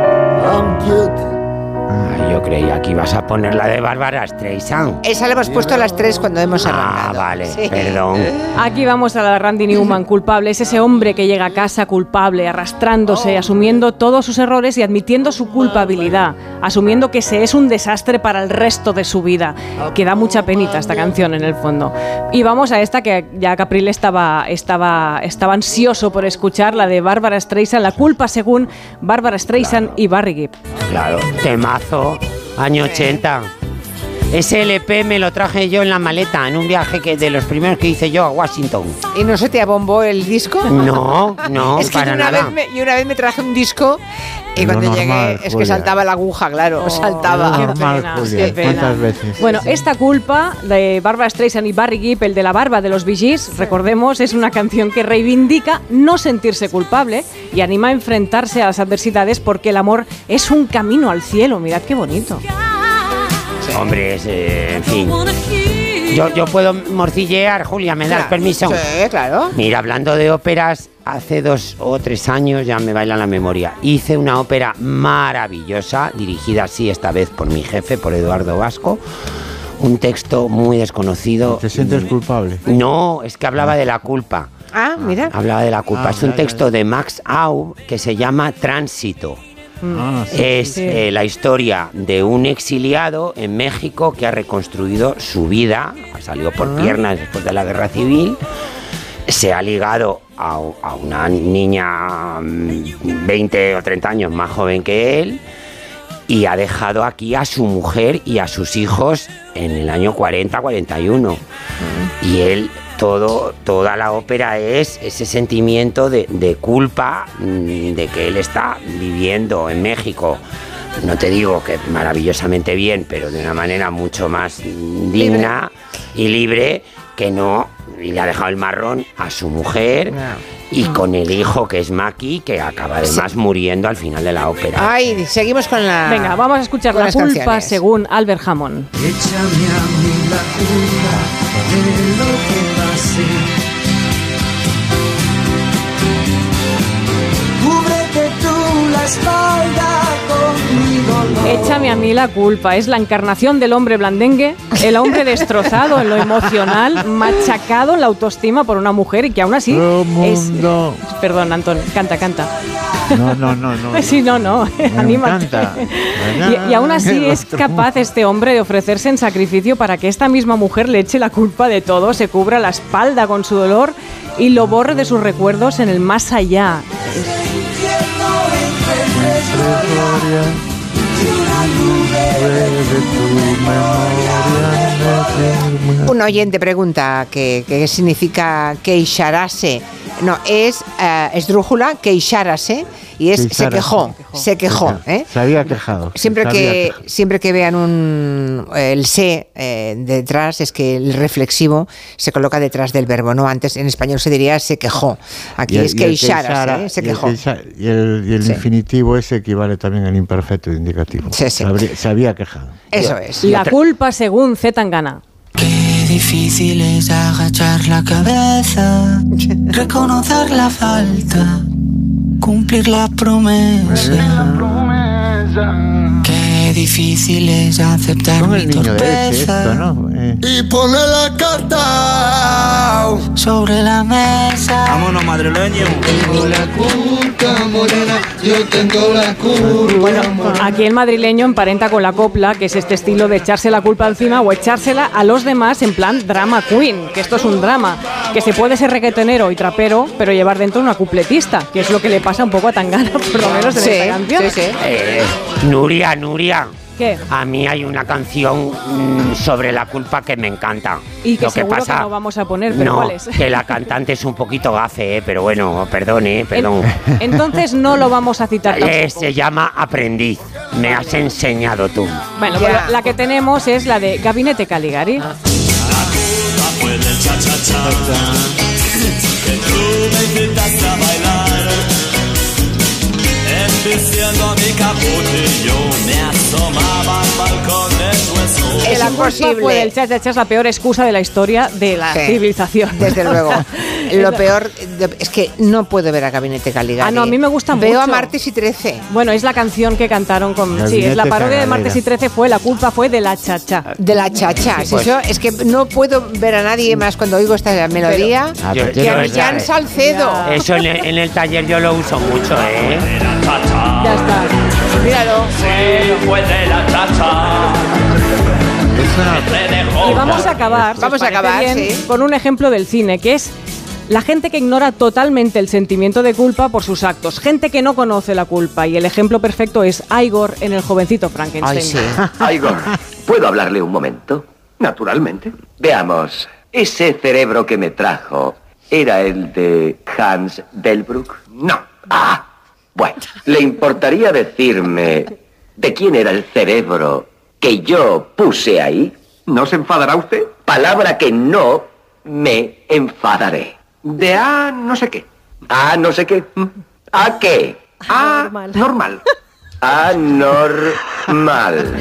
Yo creía que ibas a poner la de Bárbara Streisand. Esa la hemos puesto a las tres cuando hemos arrancado. Ah, vale, sí. perdón. Aquí vamos a la de Randy Newman, culpable. Es ese hombre que llega a casa culpable, arrastrándose, asumiendo todos sus errores y admitiendo su culpabilidad, asumiendo que se es un desastre para el resto de su vida. Que da mucha penita esta canción en el fondo. Y vamos a esta que ya Caprile estaba, estaba, estaba ansioso por escuchar, la de Bárbara Streisand, La culpa según Bárbara Streisand claro. y Barry Gibb. Claro, temazo. Año ochenta. Ese L P me lo traje yo en la maleta en un viaje que de los primeros que hice yo a Washington. ¿Y no se te abombó el disco? No, no, es que para yo una nada. Vez me, yo una vez me traje un disco y cuando no llegué normal, es Julia. que saltaba la aguja, claro, oh, saltaba. Qué normal, pena, Julia. qué pena. ¿Cuántas veces? Bueno, esta culpa de Barbara Streisand y Barry Gibb, el de la barba de los Bee Gees, recordemos, es una canción que reivindica no sentirse culpable y anima a enfrentarse a las adversidades porque el amor es un camino al cielo. Mirad qué bonito. Sí. Hombre, es, eh, en fin. Yo, yo puedo morcillear, Julia, ¿me das claro, permiso? Sí, claro. Mira, hablando de óperas, hace dos o tres años, ya me baila la memoria, hice una ópera maravillosa, dirigida así esta vez por mi jefe, por Eduardo Vasco. Un texto muy desconocido. ¿Te sientes culpable? No, es que hablaba de la culpa. Ah, mira. Hablaba de la culpa. Ah, es un ya, texto ya, ya. de Max Aub que se llama Tránsito. Ah, sí, es sí. eh, la historia de un exiliado en México que ha reconstruido su vida, ha salido por Ah. piernas después de la guerra civil, se ha ligado a, a una niña mm, veinte o treinta años más joven que él y ha dejado aquí a su mujer y a sus hijos en el año cuarenta cuarenta y uno. Y él, todo, toda la ópera es ese sentimiento de, de culpa mm, de que él está viviendo en México. No te digo que maravillosamente bien, pero de una manera mucho más mm, digna y libre que no. Y le ha dejado el marrón a su mujer y con el hijo que es Maki, que acaba además muriendo al final de la ópera. Ay, seguimos con la... Venga, vamos a escuchar con La las culpa canciones. según Albert Hammond. Échame a mí la culpa de lo que pasé. Cúbrete tú la espalda con mi dolor. Échame a mí la culpa. Es la encarnación del hombre blandengue, el hombre destrozado en lo emocional, machacado en la autoestima por una mujer y que aún así es... Perdón, Antón, canta, canta. No, no, no, no. Sí, no, no, anímate. encanta. Y, y aún así es capaz este hombre de ofrecerse en sacrificio para que esta misma mujer le eche la culpa de todo, se cubra la espalda con su dolor y lo borre de sus recuerdos en el más allá. Un oyente pregunta qué que significa queixarase. No, es eh, esdrújula, queixarase, y es se Queixarase. quejó, se quejó. ¿eh? Se había quejado. Siempre se había que, quejado. siempre que vean un, el se eh, detrás, es que el reflexivo se coloca detrás del verbo, ¿no? Antes en español se diría se quejó. Aquí Y el- es y el queixarase, queixara- ¿eh? Se y el quejó. queixa- Y el, y el Sí. infinitivo ese equivale también al imperfecto indicativo. Sí, sí. Se, habría- se había quejado. Eso es. La culpa según Z Tangana. Qué difícil es agachar la cabeza, reconocer la falta, cumplir la promesa. Qué difícil es aceptar Con mi el niño de torpeza. Elche, esto, ¿no? Eh, Y poner la carta sobre la mesa. Vámonos, madrileño. Tengo la culpa, morena, yo tengo la culpa. Bueno, aquí el madrileño emparenta con la copla, que es este estilo de echarse la culpa encima o echársela a los demás en plan drama queen, que esto es un drama, que se puede ser reggaetonero y trapero, pero llevar dentro una cupletista, que es lo que le pasa un poco a Tangana, por lo menos en Sí, esta canción. sí, sí. Eh, Nuria, Nuria. ¿Qué? A mí hay una canción mm, sobre la culpa que me encanta. Y que Lo que seguro pasa, que no vamos a poner, pero no, ¿cuál es? que la cantante es un poquito gafe, eh, pero bueno, perdón, eh, perdón. Entonces no lo vamos a citar Eh, tampoco. se llama Aprendiz. Me has enseñado tú. Bueno, pues la, la que tenemos es la de Gabinete Caligari. Fue del cha-cha-cha. Que tú me invitaste a bailar. Enviciando a mi capotillo, me asomaba al balcón de tu escoba. Que la culpa fue del cha cha cha es la peor excusa de la historia de la Sí, civilización. desde luego. Lo peor de- es que no puedo ver a Gabinete Caligari. Ah, no, a mí me gusta Veo mucho. a Martes y Trece. Bueno, es la canción que cantaron con... Sí, Gabinete es la parodia de Cagalera. Martes y Trece fue, la culpa fue de la chacha. De la chacha. Sí, Si pues. eso, es que no puedo ver a nadie más cuando oigo esta melodía Ah, pero que yo a no Millán sé. Salcedo. Eso en el, en el taller yo lo uso mucho, ¿eh? Ya está. Míralo. Sí, fue de la chacha. Y vamos a acabar, si Vamos os a acabar, parece bien, sí. con un ejemplo del cine, que es la gente que ignora totalmente el sentimiento de culpa por sus actos, gente que no conoce la culpa, y el ejemplo perfecto es Igor en El jovencito Frankenstein. Igor, ¿puedo hablarle un momento? Naturalmente. Veamos, ese cerebro que me trajo, ¿era el de Hans Delbrück? No. Ah, bueno, ¿le importaría decirme de quién era el cerebro que yo puse ahí? ¿No se enfadará usted? Palabra que no me enfadaré. De A no sé qué. A no sé qué. ¿A qué? A normal. Anormal.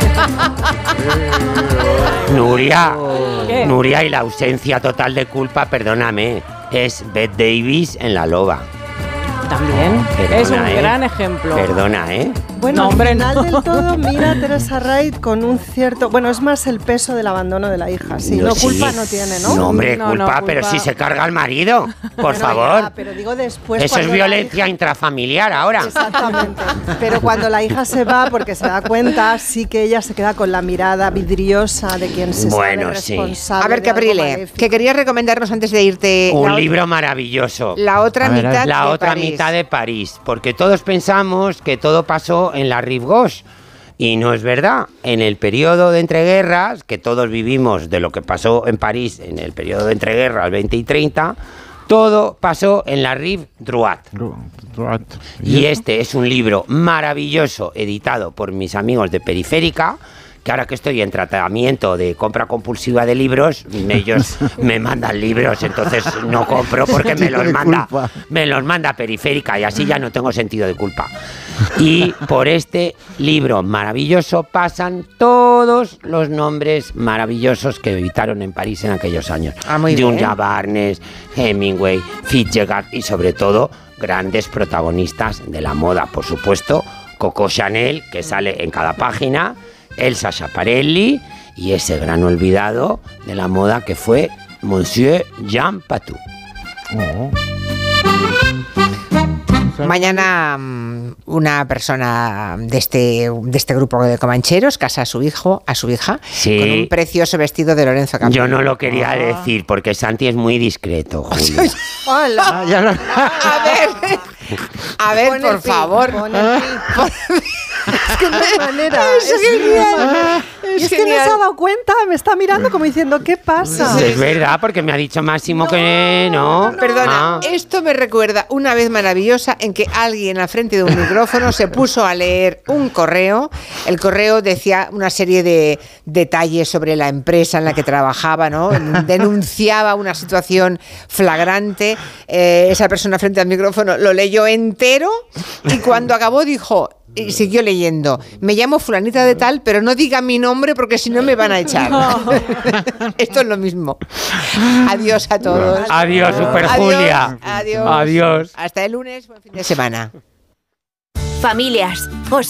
Nuria, ¿Qué? Nuria, y la ausencia total de culpa, perdóname, es Bette Davis en La Loba. También. Perdona, es un ¿eh? gran ejemplo. Perdona, ¿eh? Bueno, no, hombre, al final no. del todo, mira a Teresa Wright con un cierto... Bueno, es más el peso del abandono de la hija. Sí, No, no, sí. culpa no tiene, ¿no? No, hombre, No, culpa, no, pero culpa. si se carga al marido, por Bueno, favor. ya, pero digo después... Eso es cuando la violencia intrafamiliar ahora. Exactamente. Pero cuando la hija se va, porque se da cuenta, sí que ella se queda con la mirada vidriosa de quien se Bueno, sabe sí. responsable. A ver, de algo Caprile, maléfico. que querías recomendarnos antes de irte. Un la libro maravilloso. La otra A ver, mitad La de otra París. mitad de París. Porque todos pensamos que todo pasó en la Rive Gauche. Y no es verdad. En el periodo de entreguerras, que todos vivimos de lo que pasó en París en el periodo de entreguerras veinte y treinta, todo pasó en la Rive Droite. Y este es un libro maravilloso editado por mis amigos de Periférica, que ahora que estoy en tratamiento de compra compulsiva de libros, ellos me mandan libros, entonces no compro porque me los manda, me los manda Periférica y así ya no tengo sentido de culpa. Y por este libro maravilloso pasan todos los nombres maravillosos que habitaron en París en aquellos años. Ah, muy bien. Julia Barnes, Hemingway, Fitzgerald y sobre todo grandes protagonistas de la moda, por supuesto, Coco Chanel, que sale en cada página, Elsa Schiaparelli y ese gran olvidado de la moda que fue Monsieur Jean Patou. Oh. Mañana mm, una persona de este, de este grupo de comancheros casa a su hijo, a su hija, Sí. con un precioso vestido de Lorenzo Caprile. Yo no lo quería Ah. decir porque Santi es muy discreto, Julio. Hola. A ver, a ver, Pon por el pi, favor. pon el pi. Es que no hay manera. Es es genial. Y es Es que no se genial. ha dado cuenta, me está mirando como diciendo, ¿qué pasa? Es verdad, porque me ha dicho Máximo que no. Perdona, Ah. esto me recuerda una vez maravillosa en que alguien al frente de un micrófono se puso a leer un correo. El correo decía una serie de detalles sobre la empresa en la que trabajaba, ¿no? Denunciaba una situación flagrante. Eh, esa persona frente al micrófono lo leyó entero y cuando acabó dijo... Y siguió leyendo. Me llamo fulanita de tal, pero no diga mi nombre porque si no me van a echar. No. Esto es lo mismo. Adiós a todos. Adiós, Super Adiós, Julia. Adiós. Adiós. Hasta el lunes, buen fin de semana. Familias, os